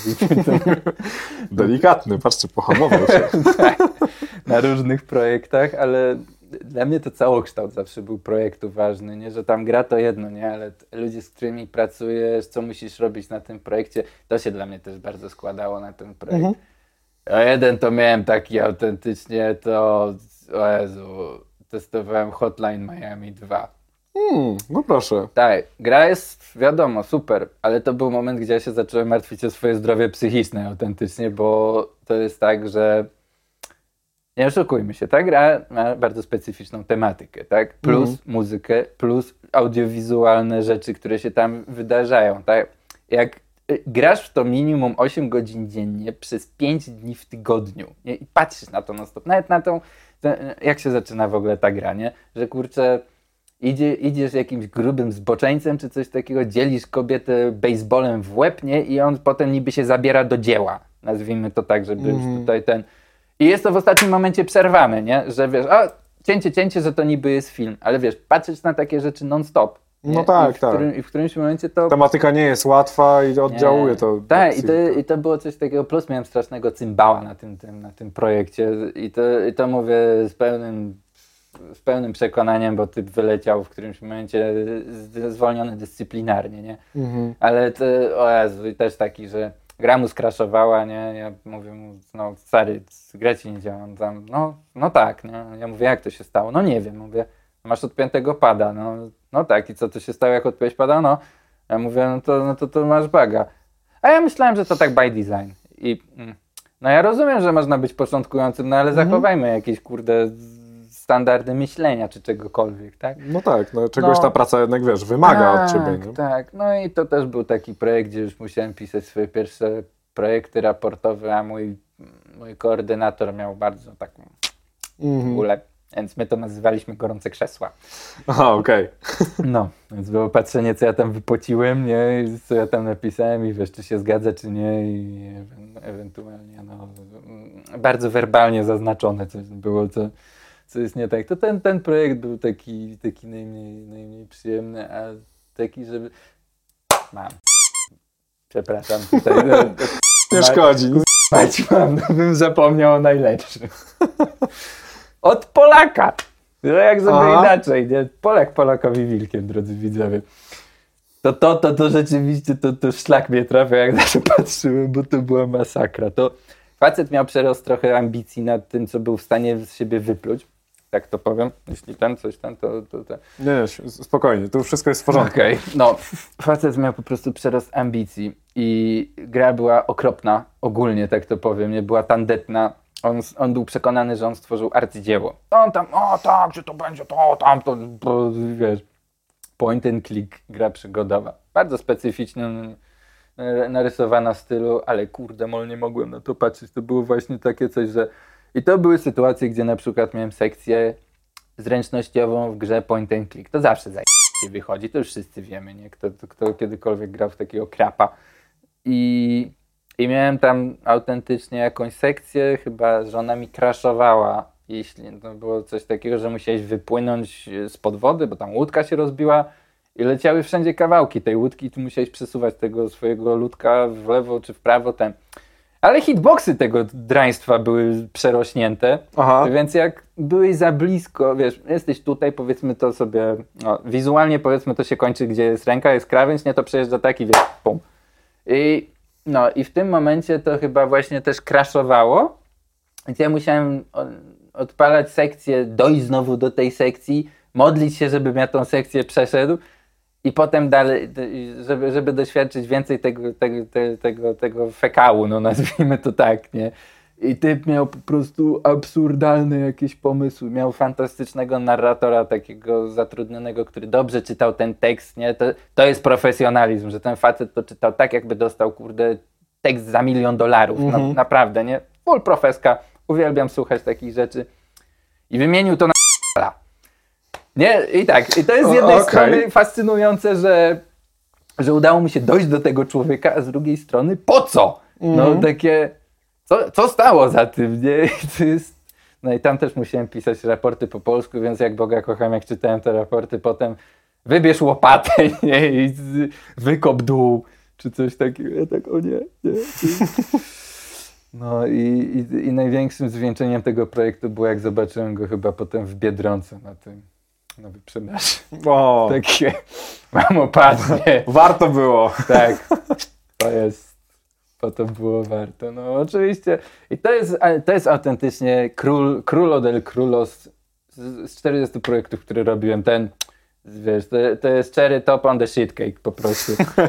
Delikatny, patrzcie, pohamował się. Tak, na różnych projektach, ale dla mnie to całokształt zawsze był projektu ważny, nie? Że tam gra to jedno, nie? Ale ludzie, z którymi pracujesz, co musisz robić na tym projekcie, to się dla mnie też bardzo składało na ten projekt. A jeden to miałem taki autentycznie, o Jezu, testowałem Hotline Miami 2. No proszę. Tak, gra jest, wiadomo, super, ale to był moment, gdzie ja się zacząłem martwić o swoje zdrowie psychiczne autentycznie, bo to jest tak, że nie oszukujmy się, ta gra ma bardzo specyficzną tematykę, tak? Plus muzykę, plus audiowizualne rzeczy, które się tam wydarzają, tak? Jak grasz w to minimum 8 godzin dziennie przez 5 dni w tygodniu, nie? I patrzysz na to non-stop, nawet na tą, jak się zaczyna w ogóle ta gra, nie? Że kurczę, idziesz jakimś grubym zboczeńcem czy coś takiego, dzielisz kobietę baseballem w łeb, nie? I on potem niby się zabiera do dzieła. Nazwijmy to tak, żeby już tutaj I jest to w ostatnim momencie przerwane, nie? Że wiesz, cięcie, że to niby jest film. Ale wiesz, patrzeć na takie rzeczy non-stop. Nie? No tak, I w którymś momencie to... Tematyka nie jest łatwa i oddziałuje to. Tak, i to było coś takiego, plus miałem strasznego cymbała na tym projekcie i to mówię z pełnym przekonaniem, bo typ wyleciał w którymś momencie zwolniony dyscyplinarnie, nie? Ale to, o Jezu, i też taki, że gra mu skraszowała, nie? Ja mówię mu, no stary, gra ci nie działa. On tam, no tak, nie? Ja mówię, jak to się stało? No nie wiem, mówię, masz odpiętego pada, no tak, i co to się stało, jak odpiąłeś pada? No, ja mówię, no to masz baga. A ja myślałem, że to tak by design. No ja rozumiem, że można być początkującym, no ale zachowajmy jakieś, kurde, standardy myślenia, czy czegokolwiek, tak? No tak, czegoś ta praca jednak, wiesz, wymaga od ciebie, nie? Tak, no i to też był taki projekt, gdzie już musiałem pisać swoje pierwsze projekty raportowe, a mój koordynator miał bardzo taką ulę, więc my to nazywaliśmy gorące krzesła. Aha, okej. No, więc było patrzenie, co ja tam wypociłem, nie? I co ja tam napisałem i wiesz, czy się zgadza, czy nie, i ewentualnie, bardzo werbalnie zaznaczone coś było, co jest nie tak. To ten projekt był taki najmniej przyjemny, a taki, żeby... Przepraszam, tutaj... Nie szkodzi. Bym zapomniał o najlepszym. Od Polaka! No jak sobie inaczej, nie? Polak Polakowi wilkiem, drodzy widzowie. To rzeczywiście, to szlak mnie trafia, jak na to patrzyłem, bo to była masakra. To facet miał przerost trochę ambicji nad tym, co był w stanie z siebie wypluć. Tak to powiem. Jeśli coś tam, to... Nie, spokojnie, to wszystko jest w porządku. Okej. No, facet miał po prostu przerost ambicji i gra była okropna, ogólnie tak to powiem, nie była tandetna. On był przekonany, że on stworzył arcydzieło. On tam, tak, że to będzie to, tamto, wiesz, point and click, gra przygodowa. Bardzo specyficznie narysowana w stylu, ale kurde, nie mogłem na to patrzeć. To było właśnie takie coś, że... I to były sytuacje, gdzie na przykład miałem sekcję zręcznościową w grze point and click. To zawsze wychodzi, to już wszyscy wiemy, nie? Kto kiedykolwiek grał w takiego krapa. I miałem tam autentycznie jakąś sekcję, chyba żona mi crashowała, jeśli to było coś takiego, że musiałeś wypłynąć spod wody, bo tam łódka się rozbiła i leciały wszędzie kawałki tej łódki i tu musiałeś przesuwać tego swojego ludka w lewo czy w prawo. Ale hitboxy tego draństwa były przerośnięte, więc jak byłeś za blisko, wiesz, jesteś tutaj, powiedzmy to sobie, wizualnie powiedzmy to się kończy, gdzie jest ręka, jest krawędź, nie, to przejeżdża taki, wiesz, pum. I w tym momencie to chyba właśnie też crashowało, więc ja musiałem odpalać sekcję, dojść znowu do tej sekcji, modlić się, żebym ja tą sekcję przeszedł i potem dalej, żeby doświadczyć więcej tego fekału, no nazwijmy to tak, nie? I typ miał po prostu absurdalne jakieś pomysły. Miał fantastycznego narratora, takiego zatrudnionego, który dobrze czytał ten tekst, nie? To jest profesjonalizm, że ten facet to czytał tak, jakby dostał, kurde, tekst za $1 milion. No, naprawdę, nie? Full profeska. Uwielbiam słuchać takich rzeczy. I wymienił to na nie? I tak. I to jest z jednej strony fascynujące, że udało mu się dojść do tego człowieka, a z drugiej strony po co? No takie... Co stało za tym, nie? No i tam też musiałem pisać raporty po polsku, więc jak Boga kocham, jak czytałem te raporty, potem wybierz łopatę, nie? I wykop dół, czy coś takiego. Ja tak, o nie. No i największym zwieńczeniem tego projektu było, jak zobaczyłem go chyba potem w Biedronce na wyprzedaży. O. Takie, mamo, patrzcie. Warto było. Tak, to było warto. No oczywiście. I to jest autentycznie królo del królos z 40 projektów, które robiłem. Ten, wiesz, to jest cherry top on the shit cake po prostu.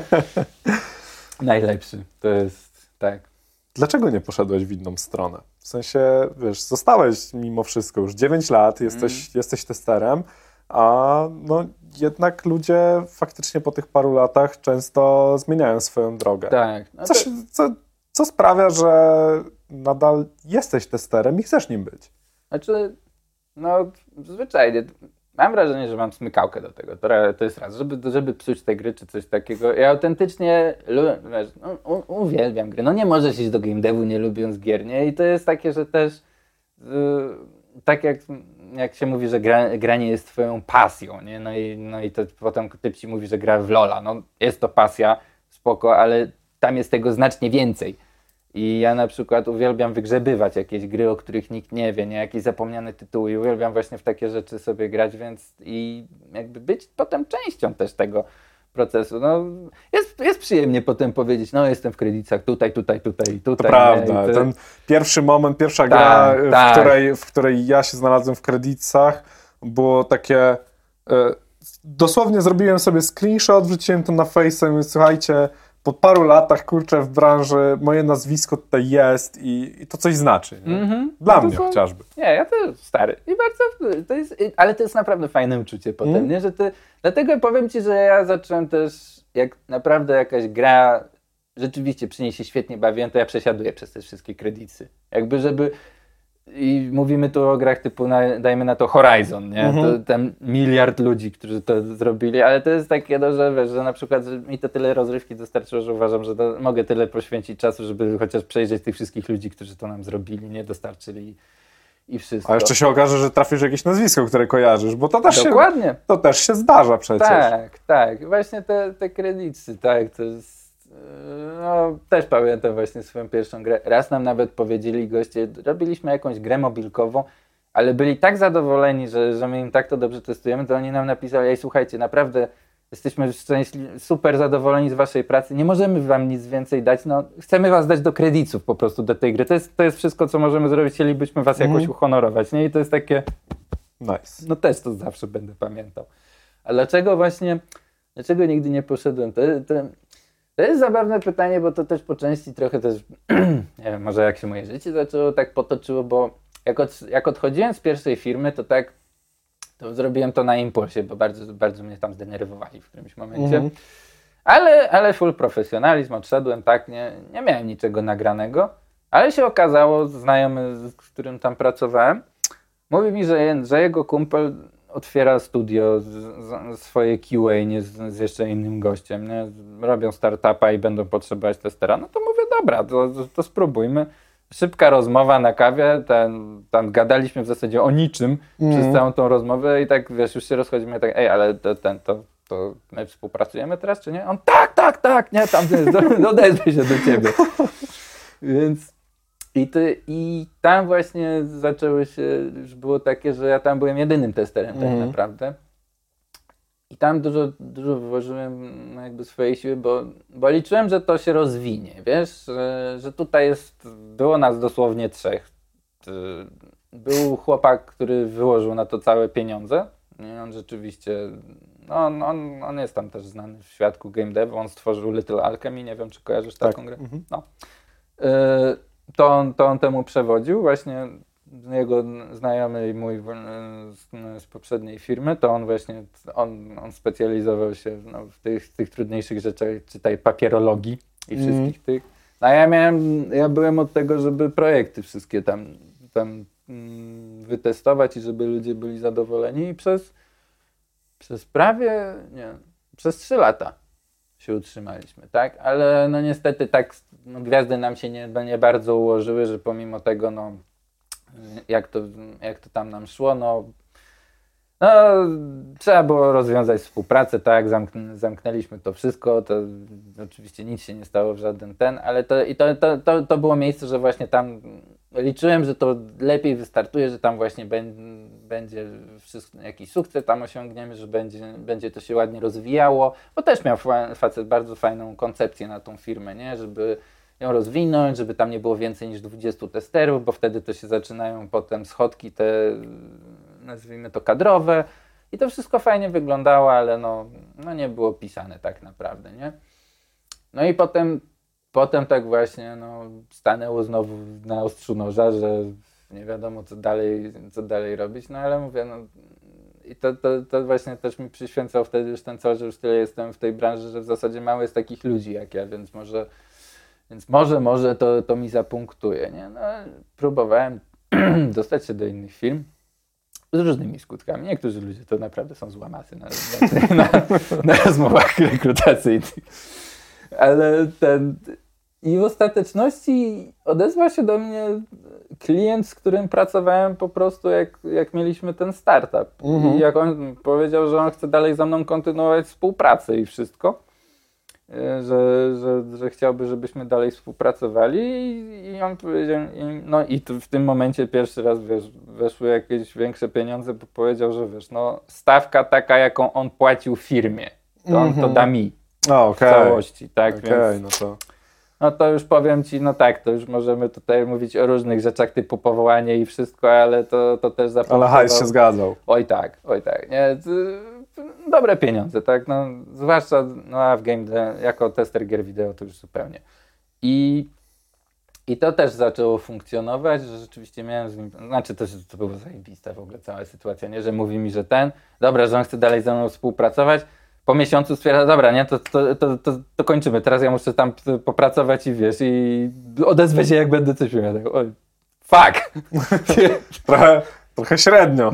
Najlepszy. To jest, tak. Dlaczego nie poszedłeś w inną stronę? W sensie, wiesz, zostałeś mimo wszystko już 9 lat, jesteś testerem, a no jednak ludzie faktycznie po tych paru latach często zmieniają swoją drogę. Tak. No co sprawia, że nadal jesteś testerem i chcesz nim być? Znaczy, no zwyczajnie. Mam wrażenie, że mam smykałkę do tego. To jest raz, żeby psuć te gry czy coś takiego. Ja autentycznie uwielbiam gry. No nie możesz iść do game devu nie lubiąc gier, nie? I to jest takie, że też tak jak się mówi, że granie jest twoją pasją, nie? No i to potem typ ci mówi, że gra w LoL'a. No jest to pasja, spoko, ale tam jest tego znacznie więcej. I ja na przykład uwielbiam wygrzebywać jakieś gry, o których nikt nie wie, nie? Jakieś zapomniane tytuły i uwielbiam właśnie w takie rzeczy sobie grać, więc i jakby być potem częścią też tego procesu. No, jest przyjemnie potem powiedzieć, no jestem w Creditsach tutaj. To prawda, ten pierwszy moment, pierwsza gra, w której ja się znalazłem w Creditsach, było takie, dosłownie zrobiłem sobie screenshot, wrzuciłem to na Face'em i mówię, słuchajcie, po paru latach, kurczę, w branży moje nazwisko tutaj jest i to coś znaczy. Dla mnie chociażby. Nie, ja też stary. I bardzo, ale to jest naprawdę fajne uczucie potem, nie? Że dlatego powiem ci, że ja zacząłem też, jak naprawdę jakaś gra rzeczywiście przy niej się świetnie bawiłem, to ja przesiaduję przez te wszystkie kredyty. Jakby, żeby... I mówimy tu o grach typu, dajmy na to Horizon, nie? To tam 1 miliard ludzi, którzy to zrobili, ale to jest takie, no, że wiesz, że na przykład że mi to tyle rozrywki dostarczyło, że uważam, że mogę tyle poświęcić czasu, żeby chociaż przejrzeć tych wszystkich ludzi, którzy to nam zrobili, nie? Dostarczyli i wszystko. A jeszcze się okaże, że trafisz jakieś nazwisko, które kojarzysz, bo to też dokładnie. To też się zdarza przecież. Tak. Właśnie te kredyty, tak, to jest... No, też pamiętam właśnie swoją pierwszą grę. Raz nam nawet powiedzieli goście, robiliśmy jakąś grę mobilkową, ale byli tak zadowoleni, że my im tak to dobrze testujemy, to oni nam napisali, ej, słuchajcie, naprawdę jesteśmy super zadowoleni z waszej pracy, nie możemy wam nic więcej dać, no chcemy was dać do kredytów po prostu do tej gry. To jest wszystko, co możemy zrobić, chcielibyśmy was jakoś uhonorować, nie? I to jest takie... Nice. No też to zawsze będę pamiętał. A dlaczego nigdy nie poszedłem? To jest zabawne pytanie, bo to też po części trochę też, nie wiem, może jak się moje życie zaczęło, tak potoczyło, bo jak odchodziłem z pierwszej firmy, to zrobiłem to na impulsie, bo bardzo, bardzo mnie tam zdenerwowali w którymś momencie. Ale full profesjonalizm, odszedłem, tak, nie miałem niczego nagranego, ale się okazało, znajomy, z którym tam pracowałem, mówi mi, że jego kumpel otwiera studio, swoje QA nie, z jeszcze innym gościem, nie? Robią startupa i będą potrzebować testera, no to mówię, dobra, to spróbujmy. Szybka rozmowa na kawie, tam gadaliśmy w zasadzie o niczym przez całą tą rozmowę i tak, wiesz, już się rozchodzimy, tak, ej, ale to my współpracujemy teraz, czy nie? On, tak, nie, tam odezwę się do ciebie. Więc i tam właśnie zaczęły się, już było takie, że ja tam byłem jedynym testerem tak naprawdę. I tam dużo wyłożyłem jakby swojej siły, bo liczyłem, że to się rozwinie, wiesz, że tutaj było nas dosłownie 3. Był chłopak, który wyłożył na to całe pieniądze. On rzeczywiście on jest tam też znany w świadku game devu, on stworzył Little Alchemy, nie wiem, czy kojarzysz taką grę? No. To on temu przewodził, właśnie jego znajomy i mój z poprzedniej firmy, to on właśnie, on specjalizował się w tych trudniejszych rzeczach, czytaj papierologii i wszystkich tych. A ja byłem od tego, żeby projekty wszystkie tam wytestować i żeby ludzie byli zadowoleni i przez prawie, przez 3 lata się utrzymaliśmy, tak? Ale no niestety tak gwiazdy nam się nie bardzo ułożyły, że pomimo tego, jak to tam nam szło, trzeba było rozwiązać współpracę, tak? Zamknęliśmy to wszystko, to oczywiście nic się nie stało w żaden ale to było miejsce, że właśnie tam liczyłem, że to lepiej wystartuje, że tam właśnie będzie jakiś sukces, tam osiągniemy, że będzie to się ładnie rozwijało, bo też miał facet bardzo fajną koncepcję na tą firmę, nie? Żeby ją rozwinąć, żeby tam nie było więcej niż 20 testerów, bo wtedy to się zaczynają potem schodki te, nazwijmy to kadrowe i to wszystko fajnie wyglądało, ale nie było pisane tak naprawdę, nie? No i potem tak właśnie stanęło znowu na ostrzu noża, że nie wiadomo co dalej robić, ale mówię, i to właśnie też mi przyświęcał wtedy już ten cel, że już tyle jestem w tej branży, że w zasadzie mało jest takich ludzi jak ja, więc może to mi zapunktuje, nie? Próbowałem dostać się do innych firm z różnymi skutkami. Niektórzy ludzie to naprawdę są złamasy na rozmowach rekrutacyjnych. Ale i w ostateczności odezwał się do mnie klient, z którym pracowałem po prostu jak mieliśmy ten startup. I jak on powiedział, że on chce dalej ze mną kontynuować współpracę i wszystko, że chciałby, żebyśmy dalej współpracowali i on powiedział, i w tym momencie pierwszy raz, weszły jakieś większe pieniądze, bo powiedział, że stawka taka, jaką on płacił firmie, to on to da mi w całości, tak? Więc, to już powiem ci, to już możemy tutaj mówić o różnych rzeczach typu powołanie i wszystko, ale to też zapowiadało. Ale hajs się zgadzał. Oj tak, nie? Dobre pieniądze, tak? Zwłaszcza w game jako tester gier wideo to już zupełnie. I to też zaczęło funkcjonować, że rzeczywiście miałem z nim, to było zajebiste w ogóle cała sytuacja, nie? Że mówi mi, że że on chce dalej ze mną współpracować. Po miesiącu stwierdza, dobra, nie, to kończymy, teraz ja muszę tam popracować i odezwę się, jak będę coś miał. Tak, oj, fuck! trochę średnio.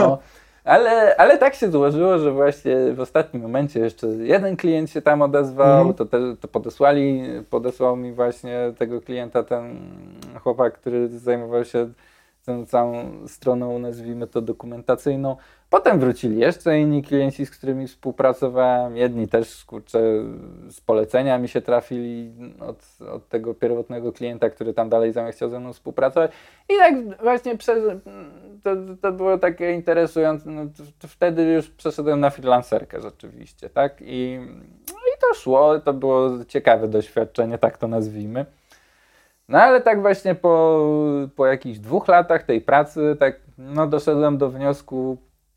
Ale tak się złożyło, że właśnie w ostatnim momencie jeszcze jeden klient się tam odezwał, to podesłał mi właśnie tego klienta ten chłopak, który zajmował się tą całą stroną, nazwijmy to dokumentacyjną. Potem wrócili jeszcze inni klienci, z którymi współpracowałem. Jedni też, z polecenia mi się trafili od tego pierwotnego klienta, który tam dalej chciał ze mną współpracować. I tak właśnie to było takie interesujące. Wtedy już przeszedłem na freelancerkę rzeczywiście, tak? I to szło, to było ciekawe doświadczenie, tak to nazwijmy. Ale tak właśnie po jakichś 2 latach tej pracy, tak doszedłem do wniosku,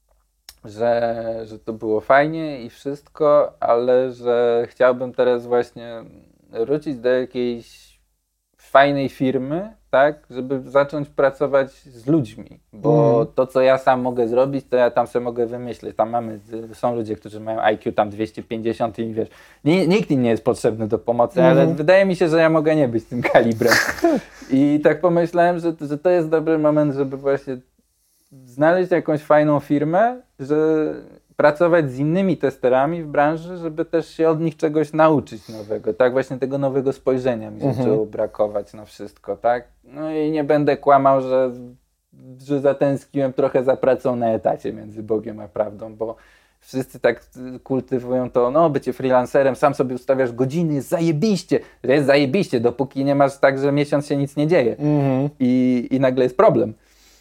że to było fajnie i wszystko, ale że chciałbym teraz właśnie wrócić do jakiejś fajnej firmy, tak, żeby zacząć pracować z ludźmi, bo to, co ja sam mogę zrobić, to ja tam sobie mogę wymyślić. Tam są ludzie, którzy mają IQ tam 250 i wiesz, nikt im nie jest potrzebny do pomocy, ale wydaje mi się, że ja mogę nie być tym kalibrem. I tak pomyślałem, że to jest dobry moment, żeby właśnie znaleźć jakąś fajną firmę, że pracować z innymi testerami w branży, żeby też się od nich czegoś nauczyć nowego, tak? Właśnie tego nowego spojrzenia mi zaczęło brakować na wszystko, tak? I nie będę kłamał, że zatęskniłem trochę za pracą na etacie między Bogiem a prawdą, bo wszyscy tak kultywują to, bycie freelancerem, sam sobie ustawiasz godziny, jest zajebiście. Jest zajebiście, dopóki nie masz tak, że miesiąc się nic nie dzieje i nagle jest problem.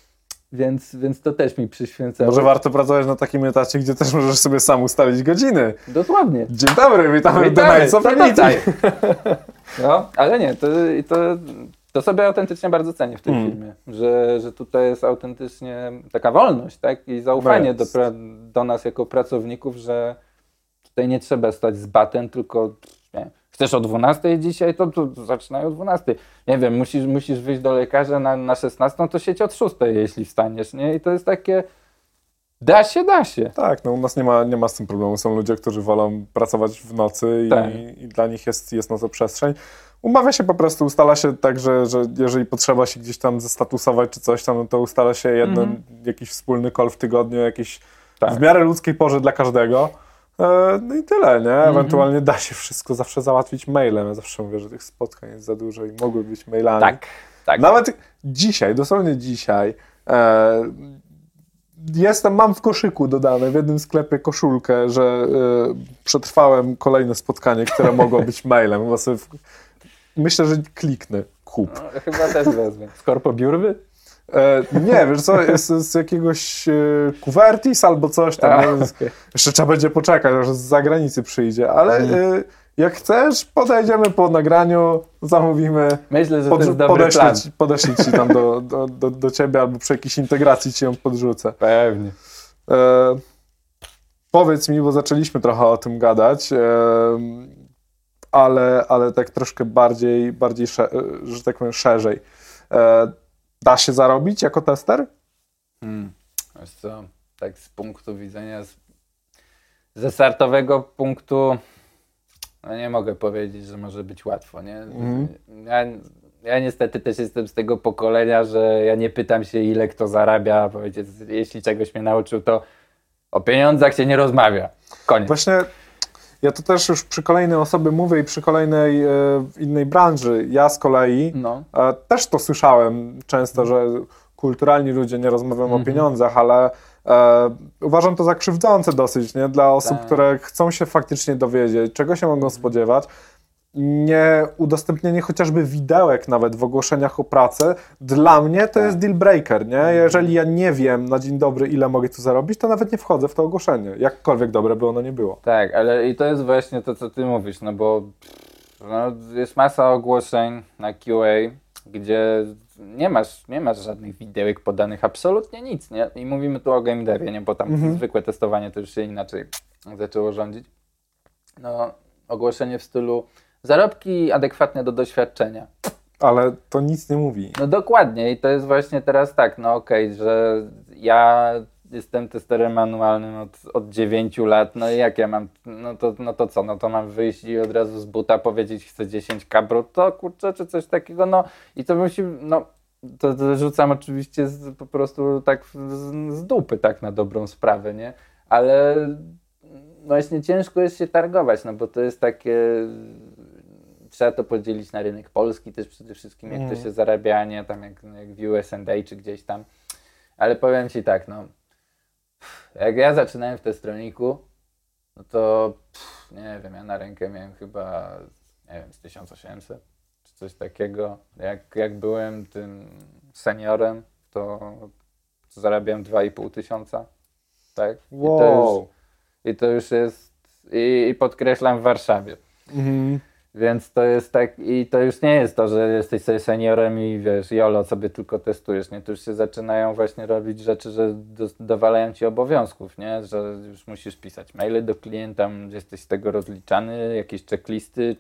Więc to też mi przyświęcało. Może warto pracować na takim etacie, gdzie też możesz sobie sam ustalić godziny. Dosłownie. Dzień dobry, witamy w The Nights of ale nie, To sobie autentycznie bardzo cenię w tym filmie, że tutaj jest autentycznie taka wolność, tak? I zaufanie do nas jako pracowników, że tutaj nie trzeba stać z batem, tylko nie, chcesz o 12 dzisiaj, to zaczynaj o 12. Nie wiem, musisz wyjść do lekarza na 16, to siedź od 6, jeśli wstaniesz, nie? I to jest takie... Da się. Tak, no u nas nie ma z tym problemu. Są ludzie, którzy wolą pracować w nocy i dla nich jest na to przestrzeń. Umawia się po prostu, ustala się tak, że jeżeli potrzeba się gdzieś tam zestatusować czy coś tam, no to ustala się jakiś wspólny call w tygodniu, jakiś w miarę ludzkiej porze dla każdego. No i tyle, nie? Ewentualnie da się wszystko zawsze załatwić mailem. Ja zawsze mówię, że tych spotkań jest za dużo i mogły być mailami. Tak. Nawet dzisiaj, dosłownie dzisiaj, mam w koszyku dodane w jednym sklepie koszulkę, że przetrwałem kolejne spotkanie, które mogło być mailem. Myślę, że kliknę. Kup. No, chyba też wezmę. Skorpo Biurwy? Nie, wiesz co, jest z jakiegoś Kuvertis albo coś tam. Okay. Jeszcze trzeba będzie poczekać, aż z zagranicy przyjdzie, ale jak chcesz, podejdziemy po nagraniu, zamówimy. Myślę, że to jest dobry plan. Podeślę ci tam do ciebie albo przy jakiejś integracji ci ją podrzucę. Pewnie. Powiedz mi, bo zaczęliśmy trochę o tym gadać, ale tak troszkę bardziej że tak powiem, szerzej. Da się zarobić jako tester? Wiesz co, tak z punktu widzenia, ze startowego punktu, no nie mogę powiedzieć, że może być łatwo, nie? Ja niestety też jestem z tego pokolenia, że ja nie pytam się, ile kto zarabia, powiedzieć, jeśli czegoś mnie nauczył, to o pieniądzach się nie rozmawia. Koniec. Właśnie ja to też już przy kolejnej osobie mówię i przy kolejnej innej branży. Ja z kolei też to słyszałem często, że kulturalni ludzie nie rozmawiają o pieniądzach, ale uważam to za krzywdzące dosyć, nie? Dla osób, które chcą się faktycznie dowiedzieć, czego się mogą spodziewać. Nie udostępnienie chociażby widełek nawet w ogłoszeniach o pracę, dla mnie to jest deal breaker, nie? Jeżeli ja nie wiem na dzień dobry, ile mogę tu zarobić, to nawet nie wchodzę w to ogłoszenie, jakkolwiek dobre by ono nie było. Tak, ale i to jest właśnie to, co ty mówisz, no bo jest masa ogłoszeń na QA, gdzie nie masz żadnych widełek podanych, absolutnie nic, nie? I mówimy tu o game devie, nie? Bo tam zwykłe testowanie to już się inaczej zaczęło rządzić. No, ogłoszenie w stylu zarobki adekwatne do doświadczenia. Ale to nic nie mówi. No dokładnie i to jest właśnie teraz tak, no okej, że ja jestem testerem manualnym od 9 lat, no i jak ja mam, no to co, no to mam wyjść i od razu z buta powiedzieć chcę 10K brutto, kurczę, czy coś takiego, no i to musi, no to rzucam oczywiście po prostu tak z dupy, tak na dobrą sprawę, nie? Ale właśnie ciężko jest się targować, no bo to jest takie, trzeba to podzielić na rynek polski też przede wszystkim, jak to się zarabia, nie tam jak w USA czy gdzieś tam. Ale powiem ci tak, no, jak ja zaczynałem w Testroniku, no to nie wiem, ja na rękę miałem chyba, nie wiem, z 1800 czy coś takiego. Jak byłem tym seniorem, to zarabiałem 2500, tak? Wow. I to już jest, i podkreślam, w Warszawie. Więc to jest tak, i to już nie jest to, że jesteś sobie seniorem i wiesz, jolo sobie tylko testujesz, nie? To już się zaczynają właśnie robić rzeczy, że dowalają ci obowiązków, nie? Że już musisz pisać maile do klienta, jesteś z tego rozliczany, jakieś checklisty,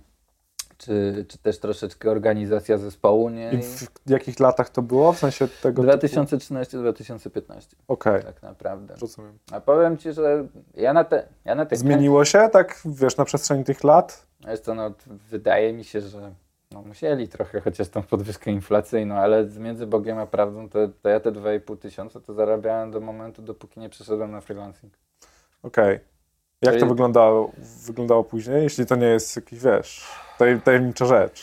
czy też troszeczkę organizacja zespołu, nie? I w jakich latach to było? W sensie tego 2013-2015. Okej. Tak naprawdę. Rozumiem. A powiem ci, że ja na te Zmieniło się tak, wiesz, na przestrzeni tych lat? Jest to, no, wydaje mi się, że musieli trochę, chociaż tą podwyżkę inflacyjną, ale między Bogiem a prawdą to ja te 2500 to zarabiałem do momentu, dopóki nie przeszedłem na freelancing. Okej. Jak to wyglądało później, jeśli to nie jest jakiś, wiesz, tajemnicza rzecz?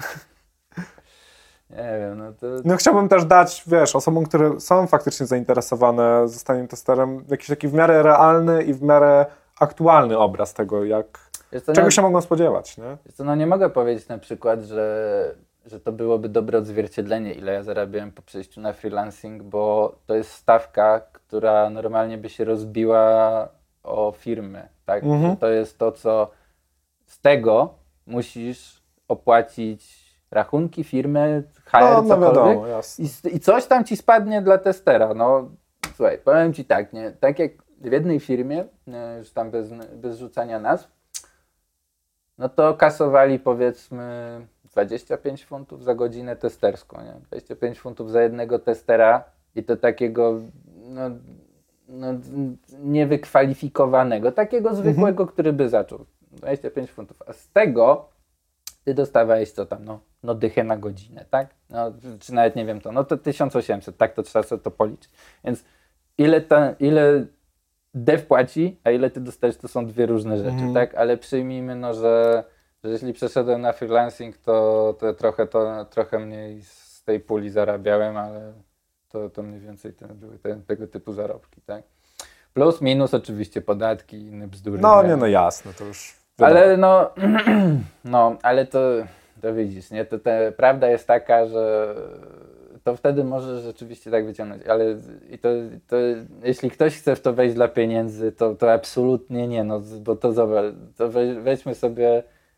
Nie wiem, no to... No chciałbym też dać, wiesz, osobom, które są faktycznie zainteresowane zostaniem testerem, jakiś taki w miarę realny i w miarę aktualny obraz tego, czego się mogą spodziewać, nie? No nie mogę powiedzieć na przykład, że to byłoby dobre odzwierciedlenie, ile ja zarabiałem po przejściu na freelancing, bo to jest stawka, która normalnie by się rozbiła o firmę, tak? To jest to, co z tego musisz opłacić rachunki firmy, HR, No cokolwiek wiadomo, jasne. i coś tam ci spadnie dla testera. No słuchaj, powiem ci tak, nie? Tak jak w jednej firmie, już tam bez rzucania nazw, no to kasowali powiedzmy 25 funtów za godzinę testerską, nie? 25 funtów za jednego testera i to takiego niewykwalifikowanego, takiego zwykłego, który by zaczął. 25 funtów, a z tego ty dostawałeś co tam, no dychę na godzinę, tak? No, czy nawet nie wiem to, no to 1800, tak to trzeba sobie to policzyć. Więc ile dev płaci, a ile ty dostajesz, to są dwie różne rzeczy, tak? Ale przyjmijmy, no, że jeśli przeszedłem na freelancing, to trochę mniej z tej puli zarabiałem, ale to mniej więcej były tego typu zarobki, tak? Plus, minus oczywiście podatki i inne bzdury. No jasne, to już wiadomo. Ale ale to widzisz, nie? To prawda jest taka, że to wtedy możesz rzeczywiście tak wyciągnąć, ale to jeśli ktoś chce w to wejść dla pieniędzy, to absolutnie nie, no, bo to zobacz, to weźmy sobie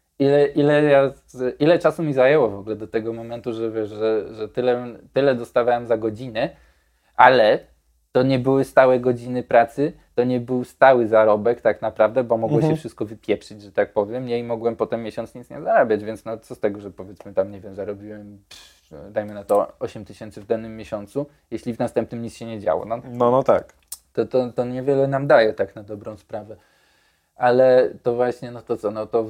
ile czasu mi zajęło w ogóle do tego momentu, że wiesz, że tyle dostawałem za godziny, ale to nie były stałe godziny pracy, to nie był stały zarobek tak naprawdę, bo mogło się wszystko wypieprzyć, że tak powiem, nie? I mogłem potem miesiąc nic nie zarabiać, więc no co z tego, że powiedzmy tam, nie wiem, zarobiłem, dajmy na to 8,000 w danym miesiącu, jeśli w następnym nic się nie działo. No tak. To niewiele nam daje tak na dobrą sprawę. Ale to właśnie, no to co, no to w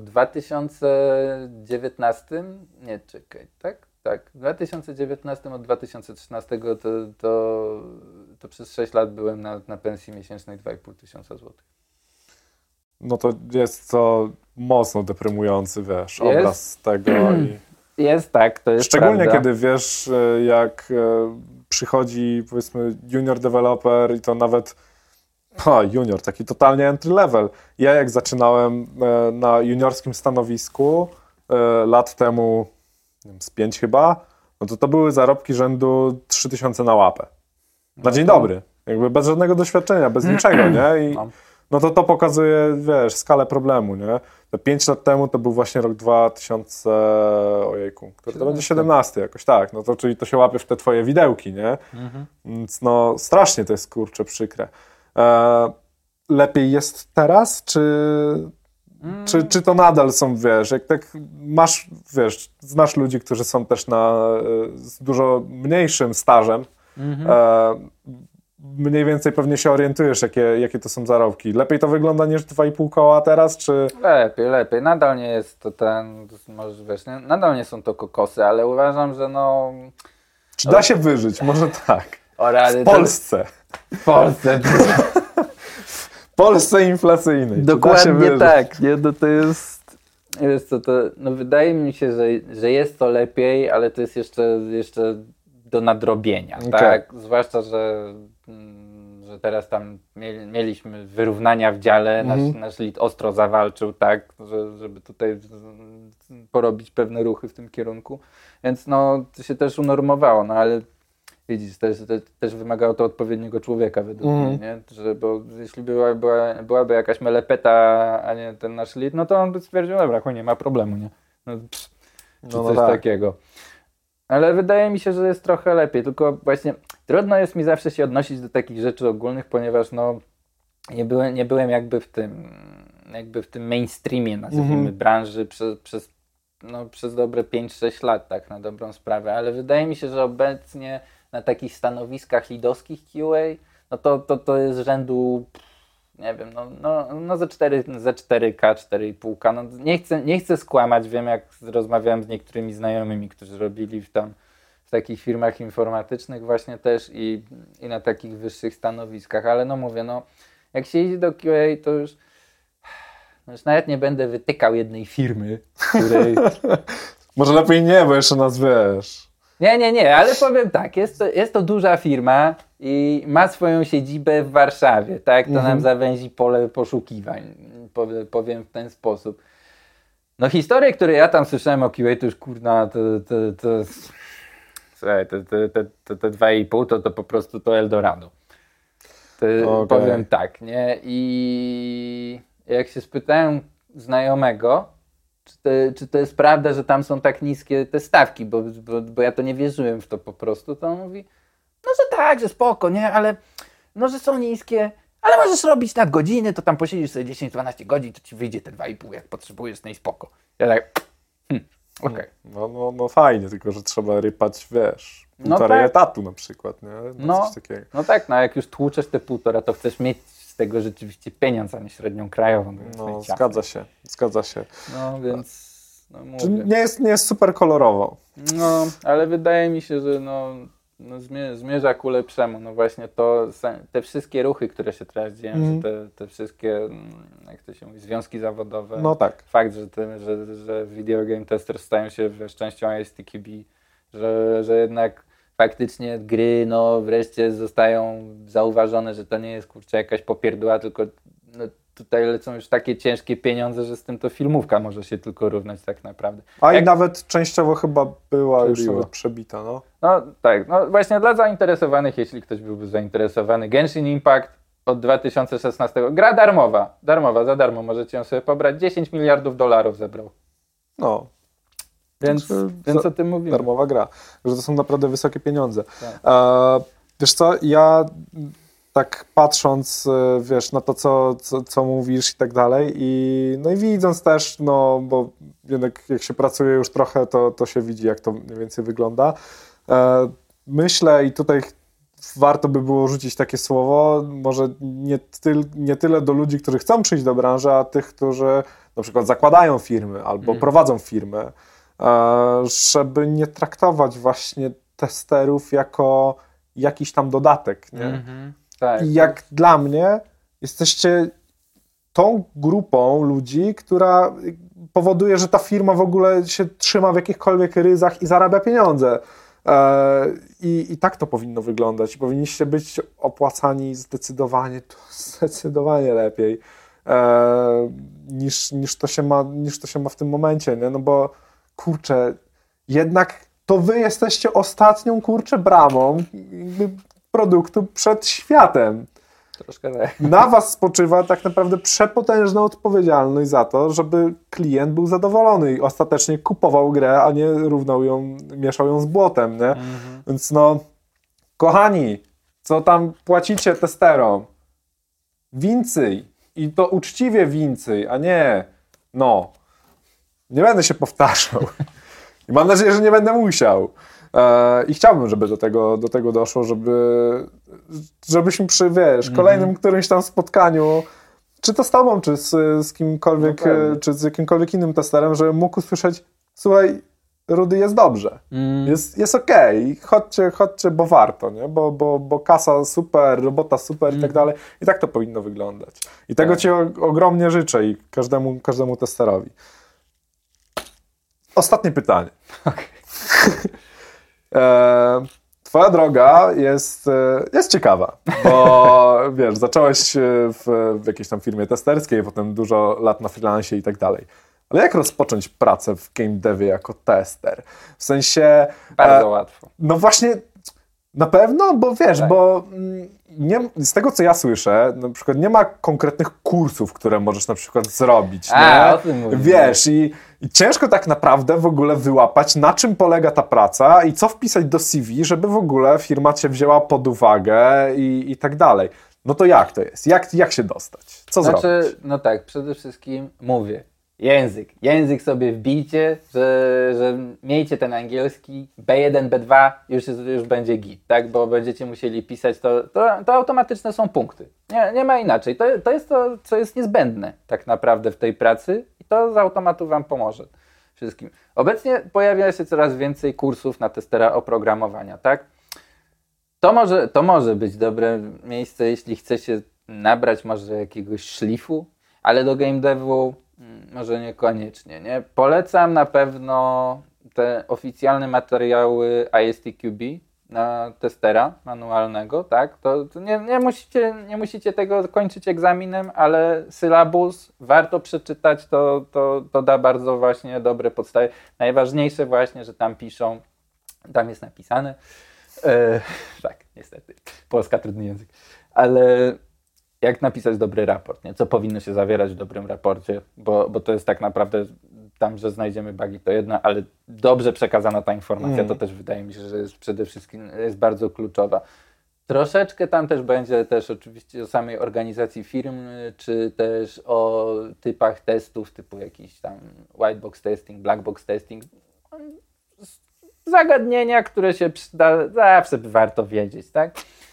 2019, nie czekaj, tak? Tak, w 2019 od 2013 to przez 6 lat byłem na pensji miesięcznej 2500 złotych. No to jest to mocno deprymujący, wiesz, obraz tego. Jest tak, to jest szczególnie prawda. kiedy wiesz, jak przychodzi powiedzmy junior developer i to nawet junior, taki totalnie entry level. Ja jak zaczynałem na juniorskim stanowisku lat temu, nie wiem, z 5 chyba, no to były zarobki rzędu 3000 na łapę. Na dzień dobry. Jakby bez żadnego doświadczenia, bez niczego, nie? I no to pokazuje, wiesz, skalę problemu, nie? Te 5 lat temu to był właśnie rok 2000, ojejku, który to będzie 17 jakoś, tak. No to czyli to się łapie w te twoje widełki, nie? Więc no strasznie to jest, kurczę, przykre. Lepiej jest teraz, czy to nadal są, wiesz, jak tak masz, wiesz, znasz ludzi, którzy są też z dużo mniejszym stażem, mniej więcej pewnie się orientujesz, jakie to są zarobki. Lepiej to wygląda niż 2,5 koła teraz, czy... Lepiej. Nadal nie jest to może wiesz, nadal nie są to kokosy, ale uważam, że Czy da się wyżyć? Może tak. W Polsce. W Polsce. W Polsce inflacyjnej. Dokładnie tak. Nie? No to jest wydaje mi się, że jest to lepiej, ale to jest jeszcze do nadrobienia. Okay. Tak? Zwłaszcza, że teraz tam mieliśmy wyrównania w dziale, nasz lead ostro zawalczył, tak, żeby tutaj porobić pewne ruchy w tym kierunku, więc to się też unormowało, ale widzisz, też wymagało to odpowiedniego człowieka według mnie, nie? Bo jeśli byłaby jakaś melepeta, a nie ten nasz lead, no to on by stwierdził, dobra, nie ma problemu, nie? Czy coś takiego. Ale wydaje mi się, że jest trochę lepiej, tylko właśnie trudno jest mi zawsze się odnosić do takich rzeczy ogólnych, ponieważ nie byłem jakby w tym mainstreamie, nazwijmy, branży przez dobre 5-6 lat, tak na dobrą sprawę, ale wydaje mi się, że obecnie na takich stanowiskach leadowskich QA, to jest rzędu, nie wiem, za 4K, 4,5K. Nie chcę skłamać, wiem, jak rozmawiałem z niektórymi znajomymi, którzy robili w takich firmach informatycznych właśnie też i na takich wyższych stanowiskach, ale jak się idzie do QA, to już nawet nie będę wytykał jednej firmy, której... Może lepiej nie, bo jeszcze nas wiesz. Nie, ale powiem tak, jest to duża firma i ma swoją siedzibę w Warszawie, tak? To nam zawęzi pole poszukiwań, powiem w ten sposób. Historie, które ja tam słyszałem o QA, to już kurna, słuchaj, te 2,5 to po prostu to Eldorado. Okay. Powiem tak, nie? I jak się spytałem znajomego, czy to jest prawda, że tam są tak niskie te stawki, bo ja to nie wierzyłem w to po prostu, to on mówi, no że tak, że spoko, nie, ale no, że są niskie, ale możesz robić nadgodziny, to tam posiedzisz sobie 10-12 godzin, to ci wyjdzie te 2,5, jak potrzebujesz, no i spoko. Ja tak, okej. No fajnie, tylko że trzeba rypać, wiesz, półtorej etatu na przykład, nie? Coś takiego. No tak, no jak już tłuczesz te 1,5, to chcesz mieć z tego rzeczywiście pieniądz, a nie średnią krajową. No, zgadza się. No, więc... No, nie jest super kolorowo. No, ale wydaje mi się, że zmierza ku lepszemu. No właśnie te wszystkie ruchy, które się teraz dzieją, że te wszystkie, jak to się mówi, związki zawodowe. No tak. Fakt, że video game testers stają się częścią ISTQB, że jednak faktycznie gry, wreszcie zostają zauważone, że to nie jest, jakaś popierdła, tylko tutaj lecą już takie ciężkie pieniądze, że z tym to filmówka może się tylko równać tak naprawdę. I nawet częściowo chyba była już nawet przebita, no. No tak, właśnie dla zainteresowanych, jeśli ktoś byłby zainteresowany, Genshin Impact od 2016, gra darmowa, za darmo możecie ją sobie pobrać, $10 miliardów zebrał. No. Więc o tym mówimy. Darmowa gra, że to są naprawdę wysokie pieniądze. Tak. Wiesz co, ja tak patrząc, wiesz, na to, co mówisz i tak dalej i widząc też, bo jednak jak się pracuje już trochę, to się widzi, jak to mniej więcej wygląda. Myślę i tutaj warto by było rzucić takie słowo, może nie tyle do ludzi, którzy chcą przyjść do branży, a tych, którzy na przykład zakładają firmy albo prowadzą firmy, żeby nie traktować właśnie testerów jako jakiś tam dodatek, nie? Tak. I jak dla mnie jesteście tą grupą ludzi, która powoduje, że ta firma w ogóle się trzyma w jakichkolwiek ryzach i zarabia pieniądze. I tak to powinno wyglądać. I powinniście być opłacani zdecydowanie lepiej niż to się ma w tym momencie, nie? No bo kurczę, jednak to wy jesteście ostatnią bramą produktu przed światem. Troszkę tak. Na was spoczywa tak naprawdę przepotężna odpowiedzialność za to, żeby klient był zadowolony i ostatecznie kupował grę, a nie mieszał ją z błotem, nie? Więc kochani, co tam płacicie testerom? Więcej. I to uczciwie więcej, a nie nie będę się powtarzał. I mam nadzieję, że nie będę musiał. I chciałbym, żeby do tego doszło, żebyśmy przy, kolejnym którymś tam spotkaniu, czy to z tobą, czy z kimkolwiek, czy z jakimkolwiek innym testerem, żeby mógł usłyszeć, słuchaj, Rudy, jest dobrze, jest okej, chodźcie, bo warto, nie? Bo kasa super, robota super i tak dalej. I tak to powinno wyglądać. I tego ci ogromnie życzę i każdemu testerowi. Ostatnie pytanie. Okay. Twoja droga jest ciekawa, bo wiesz, zacząłeś w jakiejś tam firmie testerskiej, potem dużo lat na freelancie i tak dalej. Ale jak rozpocząć pracę w game devie jako tester? W sensie... Bardzo łatwo. No właśnie, na pewno, bo wiesz, tak. Bo z tego, co ja słyszę, na przykład nie ma konkretnych kursów, które możesz na przykład zrobić. O tym mówię. Wiesz, i ciężko tak naprawdę w ogóle wyłapać, na czym polega ta praca i co wpisać do CV, żeby w ogóle firma cię wzięła pod uwagę i tak dalej. No to jak to jest? Jak się dostać? Co zrobić? No tak, przede wszystkim mówię. Język sobie wbijcie, że miejcie ten angielski, B1, B2, już będzie git, tak? Bo będziecie musieli pisać, to automatyczne są punkty. Nie ma inaczej. To jest to, co jest niezbędne tak naprawdę w tej pracy i to z automatu wam pomoże wszystkim. Obecnie pojawia się coraz więcej kursów na testera oprogramowania, tak? To może być dobre miejsce, jeśli chcecie nabrać może jakiegoś szlifu, ale do game devu może niekoniecznie, nie? Polecam na pewno te oficjalne materiały ISTQB na testera manualnego, tak? To nie musicie tego kończyć egzaminem, ale sylabus warto przeczytać, to da bardzo właśnie dobre podstawy. Najważniejsze właśnie, że tam piszą, tam jest napisane, tak, niestety, Polska trudny język, ale jak napisać dobry raport, nie? Co powinno się zawierać w dobrym raporcie, bo to jest tak naprawdę tam, że znajdziemy bugi, to jedno, ale dobrze przekazana ta informacja, to też wydaje mi się, że jest przede wszystkim jest bardzo kluczowa. Troszeczkę tam też będzie też oczywiście o samej organizacji firm, czy też o typach testów, typu jakiś tam white box testing, black box testing. Zagadnienia, które się przyda, zawsze warto wiedzieć, tak?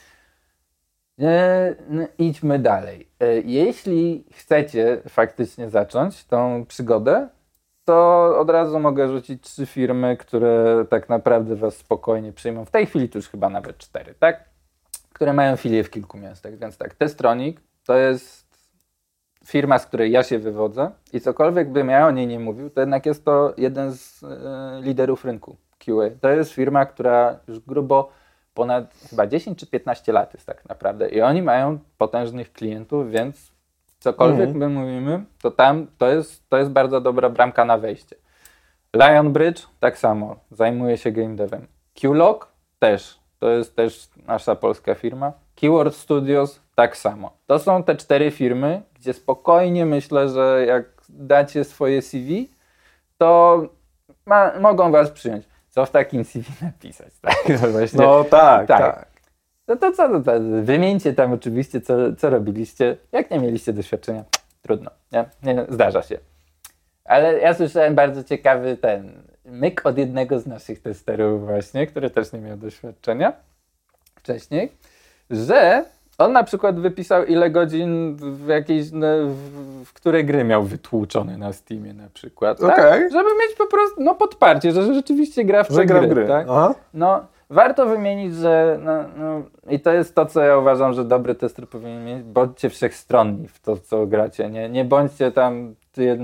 Idźmy dalej. Jeśli chcecie faktycznie zacząć tą przygodę, to od razu mogę rzucić 3 firmy, które tak naprawdę was spokojnie przyjmą. W tej chwili to już chyba nawet 4, tak? Które mają filie w kilku miastach. Więc tak, Testronic to jest firma, z której ja się wywodzę i cokolwiek bym ja o niej nie mówił, to jednak jest to jeden z liderów rynku QA. To jest firma, która już grubo ponad chyba 10 czy 15 lat jest tak naprawdę i oni mają potężnych klientów, więc cokolwiek my mówimy, to tam to jest bardzo dobra bramka na wejście. Lionbridge tak samo, zajmuje się game devem. QLog też, to jest też nasza polska firma. Keyword Studios tak samo. To są te 4 firmy, gdzie spokojnie myślę, że jak dacie swoje CV, to mogą was przyjąć. Co w takim CV napisać, tak? Właśnie, no tak. No to co? Wymieńcie tam oczywiście, co robiliście. Jak nie mieliście doświadczenia, trudno, nie zdarza się. Ale ja słyszałem bardzo ciekawy myk od jednego z naszych testerów właśnie, który też nie miał doświadczenia wcześniej, że on na przykład wypisał ile godzin w jakiejś, w które gry miał wytłuczone na Steamie na przykład, tak? Żeby mieć po prostu podparcie, że rzeczywiście gra w te gry. Tak? No, warto wymienić, że i to jest to, co ja uważam, że dobry tester powinien mieć, bądźcie wszechstronni w to, co gracie. Nie bądźcie tam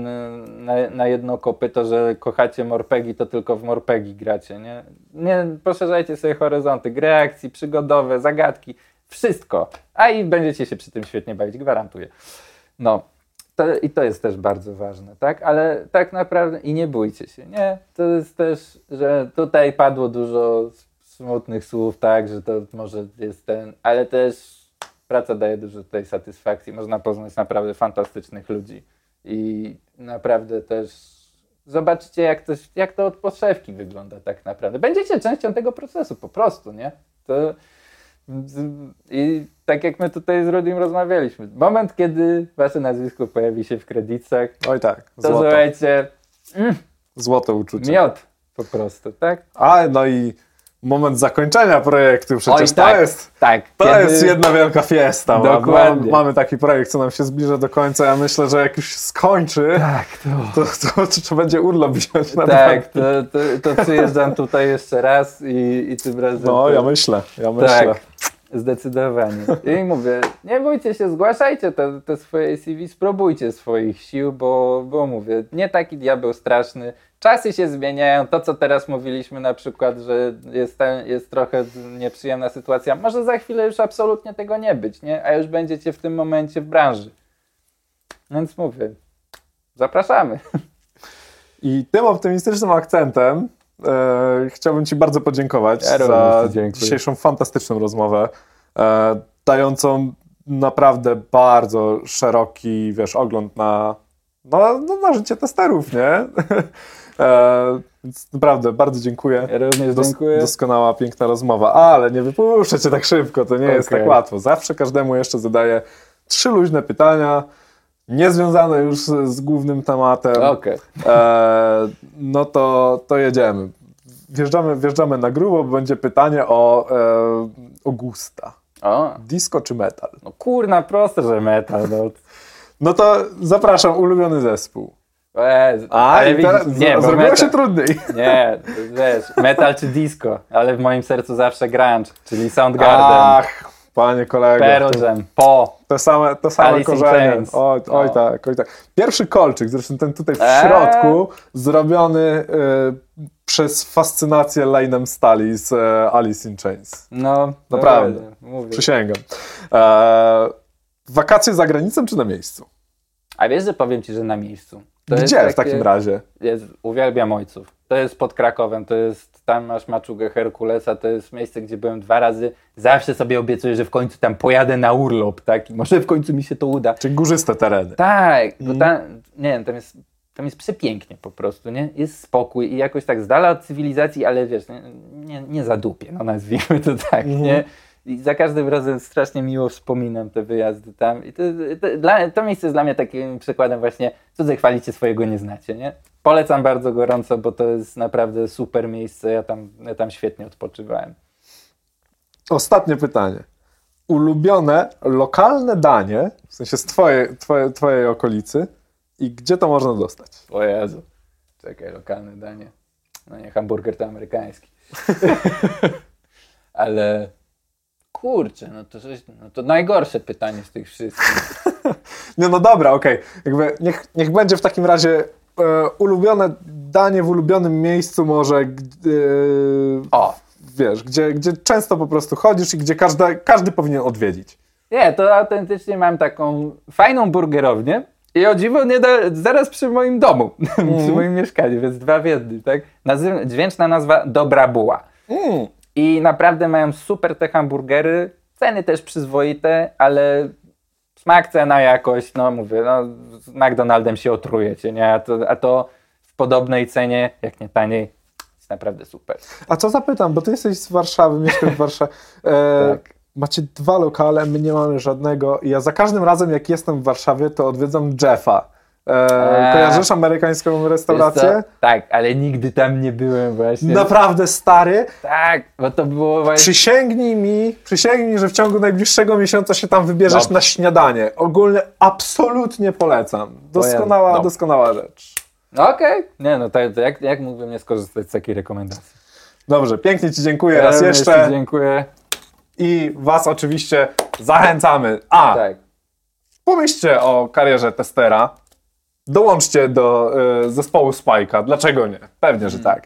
na jedno kopyto, że kochacie morpegi, to tylko w morpegi gracie. Nie poszerzajcie sobie horyzonty, gry akcji, przygodowe, zagadki, wszystko. I będziecie się przy tym świetnie bawić, gwarantuję. No, to jest też bardzo ważne, tak? Ale tak naprawdę i nie bójcie się, nie? To jest też, że tutaj padło dużo smutnych słów, tak, że to może jest ale też praca daje dużo tej satysfakcji. Można poznać naprawdę fantastycznych ludzi i naprawdę też zobaczcie, jak to od podszewki wygląda tak naprawdę. Będziecie częścią tego procesu, po prostu, nie? I tak jak my tutaj z Rudim rozmawialiśmy, moment, kiedy wasze nazwisko pojawi się w kredytach, oj tak, to słuchajcie, złote uczucie. Miod po prostu, tak? No i moment zakończenia projektu, przecież to jest jedna wielka fiesta. Dokładnie. Mamy taki projekt, co nam się zbliża do końca. Ja myślę, że jak już się skończy, to trzeba będzie urlop wziąć na to przyjeżdżam tutaj jeszcze raz i tym razem... No, ja myślę. Tak, zdecydowanie. I mówię, nie bójcie się, zgłaszajcie te swoje CV, spróbujcie swoich sił, bo mówię, nie taki diabeł straszny. Czasy się zmieniają, to co teraz mówiliśmy na przykład, że jest trochę nieprzyjemna sytuacja, może za chwilę już absolutnie tego nie być, nie? A już będziecie w tym momencie w branży. Więc mówię, zapraszamy. I tym optymistycznym akcentem chciałbym ci bardzo podziękować za dzisiejszą fantastyczną rozmowę, dającą naprawdę bardzo szeroki, ogląd na życie testerów, nie? Więc naprawdę bardzo dziękuję. Ja również dziękuję. Doskonała, piękna rozmowa, ale nie wypuszczę cię tak szybko, to nie jest tak łatwo. Zawsze każdemu jeszcze zadaję 3 luźne pytania, niezwiązane już z głównym tematem. No to jedziemy. Wjeżdżamy na grubo, bo będzie pytanie o gusta. Disco czy metal? No kurna, proste, że metal. No to zapraszam, ulubiony zespół. Ale zrobiło się trudniej. Nie, wiesz, metal czy disco, ale w moim sercu zawsze grunge, czyli Soundgarden. Ach, panie kolego. Pearl Jam, To same korzenie. Oj tak. Pierwszy kolczyk, zresztą ten tutaj w środku, zrobiony przez fascynację Lane'em Staley z Alice in Chains. No, naprawdę. Mówię. Przysięgam. Wakacje za granicą czy na miejscu? A wiesz, że powiem ci, że na miejscu. Gdzie w takim razie? Uwielbiam Ojców. To jest pod Krakowem, tam masz maczugę Herkulesa, to jest miejsce, gdzie byłem 2 razy. Zawsze sobie obiecuję, że w końcu tam pojadę na urlop, tak? I może w końcu mi się to uda. Czyli górzyste tereny. Tak, bo tam tam jest przepięknie po prostu, nie? Jest spokój i jakoś tak z dala od cywilizacji, ale wiesz, nie zadupie, no nazwijmy to tak, nie? I za każdym razem strasznie miło wspominam te wyjazdy tam i to miejsce jest dla mnie takim przykładem właśnie, cudze chwalicie, swojego nie znacie, nie? Polecam bardzo gorąco, bo to jest naprawdę super miejsce, ja tam świetnie odpoczywałem. Ostatnie pytanie. Ulubione lokalne danie, w sensie z twojej okolicy i gdzie to można dostać? O Jezu. Czekaj, lokalne danie. No nie, hamburger to amerykański. Ale kurczę, no to najgorsze pytanie z tych wszystkich. No dobra, okej. Jakby niech będzie w takim razie ulubione danie w ulubionym miejscu może, wiesz, gdzie często po prostu chodzisz i gdzie każdy powinien odwiedzić. Nie, to autentycznie mam taką fajną burgerownię i o dziwo zaraz przy moim domu, przy moim mieszkaniu, więc 2 w 1, tak? Dźwięczna nazwa Dobra Buła. I naprawdę mają super te hamburgery, ceny też przyzwoite, ale smak, cena, jakość, no mówię, no z McDonaldem się otrujecie, nie? A to w podobnej cenie, jak nie taniej, jest naprawdę super. A co zapytam, bo ty jesteś z Warszawy, mieszkasz w Warszawie. Tak. Macie 2 lokale, my nie mamy żadnego i ja za każdym razem, jak jestem w Warszawie, to odwiedzam Jeffa. Kojarzysz amerykańską restaurację? Tak, ale nigdy tam nie byłem właśnie. Naprawdę stary? Tak, bo to było właśnie... Przysięgnij mi, że w ciągu najbliższego miesiąca się tam wybierzesz na śniadanie. Ogólnie absolutnie polecam. Doskonała rzecz. No okej. Nie no, to jak mógłbym nie skorzystać z takiej rekomendacji? Dobrze, pięknie ci dziękuję raz jeszcze. Ja dziękuję. I was oczywiście zachęcamy. Tak. Pomyślcie o karierze testera. Dołączcie do zespołu Spike'a. Dlaczego nie? Pewnie, że tak.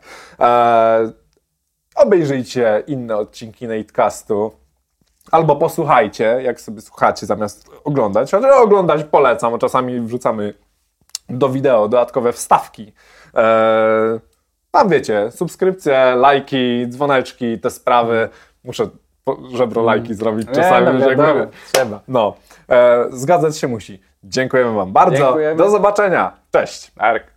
Obejrzyjcie inne odcinki Natecastu. Albo posłuchajcie, jak sobie słuchacie zamiast oglądać. Chociaż oglądać polecam, czasami wrzucamy do wideo dodatkowe wstawki. Tam wiecie, subskrypcje, lajki, dzwoneczki, te sprawy. Muszę żebrolajki zrobić czasami. Trzeba. No, zgadzać się musi. Dziękujemy wam bardzo. Dziękujemy. Do zobaczenia. Cześć. Mark.